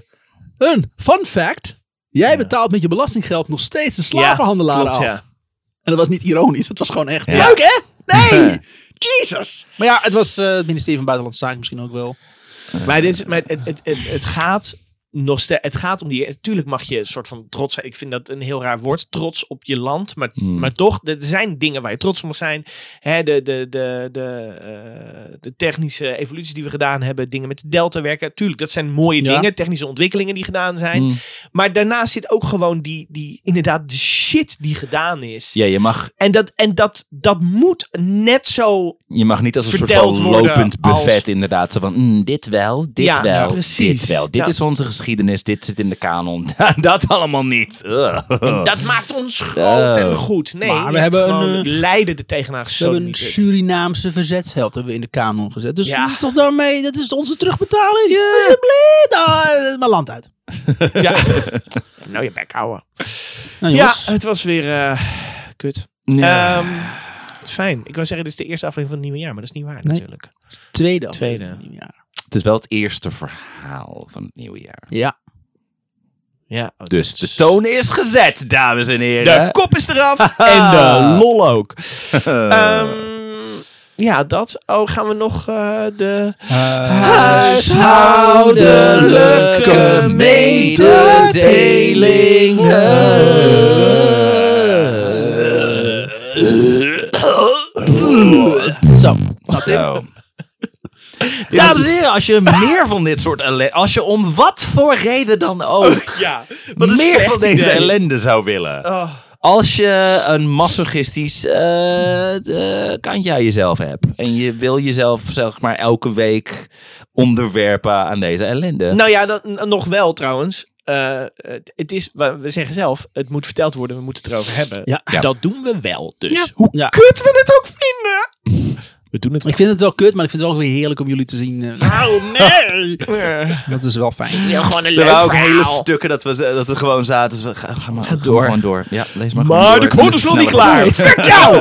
een fun fact. Jij betaalt met je belastinggeld nog steeds een slavenhandelaar klopt, af. ja. En dat was niet ironisch. Dat was gewoon echt Ja. leuk, hè? Nee! Jesus! Maar ja, het was eh, het ministerie van Buitenlandse Zaken misschien ook wel. Maar, dit is, maar het, het, het, het gaat nog steeds. Het gaat om die. Natuurlijk mag je een soort van trots zijn. Ik vind dat een heel raar woord. Trots op je land. Maar, Hmm. maar toch, er zijn dingen waar je trots op mag zijn. Hè, de, de, de, de, eh, de technische evoluties die we gedaan hebben. Dingen met de delta werken. Tuurlijk, dat zijn mooie Ja. dingen. Technische ontwikkelingen die gedaan zijn. Hmm. Maar daarnaast zit ook gewoon die, die. Inderdaad, de shit die gedaan is. Ja, je mag, En, dat, en dat, dat moet net zo. je mag niet als een soort Verteld van worden lopend buffet als- inderdaad. Zo van, mm, dit wel, dit Ja, wel, ja, precies. dit wel. Dit Ja. is onze geschiedenis, dit zit in de kanon. dat allemaal niet. Ugh. Dat maakt ons groot Oh. en goed. Nee, Maar we je hebt hebben gewoon een, eh, Leiden er tegenaan We hebben een gesodemieterd. Surinaamse verzetsheld hebben we in de kanon gezet. Dus Ja. dat is toch daarmee, dat is onze terugbetaling? Alsjeblieft! Ah, mijn land uit. Ja. Nou, je bek houden. Nou, Ja, jongens. het was weer eh, kut. Ja. Ehm, het is fijn. Ik wou zeggen, dit is de eerste aflevering van het nieuwe jaar, maar dat is niet waar Nee. natuurlijk. tweede. Tweede. aflevering. Ja. Het is wel het eerste verhaal van het nieuwe jaar. Ja. Ja, oh, Dus dat de is- toon is gezet, dames en heren. De kop is eraf en de lol ook. Ehm, ja, dat. Oh, gaan we nog uh, de huishoudelijke Zo. Zo. Dames en heren, als je meer van dit soort ellende... Als je om wat voor reden dan ook... ja, meer van deze ellende zou willen. Oh. Als je een masochistisch uh, kantje aan jezelf hebt. En je wil jezelf zeg maar elke week onderwerpen aan deze ellende. Nou ja, dat, n- nog wel trouwens. Uh, het is, we zeggen zelf, het moet verteld worden, we moeten het erover hebben. Ja. Ja. Dat doen we wel. Dus Ja. hoe Ja. kut we het ook vinden. We doen het wel. Ik vind het wel kut, maar ik vind het wel weer heerlijk om jullie te zien. Uh, Oh nee. dat is wel fijn. Ja, gewoon een Er leuk waren ook verhaal. hele stukken dat we, dat we gewoon zaten. Dus we, ga, ga maar ga door. gewoon door. Ja, lees maar gewoon Maar door. de quote is nog niet klaar. Fuck jou!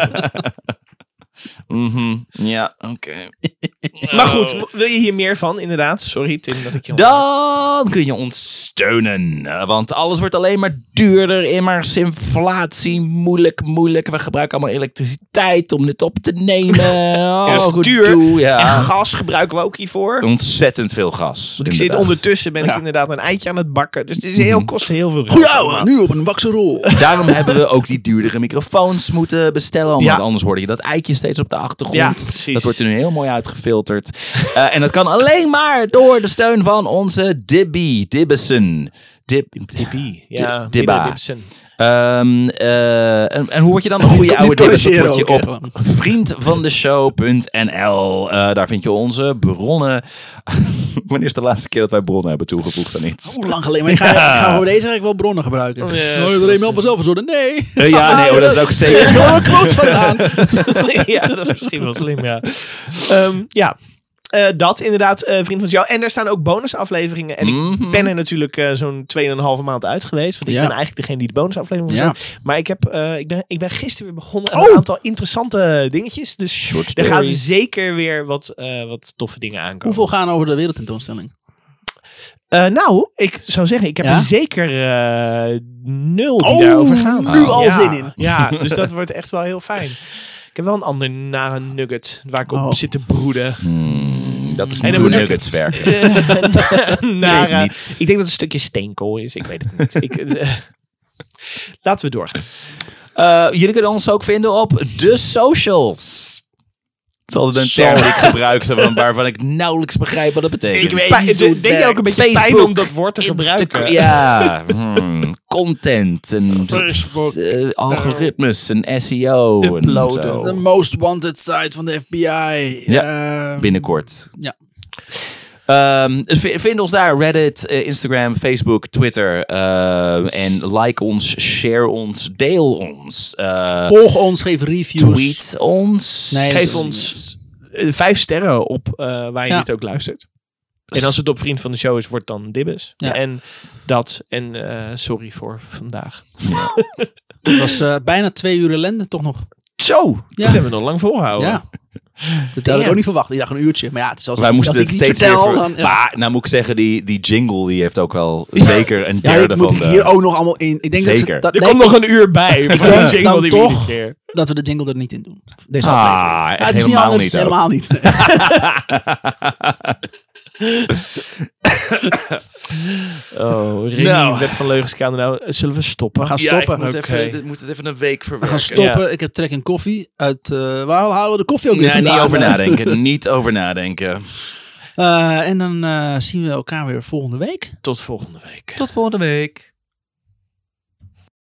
Mhm. Ja, oké. Maar goed, wil je hier meer van? Inderdaad. Sorry Tim dat ik je Dan kun je ons steunen. Uh, Want alles wordt alleen maar duurder. Immers inflatie. Moeilijk, moeilijk. We gebruiken allemaal elektriciteit om dit op te nemen. Oh, is gedoe, duur. Ja. En gas gebruiken we ook hiervoor. Ontzettend veel gas. Want ik zit inderdaad. ondertussen ben ik Ja. inderdaad een eitje aan het bakken. Dus het is heel, kost heel veel Goeie geld ouwe, allemaal. nu op een wakse rol. Daarom hebben we ook die duurdere microfoons moeten bestellen. Omdat Ja. anders hoorde je dat eitje steeds op de achtergrond. Ja, precies. Dat wordt er nu heel mooi uitgefilterd. Uh, en dat kan alleen maar door de steun van onze Dibby, Dibbesen. Dib, Dippie. Ja, Di- Dibba. Dibba Dibson. Um, uh, en, en hoe word je dan een goede Niet oude Dibbes? Dat corrigeren word je ook, op vriendvandeshow punt n l. Uh, daar vind je onze bronnen. Wanneer is de laatste keer dat wij bronnen hebben toegevoegd aan iets? Hoe lang geleden? Maar ik ga, ik ga voor deze eigenlijk wel bronnen gebruiken. Oh, Oh, ja, ja, dat is er lastig. iemand vanzelf zo. Nee. Uh, ja, nee, hoor, dat is ook zeker. Ik hoor quotes vandaan. Ja, dat is misschien wel slim, ja. Ehm, ja. Uh, dat inderdaad, uh, vriend van jou. En er staan ook bonusafleveringen. En Mhm. ik ben er natuurlijk uh, zo'n tweeënhalve maand uit geweest. Want ik Ja. ben eigenlijk degene die de bonusaflevering Ja. moet doen. Maar ik, heb, uh, ik, ben, ik ben gisteren weer begonnen aan Oh. een aantal interessante dingetjes. Dus Short er gaan stories. zeker weer wat, uh, wat toffe dingen aankomen. Hoeveel gaan over de wereldtentoonstelling? Uh, nou, ik zou zeggen, ik heb Ja? er zeker uh, nul die Oh, daarover gaan. nu al Ja, zin in. Ja, dus dat wordt echt wel heel fijn. Ik heb wel een ander nare nugget waar ik op Oh. zit te broeden. Hmm, dat is En niet dan hoe moet ik- nuggets werken. Nare- Nee, niet. Ik denk dat het een stukje steenkool is. Ik weet het niet. ik, uh, laten we doorgaan. Uh, jullie kunnen ons ook vinden op de socials. Het is altijd een Zo. term die ik gebruik zo, waarvan ik nauwelijks begrijp wat het betekent. Ik weet niet hoe denk je ook een beetje Facebook, pijn om dat woord te gebruiken? Instagram, ja, hmm, content en Facebook. uh, algoritmes en S E O en Uploaden. zo. De most wanted site van de F B I. Ja, Eh, binnenkort. Ja. Um, v- vind ons daar, Reddit, uh, Instagram, Facebook, Twitter. Uh, en like ons, share ons, deel ons. Uh, Volg ons, geef reviews. tweet ons. Nee, Geef dat- ons uh, vijf sterren op uh, waar je Ja. dit ook luistert. En als het op Vriend van de Show is, wordt dan Dibbes. Ja. En dat. En uh, sorry voor vandaag. Het was uh, bijna twee uur ellende, toch nog. Zo, Ja. dat hebben we nog lang volhouden. Ja. Dat had ik ook niet verwacht. Ik dacht een uurtje. Maar ja, het is als, Wij moesten als het ik iets steeds vertel, weer... Ver... dan, ja. Maar, nou moet ik zeggen, die, die jingle die heeft ook wel zeker een Ja, derde dit moet van ik de... hier ook nog allemaal in. Ik denk Zeker. Dat, dat, Er nee, komt nog een uur bij voor denk de jingle dan die we toch- iedere keer. dat we de jingle er niet in doen. Deze Ah, aflevering. echt Ja, het is helemaal anders, niet ook. Helemaal niet. Oh, Remy, Nou. Web van Leugens nou, zullen we stoppen? We gaan Ja, stoppen. ik moet, Oké. even, dit moet het even een week We verwerken. gaan stoppen. Ik heb trek in koffie. Uit, uh, waar halen we de koffie ook weer Ja, niet vandaan? over nadenken. Niet over nadenken. Uh, en dan uh, zien we elkaar weer volgende week. Tot volgende week. Tot volgende week.